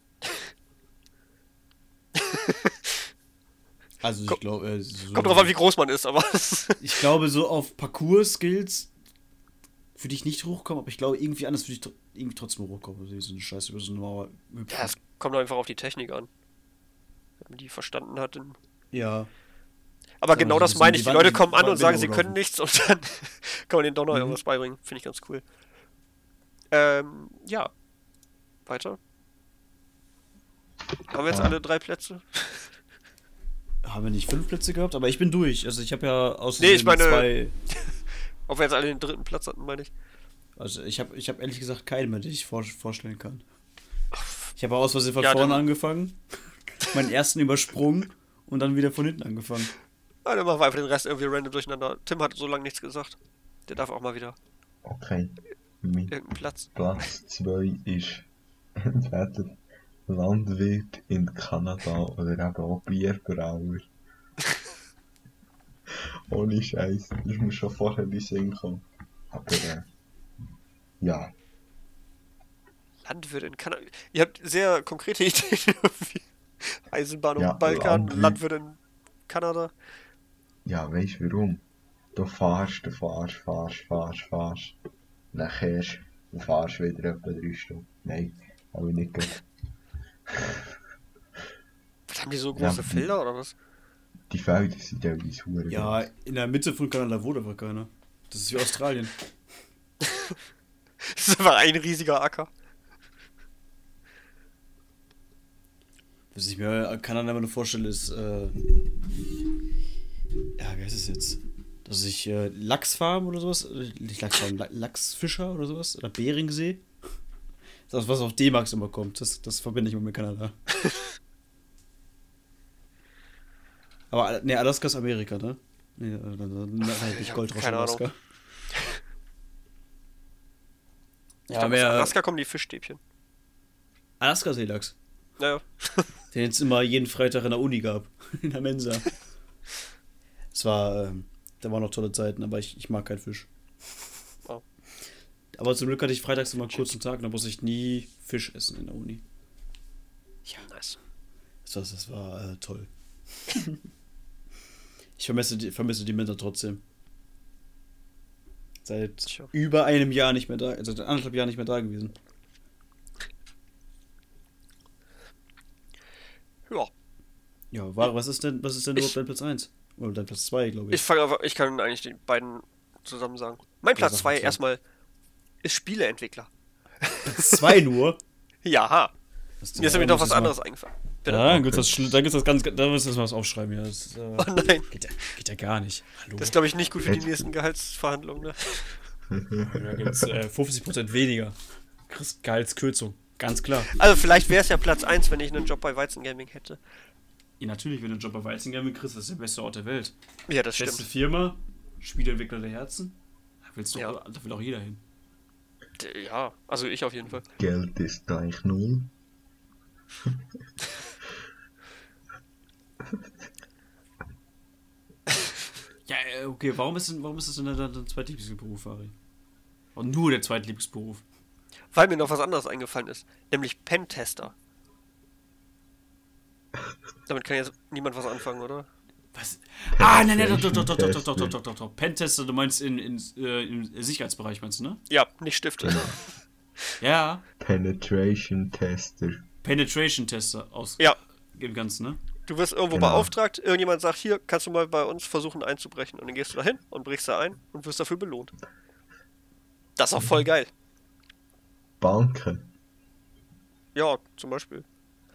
Speaker 2: Also ich
Speaker 1: Komm-
Speaker 2: glaube, äh, so,
Speaker 1: Kommt drauf an, wie groß man ist, aber
Speaker 2: ich glaube, so auf Parcours-Skills würde ich nicht hochkommen, aber ich glaube, irgendwie anders würde ich tr- irgendwie trotzdem hochkommen. Also so eine Scheiße über so eine Mauer hüpfen.
Speaker 1: ja, es kommt einfach auf die Technik an. Wenn man die verstanden hat, dann
Speaker 2: Ja.
Speaker 1: aber
Speaker 2: Sagen wir
Speaker 1: genau
Speaker 2: so,
Speaker 1: das
Speaker 2: die
Speaker 1: meine ich.
Speaker 2: Wand-
Speaker 1: Die Leute
Speaker 2: die
Speaker 1: kommen an
Speaker 2: Wand-
Speaker 1: und sagen,
Speaker 2: Wände
Speaker 1: sie können
Speaker 2: hochlaufen.
Speaker 1: nichts und dann kann man denen doch noch
Speaker 2: Mhm.
Speaker 1: irgendwas beibringen. Finde ich ganz cool. Ähm, ja. Weiter. Haben wir jetzt
Speaker 3: Ja.
Speaker 1: alle drei Plätze?
Speaker 2: Haben wir nicht fünf Plätze gehabt? Aber ich bin durch. Also ich habe ja aus
Speaker 1: Nee, ich meine-
Speaker 2: zwei.
Speaker 1: Ob wir jetzt alle den dritten Platz hatten, meine ich.
Speaker 2: Also ich habe ich hab ehrlich gesagt keinen mehr, den ich vor, vorstellen kann. Ich habe aus Versehen von
Speaker 1: Ja,
Speaker 2: vorne
Speaker 1: dann-
Speaker 2: angefangen, meinen ersten übersprungen und dann wieder von hinten angefangen.
Speaker 1: Ah, dann machen wir einfach den Rest irgendwie random durcheinander. Tim hat so lange nichts gesagt. Der darf auch mal wieder
Speaker 3: Okay. Mein
Speaker 1: irgendeinen Platz.
Speaker 3: Platz zwei ist entweder Landwirt in Kanada oder eben auch Bierbrauer. Ohne Scheiß, das ist mir schon vorher in den Sinn gekommen. Aber äh, ja,
Speaker 1: Landwirt in Kanada. Ihr habt sehr konkrete Ideen. Irgendwie. Eisenbahn um
Speaker 3: Ja,
Speaker 1: den Balkan,
Speaker 3: Landwirt.
Speaker 1: Landwirt in Kanada.
Speaker 3: ja, weißt du warum? Du fährst, du fährst, fährst, fährst, fährst. Dann kehrst du und fährst wieder etwa drei Stunden. Nein, habe ich nicht gehört.
Speaker 1: Was haben die so
Speaker 3: Ja,
Speaker 1: große
Speaker 3: die-
Speaker 1: Felder oder was?
Speaker 3: Die Felder sind teilweise hure
Speaker 2: Ja,
Speaker 3: groß.
Speaker 2: in der Mitte von Kanada wohnt einfach keiner. Das ist wie Australien.
Speaker 1: Das ist einfach ein riesiger Acker.
Speaker 2: Was ich mir an Kanada immer nur vorstelle, ist, äh, ja, wie heißt es jetzt? Dass ich äh, Lachsfarm oder sowas, äh, nicht Lachsfarm, La- Lachsfischer oder sowas, oder Beringsee. Das, was auf D-Max immer kommt, das, das verbinde ich immer mit Kanada. Aber, ne, Alaska ist Amerika, ne? Nee, dann, dann, dann halt nicht Goldrausch
Speaker 1: keine
Speaker 2: Alaska.
Speaker 1: Ahnung. Ich
Speaker 2: Ja,
Speaker 1: glaube, aus
Speaker 2: mehr
Speaker 1: Alaska kommen die Fischstäbchen.
Speaker 2: Alaska Seelachs,
Speaker 1: Naja.
Speaker 2: den es immer jeden Freitag in der Uni gab, in der Mensa. Es war, ähm, da waren noch tolle Zeiten, aber ich, ich mag keinen Fisch.
Speaker 1: Oh.
Speaker 2: Aber zum Glück hatte ich freitags immer einen kurzen Tag und da musste ich nie Fisch essen in der Uni.
Speaker 1: Ja, nice.
Speaker 2: Das war, das war äh, toll. Ich vermisse die, vermisse die Mensa trotzdem. Seit
Speaker 1: Tja.
Speaker 2: über einem Jahr nicht mehr da, also seit anderthalb Jahren nicht mehr da gewesen.
Speaker 1: Ja.
Speaker 2: Ja, war, was ist denn, was ist denn
Speaker 1: Ich-
Speaker 2: überhaupt dein Platz eins? Oder dein Platz zwei, glaube ich.
Speaker 1: Ich fange einfach, ich kann eigentlich die beiden zusammen sagen. Mein Platz
Speaker 2: sag
Speaker 1: zwei
Speaker 2: mal so.
Speaker 1: erstmal ist Spieleentwickler.
Speaker 2: Platz zwei nur?
Speaker 1: Ja.
Speaker 2: Was
Speaker 1: Mir ist nämlich noch was anderes eingefallen. Bitte?
Speaker 2: Ja, dann gibt's das, schl- dann gibt's das ganz, da müssen wir was aufschreiben, ja. Das, äh,
Speaker 1: Oh nein.
Speaker 2: geht, ja geht ja gar nicht. Hallo.
Speaker 1: Das ist, glaube ich, nicht gut für die
Speaker 3: Jetzt-
Speaker 1: nächsten Gehaltsverhandlungen. Ne?
Speaker 2: Da gibt's äh, fünfzig Prozent weniger. Kriegst Gehaltskürzung. Ganz klar.
Speaker 1: Also vielleicht wäre es ja Platz eins, wenn ich einen Job bei Weizen Gaming hätte.
Speaker 2: Ja, natürlich, wenn du einen Job bei Weizen Gaming kriegst, das ist der beste Ort der Welt.
Speaker 1: Ja, das
Speaker 2: Beste
Speaker 1: stimmt.
Speaker 2: Firma, Spieleentwickler der Herzen. Da willst du
Speaker 1: Ja.
Speaker 2: auch, da will auch jeder hin.
Speaker 1: D- Ja, also ich auf jeden Fall.
Speaker 3: Geld ist gleich null.
Speaker 2: Ja, äh, okay, warum ist, denn, warum ist das denn dein, dein Zweitlieblingsberuf, Ari? Und nur der Zweitlieblingsberuf.
Speaker 1: Weil mir noch was anderes eingefallen ist, nämlich Pentester. Damit kann jetzt niemand was anfangen, oder?
Speaker 2: Was? Ah, nein, nein, doch, doch, doch, doch, doch, doch, doch, doch, doch, doch. Pentester, du meinst in, in, äh, im Sicherheitsbereich, meinst du, ne?
Speaker 1: Ja, nicht Stifte.
Speaker 3: Genau.
Speaker 2: Ja,
Speaker 3: Penetration Tester.
Speaker 2: Penetration-Tester aus
Speaker 1: Ja,
Speaker 2: im Ganzen, ne?
Speaker 1: du wirst irgendwo
Speaker 3: Genau.
Speaker 1: beauftragt, irgendjemand sagt, hier, kannst du mal bei uns versuchen einzubrechen. Und dann gehst du da hin und brichst da ein und wirst dafür belohnt. Das ist auch voll geil.
Speaker 3: Banken.
Speaker 1: Ja, zum Beispiel.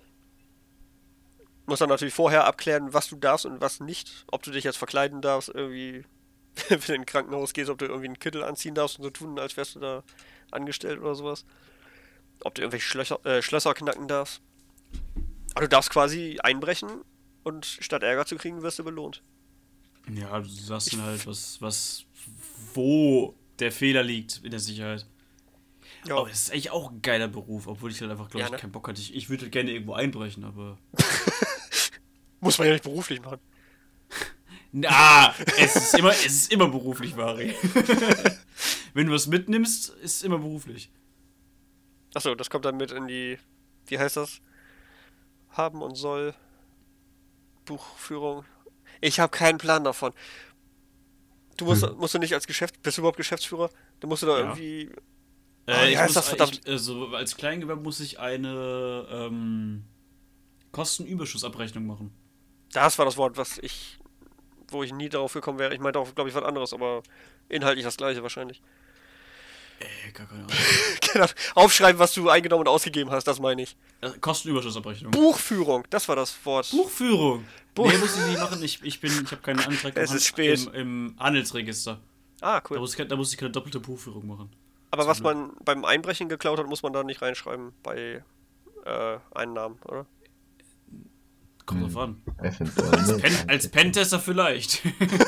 Speaker 1: Muss dann natürlich vorher abklären, was du darfst und was nicht. Ob du dich jetzt verkleiden darfst, irgendwie, wenn du in ein Krankenhaus gehst, ob du irgendwie einen Kittel anziehen darfst und so tun, als wärst du da angestellt oder sowas. Ob du irgendwelche Schlösser, äh, Schlösser knacken darfst. Aber du darfst quasi einbrechen und statt Ärger zu kriegen, wirst du belohnt.
Speaker 2: Ja, du sagst dann halt, was, was, wo der Fehler liegt in der Sicherheit.
Speaker 1: Ja,
Speaker 2: Aber es ist eigentlich auch ein geiler Beruf, obwohl ich halt einfach, glaube
Speaker 1: Ja,
Speaker 2: ich,
Speaker 1: ne?
Speaker 2: keinen Bock hatte. Ich, ich würde halt gerne irgendwo einbrechen, aber.
Speaker 1: muss man ja nicht beruflich machen.
Speaker 2: Na, es ist immer, es ist immer beruflich, Vari. Wenn du was mitnimmst, ist es immer beruflich.
Speaker 1: Achso, das kommt dann mit in die, wie heißt das? Haben und soll. Buchführung. Ich habe keinen Plan davon. Du musst,
Speaker 3: Hm.
Speaker 1: musst du nicht als Geschäft, bist du überhaupt Geschäftsführer? Dann musst du da
Speaker 2: Ja.
Speaker 1: irgendwie.
Speaker 2: Äh,
Speaker 1: Ah,
Speaker 2: ich
Speaker 1: ja, ist
Speaker 2: muss,
Speaker 1: das verdammt.
Speaker 2: Ich, also als Kleingewerbe muss ich eine ähm, Kostenüberschussabrechnung machen.
Speaker 1: Das war das Wort, was ich, wo ich nie darauf gekommen wäre. Ich meinte auch, glaube ich, was anderes, aber inhaltlich das gleiche wahrscheinlich.
Speaker 2: Äh, gar keine Ahnung.
Speaker 1: Genau. Aufschreiben, was du eingenommen und ausgegeben hast, das meine ich.
Speaker 2: Äh, Kostenüberschussabrechnung.
Speaker 1: Buchführung, das war das Wort.
Speaker 2: Buchführung.
Speaker 1: Buch-
Speaker 2: Nee, muss ich nicht machen. Ich, ich bin, ich habe keinen Antrag
Speaker 1: Es
Speaker 2: im,
Speaker 1: ist spät.
Speaker 2: Im, im Handelsregister.
Speaker 1: Ah,
Speaker 2: Da
Speaker 1: cool.
Speaker 2: muss, ich, keine- da muss ich keine doppelte Buchführung machen.
Speaker 1: Aber
Speaker 2: zum
Speaker 1: was
Speaker 2: Glück.
Speaker 1: man beim Einbrechen geklaut hat, muss man da nicht reinschreiben bei äh, Einnahmen, oder?
Speaker 2: Kommt
Speaker 3: Hm.
Speaker 2: drauf an.
Speaker 3: Eventuell nicht.
Speaker 2: Pen, als Pentester vielleicht.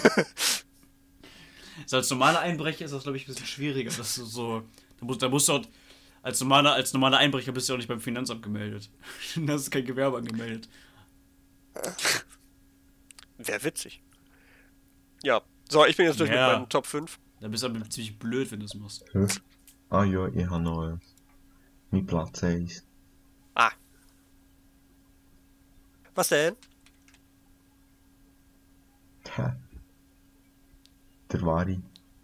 Speaker 2: So, als normaler Einbrecher ist das, glaube ich, ein bisschen schwieriger. Das ist so, da, musst, da musst du auch, als normaler, als normaler Einbrecher bist du auch nicht beim Finanzamt gemeldet. Das ist kein Gewerbe angemeldet.
Speaker 1: Wäre witzig. Ja. So, ich bin jetzt durch
Speaker 2: Ja.
Speaker 1: mit meinen Top fünf.
Speaker 2: Da bist du aber ziemlich blöd, wenn du das machst.
Speaker 3: Hä? Ah ja, ich habe noch eins. Mein Platz eins.
Speaker 1: Ah. Was denn?
Speaker 3: Hä? Der Vari.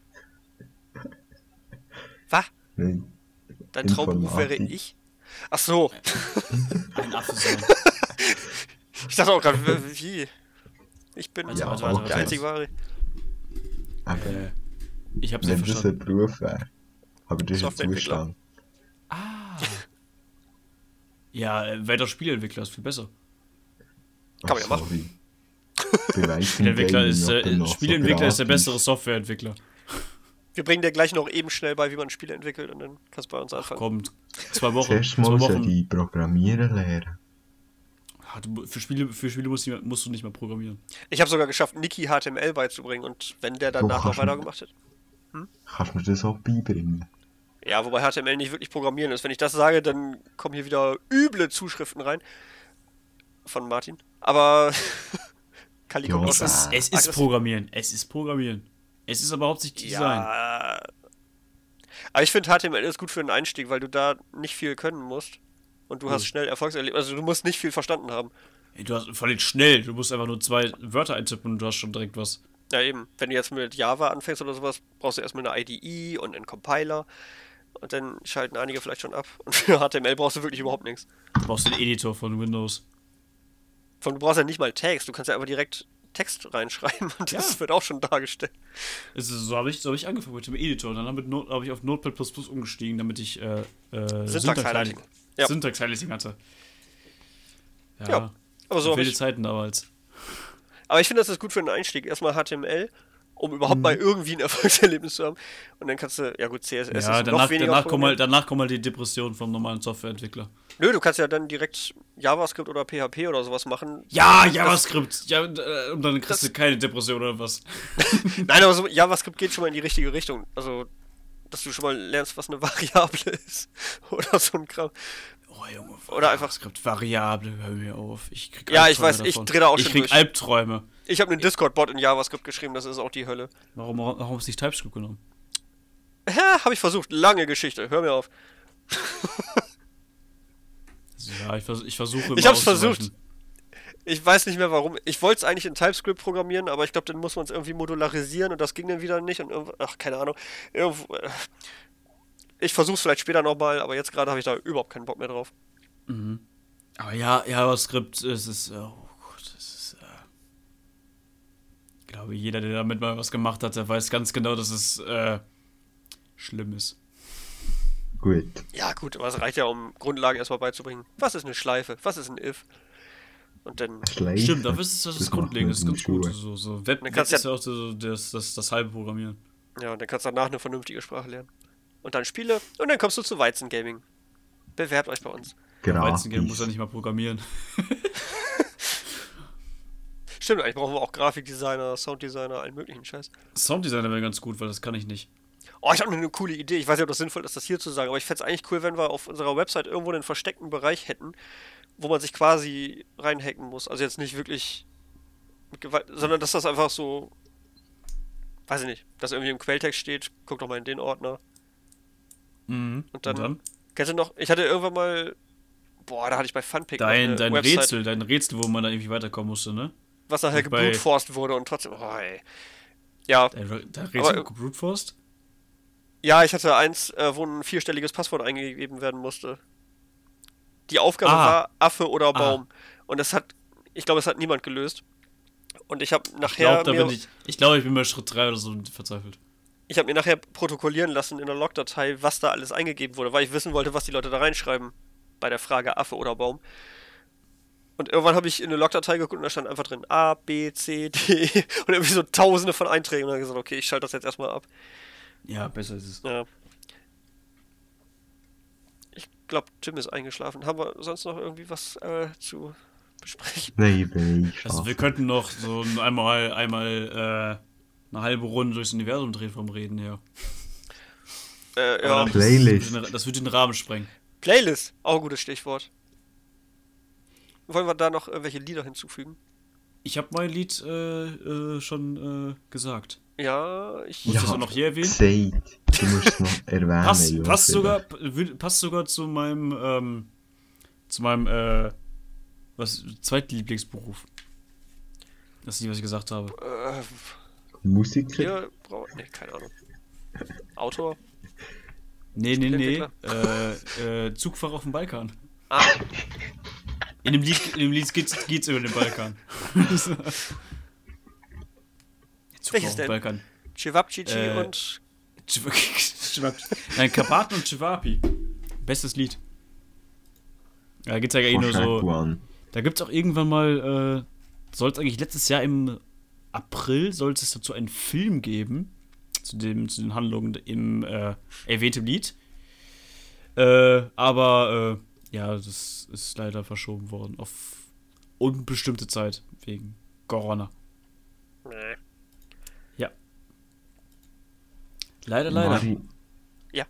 Speaker 1: Was?
Speaker 3: Nein.
Speaker 1: Dein Traumberuf wäre
Speaker 3: Informatik.
Speaker 1: ich? Ach so.
Speaker 2: Ein Affe sein.
Speaker 1: Ich dachte auch gerade, wie? Ich bin
Speaker 2: Warte,
Speaker 3: Ja,
Speaker 2: warte,
Speaker 3: okay.
Speaker 2: warte,
Speaker 1: der
Speaker 2: warte.
Speaker 1: einzige Wahre.
Speaker 3: Aber
Speaker 2: Äh, ich hab's nicht
Speaker 3: wenn das
Speaker 2: verstanden.
Speaker 3: ein Beruf wäre. Aber das ist ein
Speaker 1: Softwareentwickler.
Speaker 3: Zustand.
Speaker 2: Ah. Ja, äh, wäre doch Spieleentwickler, ist viel besser.
Speaker 1: Kann man ja
Speaker 3: Ach,
Speaker 1: machen.
Speaker 3: sorry. Bei weitem
Speaker 2: Spieleentwickler
Speaker 3: Gaming
Speaker 2: ist,
Speaker 3: aber
Speaker 2: äh,
Speaker 3: noch so
Speaker 2: Spieleentwickler ist der
Speaker 3: gratis.
Speaker 2: bessere Softwareentwickler.
Speaker 1: Wir bringen dir gleich noch eben schnell bei, wie man Spiele entwickelt und dann kannst du bei uns anfangen.
Speaker 2: Kommt. Zwei Wochen.
Speaker 3: Zuerst
Speaker 2: Zwei
Speaker 3: mal soll
Speaker 2: Wochen.
Speaker 3: die Programmieren lernen.
Speaker 2: Ah, du- Für Spiele, für Spiele musst, du, musst du nicht mal programmieren.
Speaker 1: Ich habe sogar geschafft, Niki H T M L beizubringen und wenn der
Speaker 3: Du
Speaker 1: danach noch
Speaker 3: kannst mir-
Speaker 1: weitergemacht hätte.
Speaker 3: Kannst du mir das auch beibringen?
Speaker 1: Ja, wobei H T M L nicht wirklich programmieren ist. Wenn ich das sage, dann kommen hier wieder üble Zuschriften rein. Von Martin. Aber Kali kommt
Speaker 3: Jo,
Speaker 1: auch
Speaker 2: Es
Speaker 1: schon.
Speaker 2: ist, es ist
Speaker 1: aggressiv.
Speaker 2: Programmieren. Es ist Programmieren. Es ist aber hauptsächlich Design.
Speaker 1: Ja. Aber ich finde H T M L ist gut für einen Einstieg, weil du da nicht viel können musst. Und du hast
Speaker 2: Cool.
Speaker 1: schnell Erfolgserlebnisse. Also du musst nicht viel verstanden haben.
Speaker 2: Ey, du hast voll schnell. Du musst einfach nur zwei Wörter eintippen und du hast schon direkt was.
Speaker 1: Ja, eben. Wenn du jetzt mit Java anfängst oder sowas, brauchst du erstmal eine I D E und einen Compiler. Und dann schalten einige vielleicht schon ab. Und für H T M L brauchst du wirklich überhaupt nichts.
Speaker 2: Du brauchst den Editor von Windows.
Speaker 1: Von, du brauchst ja nicht mal Text. Du kannst ja einfach direkt Text reinschreiben und das
Speaker 2: Ja.
Speaker 1: wird auch schon dargestellt.
Speaker 2: Es ist, so habe ich, so hab ich angefangen mit dem Editor. Und dann habe ich, Not- hab ich auf Notepad plus plus umgestiegen, damit ich äh, äh,
Speaker 1: Syntax-Highlighting. Ja.
Speaker 2: Syntax-Highlighting hatte. Ja.
Speaker 1: Ja, Aber so hab
Speaker 2: wilde
Speaker 1: ich,
Speaker 2: Zeiten damals.
Speaker 1: aber ich finde, das ist gut für einen Einstieg. Erstmal H T M L um überhaupt
Speaker 2: Mhm.
Speaker 1: mal irgendwie ein Erfolgserlebnis zu haben. Und dann kannst du, ja gut, C S S
Speaker 2: Ja,
Speaker 1: ist
Speaker 2: danach,
Speaker 1: noch weniger
Speaker 2: danach, kommen
Speaker 1: Programmieren.
Speaker 2: halt, danach kommen halt die Depressionen vom normalen Softwareentwickler.
Speaker 1: Nö, du kannst ja dann direkt JavaScript oder P H P oder sowas machen.
Speaker 2: Ja,
Speaker 1: Das-
Speaker 2: JavaScript. Ja, und, äh, und dann kriegst
Speaker 1: Das-
Speaker 2: du keine Depression oder was.
Speaker 1: Nein, aber so JavaScript geht schon mal in die richtige Richtung. Also, dass du schon mal lernst, was eine Variable ist. Oder so ein Kram.
Speaker 2: Oh, Junge.
Speaker 1: Oder einfach-
Speaker 2: JavaScript, Variable, hör mir auf. Ich krieg
Speaker 1: Ja, ich
Speaker 2: Albträume
Speaker 1: weiß, ich
Speaker 2: davon.
Speaker 1: dreh da auch
Speaker 2: Ich
Speaker 1: schon
Speaker 2: krieg
Speaker 1: durch.
Speaker 2: Albträume.
Speaker 1: Ich habe einen Discord-Bot in JavaScript geschrieben, das ist auch die Hölle.
Speaker 2: Warum, warum hast du nicht TypeScript genommen?
Speaker 1: Ja, habe ich versucht. Lange Geschichte. Hör mir auf.
Speaker 2: Also, ja, ich, vers ich versuche immer
Speaker 1: Ich hab's
Speaker 2: auszuweichen.
Speaker 1: versucht. Ich weiß nicht mehr warum. Ich wollte es eigentlich in TypeScript programmieren, aber ich glaube, dann muss man es irgendwie modularisieren und das ging dann wieder nicht. Und irgendwo, ach, keine Ahnung. Irgendwo, äh, ich versuche es vielleicht später nochmal, aber jetzt gerade habe ich da überhaupt keinen Bock mehr drauf.
Speaker 2: Mhm. Aber ja, JavaScript, es ist, oh Gott, es ist, äh, ich glaube, jeder, der damit mal was gemacht hat, der weiß ganz genau, dass es, äh, schlimm ist.
Speaker 3: Gut.
Speaker 1: Ja, gut, aber es reicht ja, um Grundlagen erstmal beizubringen. Was ist eine Schleife? Was ist ein If? Und dann.
Speaker 3: Schleife.
Speaker 2: Stimmt, aber das ist das,
Speaker 3: Das
Speaker 2: ist
Speaker 3: macht
Speaker 2: grundlegend, das ist
Speaker 3: man
Speaker 2: ganz
Speaker 3: in der
Speaker 2: gut.
Speaker 3: Schule.
Speaker 2: So, so Web,
Speaker 1: Dann
Speaker 2: Web
Speaker 1: kannst
Speaker 2: ist
Speaker 1: ja-
Speaker 2: ja auch so das, das, das halbe Programmieren.
Speaker 1: Ja, und dann kannst du danach eine vernünftige Sprache lernen. Und dann Spiele und dann kommst du zu Weizengaming. Bewerbt euch bei uns.
Speaker 2: Weizengame muss ja
Speaker 3: Gratis.
Speaker 2: nicht mal programmieren.
Speaker 1: Stimmt, eigentlich brauchen wir auch Grafikdesigner, Sounddesigner, allen möglichen Scheiß.
Speaker 2: Sounddesigner wäre ganz gut, weil das kann ich nicht.
Speaker 1: Oh, ich habe eine coole Idee. Ich weiß nicht, ob das sinnvoll ist, das hier zu sagen, aber ich fände es eigentlich cool, wenn wir auf unserer Website irgendwo einen versteckten Bereich hätten, wo man sich quasi reinhacken muss. Also jetzt nicht wirklich mit Gewalt, sondern dass das einfach so, weiß ich nicht, dass irgendwie im Quelltext steht, guck doch mal in den Ordner.
Speaker 2: Mhm.
Speaker 1: Und dann- Kennst du noch, ich hatte irgendwann mal, boah, da hatte ich bei Funpick noch
Speaker 2: Dein,
Speaker 1: eine
Speaker 2: dein
Speaker 1: Website,
Speaker 2: Rätsel, dein Rätsel, wo man da irgendwie weiterkommen musste, ne?
Speaker 1: was nachher
Speaker 2: bei-
Speaker 1: gebrutforst wurde und trotzdem, oh ey. Ja,
Speaker 2: Dein, dein Rätsel,
Speaker 1: Aber-
Speaker 2: Brute Force?
Speaker 1: ja, ich hatte eins, äh, wo ein vierstelliges Passwort eingegeben werden musste. Die Aufgabe
Speaker 2: Ah.
Speaker 1: war Affe oder Baum. Und das hat, ich glaube, es hat niemand gelöst. Und ich habe
Speaker 2: Ich
Speaker 1: nachher
Speaker 2: glaube, da
Speaker 1: mir,
Speaker 2: bin ich, ich glaube, ich bin bei Schritt drei oder so verzweifelt.
Speaker 1: ich habe mir nachher protokollieren lassen in der Logdatei, was da alles eingegeben wurde, weil ich wissen wollte, was die Leute da reinschreiben bei der Frage Affe oder Baum. Und irgendwann habe ich in eine Logdatei geguckt und da stand einfach drin A, B, C, D und irgendwie so tausende von Einträgen und dann gesagt, okay, ich schalte das jetzt erstmal ab.
Speaker 2: Ja, besser ist es.
Speaker 1: Ja. Ich glaube, Tim ist eingeschlafen. Haben wir sonst noch irgendwie was äh, zu besprechen?
Speaker 3: Nein, bin ich
Speaker 2: Also wir
Speaker 3: schlafen.
Speaker 2: könnten noch so ein- einmal, einmal äh, eine halbe Runde durchs Universum drehen vom Reden her.
Speaker 1: Äh,
Speaker 2: Aber
Speaker 1: ja.
Speaker 2: das-
Speaker 3: Playlist.
Speaker 2: Das würde, den, das würde den Rahmen sprengen.
Speaker 1: Playlist, auch ein gutes Stichwort. Wollen wir da noch irgendwelche Lieder hinzufügen?
Speaker 2: Ich habe mein Lied äh, äh, schon äh, gesagt.
Speaker 1: Ja, ich.
Speaker 2: Muss ich das auch noch hier erwähnen?
Speaker 3: Gesagt. Du musst es noch erwähnen.
Speaker 2: Passt,
Speaker 3: ja,
Speaker 2: passt, sogar,
Speaker 3: vielleicht.
Speaker 2: wür- passt sogar zu meinem, ähm, zu meinem, äh, was, Zweitlieblingsberuf. Das ist nicht, was ich gesagt habe.
Speaker 1: Äh,
Speaker 3: Musiker?
Speaker 1: hier braucht. Ne, keine Ahnung. Autor?
Speaker 2: Nee, nee, nee.
Speaker 1: Spieleentwickler?
Speaker 2: Äh, äh, Zugfahrer auf dem Balkan.
Speaker 1: Ah,
Speaker 2: In dem Lied, in dem Lied geht's, geht's über den Balkan. Zugfahrer
Speaker 1: Welches
Speaker 2: auf dem
Speaker 1: denn?
Speaker 2: Balkan.
Speaker 1: Cevapcici
Speaker 2: Äh,
Speaker 1: und.
Speaker 2: Chiv- Chiv- Nein, Karpaten und Chivapi. Bestes Lied. Ja, da geht's ja eh nur so.
Speaker 3: One.
Speaker 2: Da gibt's auch irgendwann mal, äh, soll es eigentlich letztes Jahr im April, soll es dazu einen Film geben, zu, dem, zu den Handlungen im äh, erwähnten Lied. Äh, aber, äh, ja, das ist leider verschoben worden auf unbestimmte Zeit, wegen Corona.
Speaker 1: Nee.
Speaker 2: Leider, leider.
Speaker 3: Mari,
Speaker 1: Ja.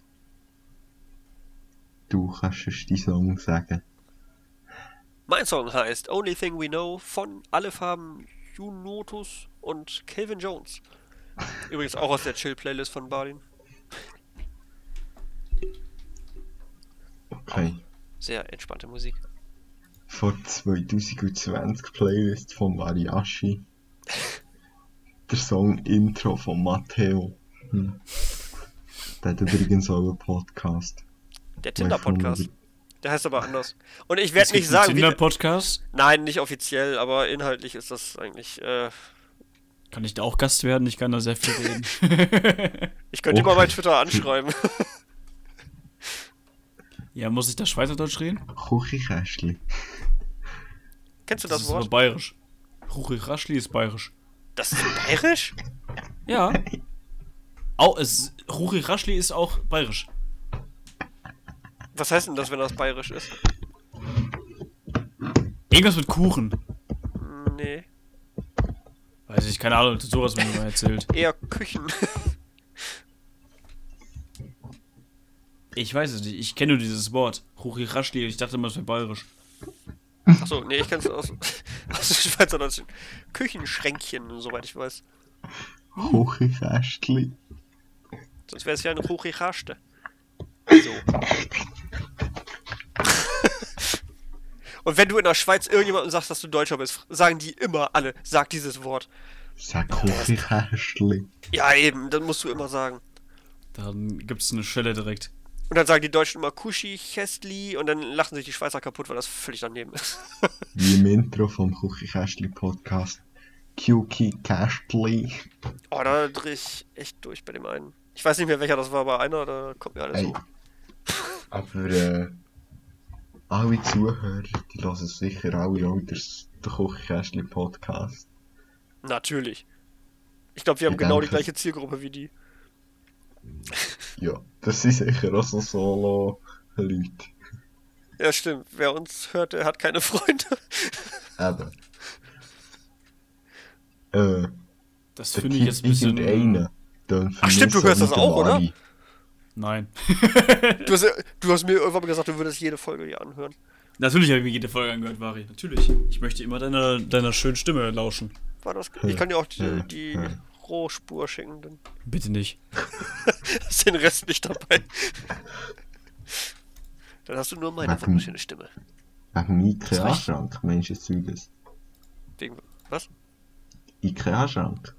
Speaker 3: Du kannst uns deinen Song sagen.
Speaker 1: Mein Song heißt Only Thing We Know von Alle Farben Junotus und Calvin Jones. Übrigens auch aus der Chill-Playlist von Bardin.
Speaker 3: Okay.
Speaker 1: Sehr entspannte Musik.
Speaker 3: Vor zwanzig zwanzig Playlist von Mariachi. Der Song Intro von Matteo. Hm. Der hat übrigens auch einen Podcast.
Speaker 1: Der Tinder-Podcast. Der heißt aber anders. Und ich werde
Speaker 2: Es gibt
Speaker 1: nicht sagen,
Speaker 2: einen
Speaker 1: wie.
Speaker 2: Tinder-Podcast.
Speaker 1: Nein, nicht offiziell, aber inhaltlich ist das eigentlich. Äh,
Speaker 2: Kann ich da auch Gast werden? Ich kann da sehr viel reden.
Speaker 1: ich könnte
Speaker 3: Okay.
Speaker 1: immer bei Twitter anschreiben.
Speaker 2: Ja, muss ich da Schweizerdeutsch reden?
Speaker 3: Kuchikästli.
Speaker 1: Kennst du
Speaker 2: Das
Speaker 1: das
Speaker 2: ist aber
Speaker 1: Wort?
Speaker 2: bayerisch. Ruchi Raschli ist bayerisch.
Speaker 1: Das ist bayerisch?
Speaker 2: Ja. Au, es, Ruchi Raschli ist auch bayerisch.
Speaker 1: Was heißt denn das, wenn das bayerisch ist?
Speaker 2: Irgendwas mit Kuchen.
Speaker 1: Nee.
Speaker 2: Weiß ich, keine Ahnung, sowas mir mal erzählt.
Speaker 1: Eher Küchen.
Speaker 2: Ich weiß es nicht, ich kenne nur dieses Wort. Ruchi Raschli, ich dachte immer, es wäre bayerisch.
Speaker 1: Achso, nee, ich kenn's aus, aus der Schweiz oder aus den Küchenschränkchen, soweit ich weiß.
Speaker 3: Hochkästli.
Speaker 1: Sonst wäre es ja eine Hochrechaste. So. Und wenn du in der Schweiz irgendjemandem sagst, dass du Deutscher bist, sagen die immer alle, sag dieses Wort.
Speaker 3: Sag Hochkästli.
Speaker 1: Ja, eben, dann musst du immer sagen.
Speaker 2: Dann gibt's eine Schelle direkt.
Speaker 1: Und dann sagen die Deutschen immer Kuschi, Chestli und dann lachen sich die Schweizer kaputt, weil das völlig daneben ist.
Speaker 3: Wie im Intro vom Hochkästli Podcast. Kuki Kästli.
Speaker 1: Oh, da dreh ich echt durch bei dem einen. Ich weiß nicht mehr, welcher das war, aber einer, da kommt mir alles
Speaker 3: Ey.
Speaker 1: so.
Speaker 3: Aber äh, alle Zuhörer, die hören sicher alle auch den Hochkästli Podcast.
Speaker 1: Natürlich. Ich glaube, wir haben
Speaker 3: Ich
Speaker 1: genau die
Speaker 3: denke-
Speaker 1: gleiche Zielgruppe wie die.
Speaker 3: Ja, das sind sicher auch so Solo-Leute.
Speaker 1: Ja, stimmt. Wer uns hört, der hat keine Freunde.
Speaker 3: Eben. Äh,
Speaker 2: Das
Speaker 3: der
Speaker 2: finde ich jetzt ein bisschen.
Speaker 3: irgendeiner. Dann für
Speaker 1: Ach, stimmt,
Speaker 3: mich
Speaker 1: du hörst
Speaker 3: so
Speaker 1: das
Speaker 3: wie der
Speaker 1: auch, oder?
Speaker 3: Mari.
Speaker 2: Nein.
Speaker 1: Du hast, du hast mir irgendwann mal gesagt, du würdest jede Folge hier anhören.
Speaker 2: Natürlich habe ich mir jede Folge angehört, Vari. Natürlich. Ich möchte immer deiner, deiner schönen Stimme lauschen.
Speaker 1: War das? Ich kann dir auch die,
Speaker 3: Hm,
Speaker 1: die
Speaker 3: hm.
Speaker 1: Rohspur schicken, dann
Speaker 2: Bitte nicht.
Speaker 1: hast du den Rest nicht dabei. Dann hast du nur meine
Speaker 3: Wegen-
Speaker 1: wunderschöne Stimme.
Speaker 3: Wegen dem
Speaker 2: reicht.
Speaker 3: Ikea-Schrank, meinst du das Zeuges?
Speaker 1: Wegen, was?
Speaker 3: Ikea-Schrank.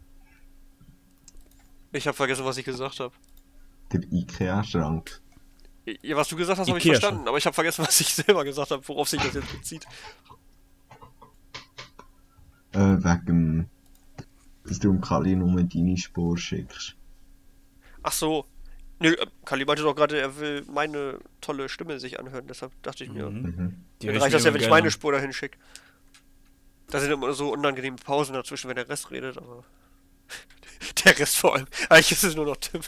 Speaker 1: Ich habe vergessen, was ich gesagt habe.
Speaker 3: Der Ikea-Schrank.
Speaker 1: Ja, was du gesagt hast, habe ich
Speaker 2: Ikea
Speaker 1: verstanden, aber ich habe vergessen, was ich selber gesagt habe, worauf sich das jetzt bezieht.
Speaker 3: Äh, wegen dem, dass du dem Kali nur deine Spur schickst.
Speaker 1: Ach so. Nö, äh, Kali meinte doch gerade, er will meine tolle Stimme sich anhören, deshalb dachte ich mir,
Speaker 2: Mhm.
Speaker 3: Mhm.
Speaker 2: Die
Speaker 1: dann
Speaker 2: höre
Speaker 1: reicht
Speaker 2: mir
Speaker 1: das ja,
Speaker 2: immer
Speaker 1: wenn ich
Speaker 2: gerne
Speaker 1: meine
Speaker 2: an.
Speaker 1: Spur dahin schicke. Da sind immer so unangenehme Pausen dazwischen, wenn der Rest redet, aber... Der Rest vor allem. Eigentlich ist es nur noch Tim.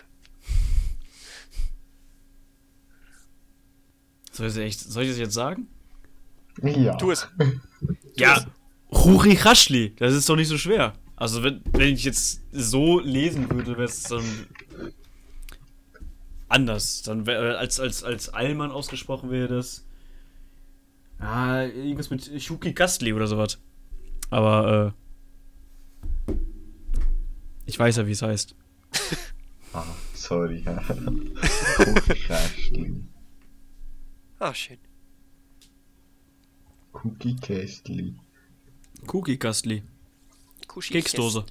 Speaker 2: Soll ich, das echt, soll ich das jetzt sagen?
Speaker 3: Ja.
Speaker 1: Tu es.
Speaker 2: Ja. Ruchi Raschli. Das ist doch nicht so schwer. Also, wenn, wenn ich jetzt so lesen würde, wäre es dann anders. Dann wär, als, als, als Allmann ausgesprochen wäre das. Ah, irgendwas mit Schuki Gastli oder sowas. Aber, äh. Ich weiß ja, wie es heißt.
Speaker 3: Ah, sorry. Kuchenkästli.
Speaker 1: Ah, schön.
Speaker 3: Cookie-Kästli.
Speaker 2: Cookie Gastli.
Speaker 1: Kuschi.
Speaker 2: Keksdose.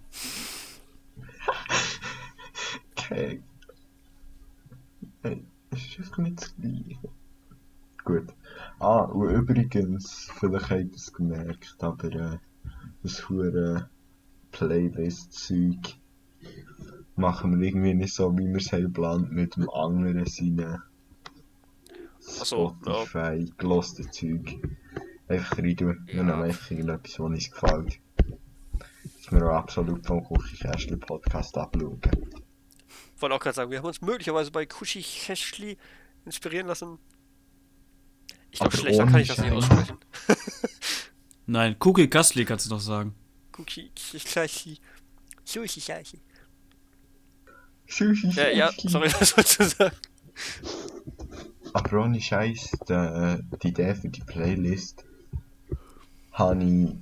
Speaker 3: Keks. Ey, das ist einfach nicht das Gleiche. Gut. Ah, und übrigens, vielleicht habt ihr es gemerkt, aber äh, das hure Playlist-Zeug machen wir irgendwie nicht so, wie wir es haben geplant mit dem anderen seinen
Speaker 1: so, ja.
Speaker 3: Spotify gelosten Zeug. Einfach rein tun,
Speaker 1: Ja.
Speaker 3: wir nehmen einfach irgendetwas, was uns gefällt. Dass wir auch absolut vom Kuchenkästli Podcast abschauen.
Speaker 1: Ich wollte auch gerade sagen, wir haben uns möglicherweise bei Kuschi Cheshli inspirieren lassen. Ich glaube,
Speaker 3: Aber
Speaker 1: schlechter
Speaker 3: ohne
Speaker 1: kann ich das nicht
Speaker 3: Scheiß.
Speaker 1: aussprechen.
Speaker 2: Nein, Cookie Gastli kannst du noch sagen.
Speaker 1: Kuschi Cheshli. Sushi Cheshli.
Speaker 3: Sushi
Speaker 1: Ja, ja, sorry, was sollst du sagen?
Speaker 3: Aber ohne Scheiß, die, die Idee für die Playlist habe ich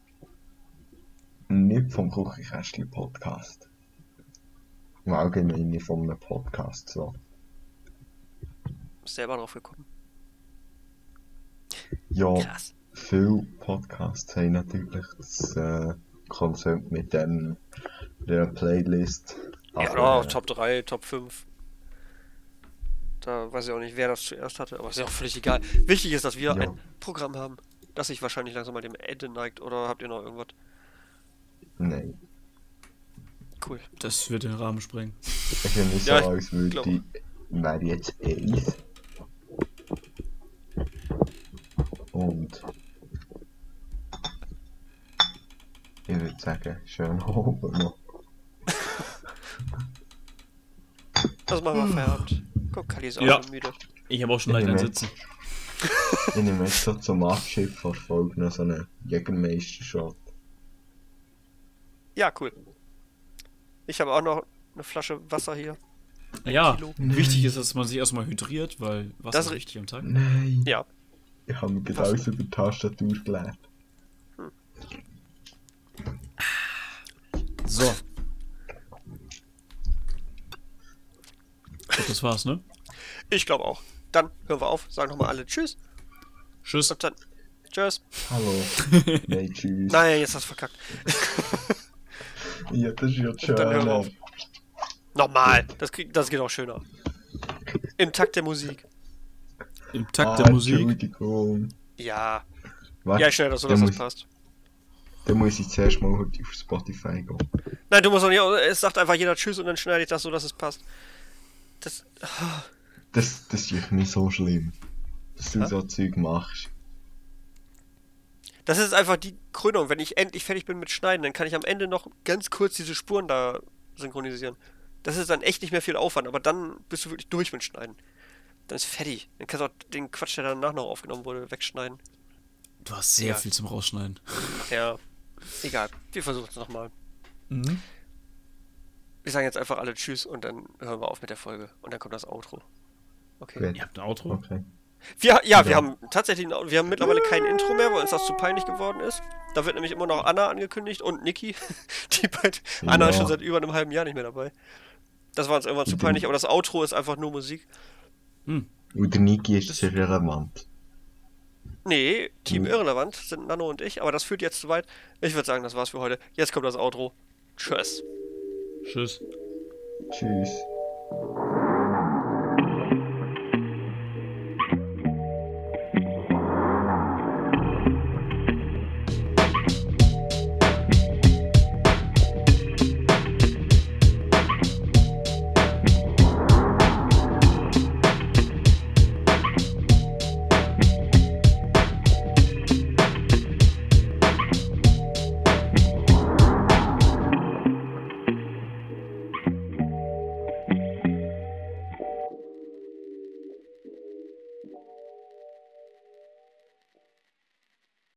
Speaker 3: nicht vom Kuchenkästli Podcast. Im Allgemeinen nicht von einem Podcast so.
Speaker 1: Bist selber drauf gekommen.
Speaker 3: Ja,
Speaker 1: Krass.
Speaker 3: viele Podcasts haben natürlich das äh, Konzept mit dem, der Playlist.
Speaker 1: Ja,
Speaker 3: Aber,
Speaker 1: oh, Top drei, Top fünf. Da weiß ich auch nicht, wer das zuerst hatte, aber ist ja auch völlig egal. Wichtig ist, dass wir
Speaker 3: Ja.
Speaker 1: ein Programm haben, das sich wahrscheinlich langsam mal dem Ende neigt. Oder habt ihr noch irgendwas?
Speaker 3: Nein.
Speaker 1: Cool.
Speaker 2: Das wird den Rahmen sprengen.
Speaker 3: Es ist ja nicht
Speaker 1: Ja,
Speaker 3: so,
Speaker 1: ich
Speaker 3: als würde
Speaker 1: glaub.
Speaker 3: ich, wäre jetzt eins. Und ich würde sagen, schön oben noch.
Speaker 1: Also machen wir Feierabend. Guck, Kali ist auch
Speaker 2: Ja.
Speaker 1: schon müde.
Speaker 2: Ich habe auch schon
Speaker 3: Ich
Speaker 2: leicht ein
Speaker 3: nehme
Speaker 2: Sitzen.
Speaker 3: Ich nehme jetzt so zum Abschied von der Folge noch so einen Jägermeister-Shot.
Speaker 1: Ja, cool. Ich habe auch noch eine Flasche Wasser hier.
Speaker 2: Ja,
Speaker 1: Kilo.
Speaker 2: wichtig ist, dass man sich erstmal hydriert, weil Wasser
Speaker 1: Das
Speaker 2: ist
Speaker 1: ist-
Speaker 2: wichtig am Tag.
Speaker 3: Nein!
Speaker 1: Ja.
Speaker 3: Ich habe mir gerade alles über die Tastatur gelernt.
Speaker 2: So. Ich glaub, das war's, ne?
Speaker 1: Ich glaube auch. Dann hören wir auf, sagen nochmal alle Tschüss.
Speaker 2: Tschüss.
Speaker 1: Und dann Tschüss.
Speaker 3: Hallo. Nein, tschüss.
Speaker 1: Nein, jetzt hast du verkackt.
Speaker 3: Ja, das ist ja schön.
Speaker 1: Dann hören wir auf. Nochmal. Das, krieg, das geht auch schöner. Im Takt der Musik.
Speaker 2: Im Takt
Speaker 3: Ah,
Speaker 2: der Musik.
Speaker 3: Entschuldigung.
Speaker 1: Ja.
Speaker 3: Warte,
Speaker 1: Ja, ich schneide das so,
Speaker 3: dann
Speaker 1: dass das
Speaker 3: muss-
Speaker 1: passt.
Speaker 3: Dann muss ich zuerst mal heute auf Spotify gehen.
Speaker 1: Nein, du musst auch nicht. Es sagt einfach jeder Tschüss und dann schneide ich das so, dass es passt. Das.
Speaker 3: Das, das ist nicht so schlimm, dass du
Speaker 1: Hä?
Speaker 3: so Zeug machst.
Speaker 1: Das ist einfach die Krönung. Wenn ich endlich fertig bin mit Schneiden, dann kann ich am Ende noch ganz kurz diese Spuren da synchronisieren. Das ist dann echt nicht mehr viel Aufwand, aber dann bist du wirklich durch mit Schneiden. Dann ist fertig. Dann kannst du auch den Quatsch, der danach noch aufgenommen wurde, wegschneiden.
Speaker 2: Du hast sehr
Speaker 1: Ja.
Speaker 2: viel zum Rausschneiden.
Speaker 1: Ja. Egal. Wir versuchen es nochmal.
Speaker 2: Mhm.
Speaker 1: Wir sagen jetzt einfach alle Tschüss und dann hören wir auf mit der Folge. Und dann kommt das Outro. Okay.
Speaker 3: Gut.
Speaker 2: Ihr habt ein Outro?
Speaker 3: Okay.
Speaker 1: Wir, ja, wir
Speaker 3: Ja.
Speaker 1: haben tatsächlich ein, wir haben mittlerweile kein Intro mehr, weil uns das zu peinlich geworden ist. Da wird nämlich immer noch Anna angekündigt und Niki. Die beiden. Anna ist
Speaker 3: Ja.
Speaker 1: schon seit über einem halben Jahr nicht mehr dabei. Das war uns irgendwann zu
Speaker 3: Und
Speaker 1: peinlich,
Speaker 3: den-
Speaker 1: aber das Outro ist einfach nur Musik.
Speaker 2: Hm.
Speaker 3: Und der Niki ist sehr relevant.
Speaker 1: Nee, Team
Speaker 3: Mhm.
Speaker 1: Irrelevant sind Nano und ich, aber das führt jetzt zu weit. Ich würde sagen, das war's für heute. Jetzt kommt das Outro. Tschüss.
Speaker 2: Tschüss.
Speaker 3: Tschüss.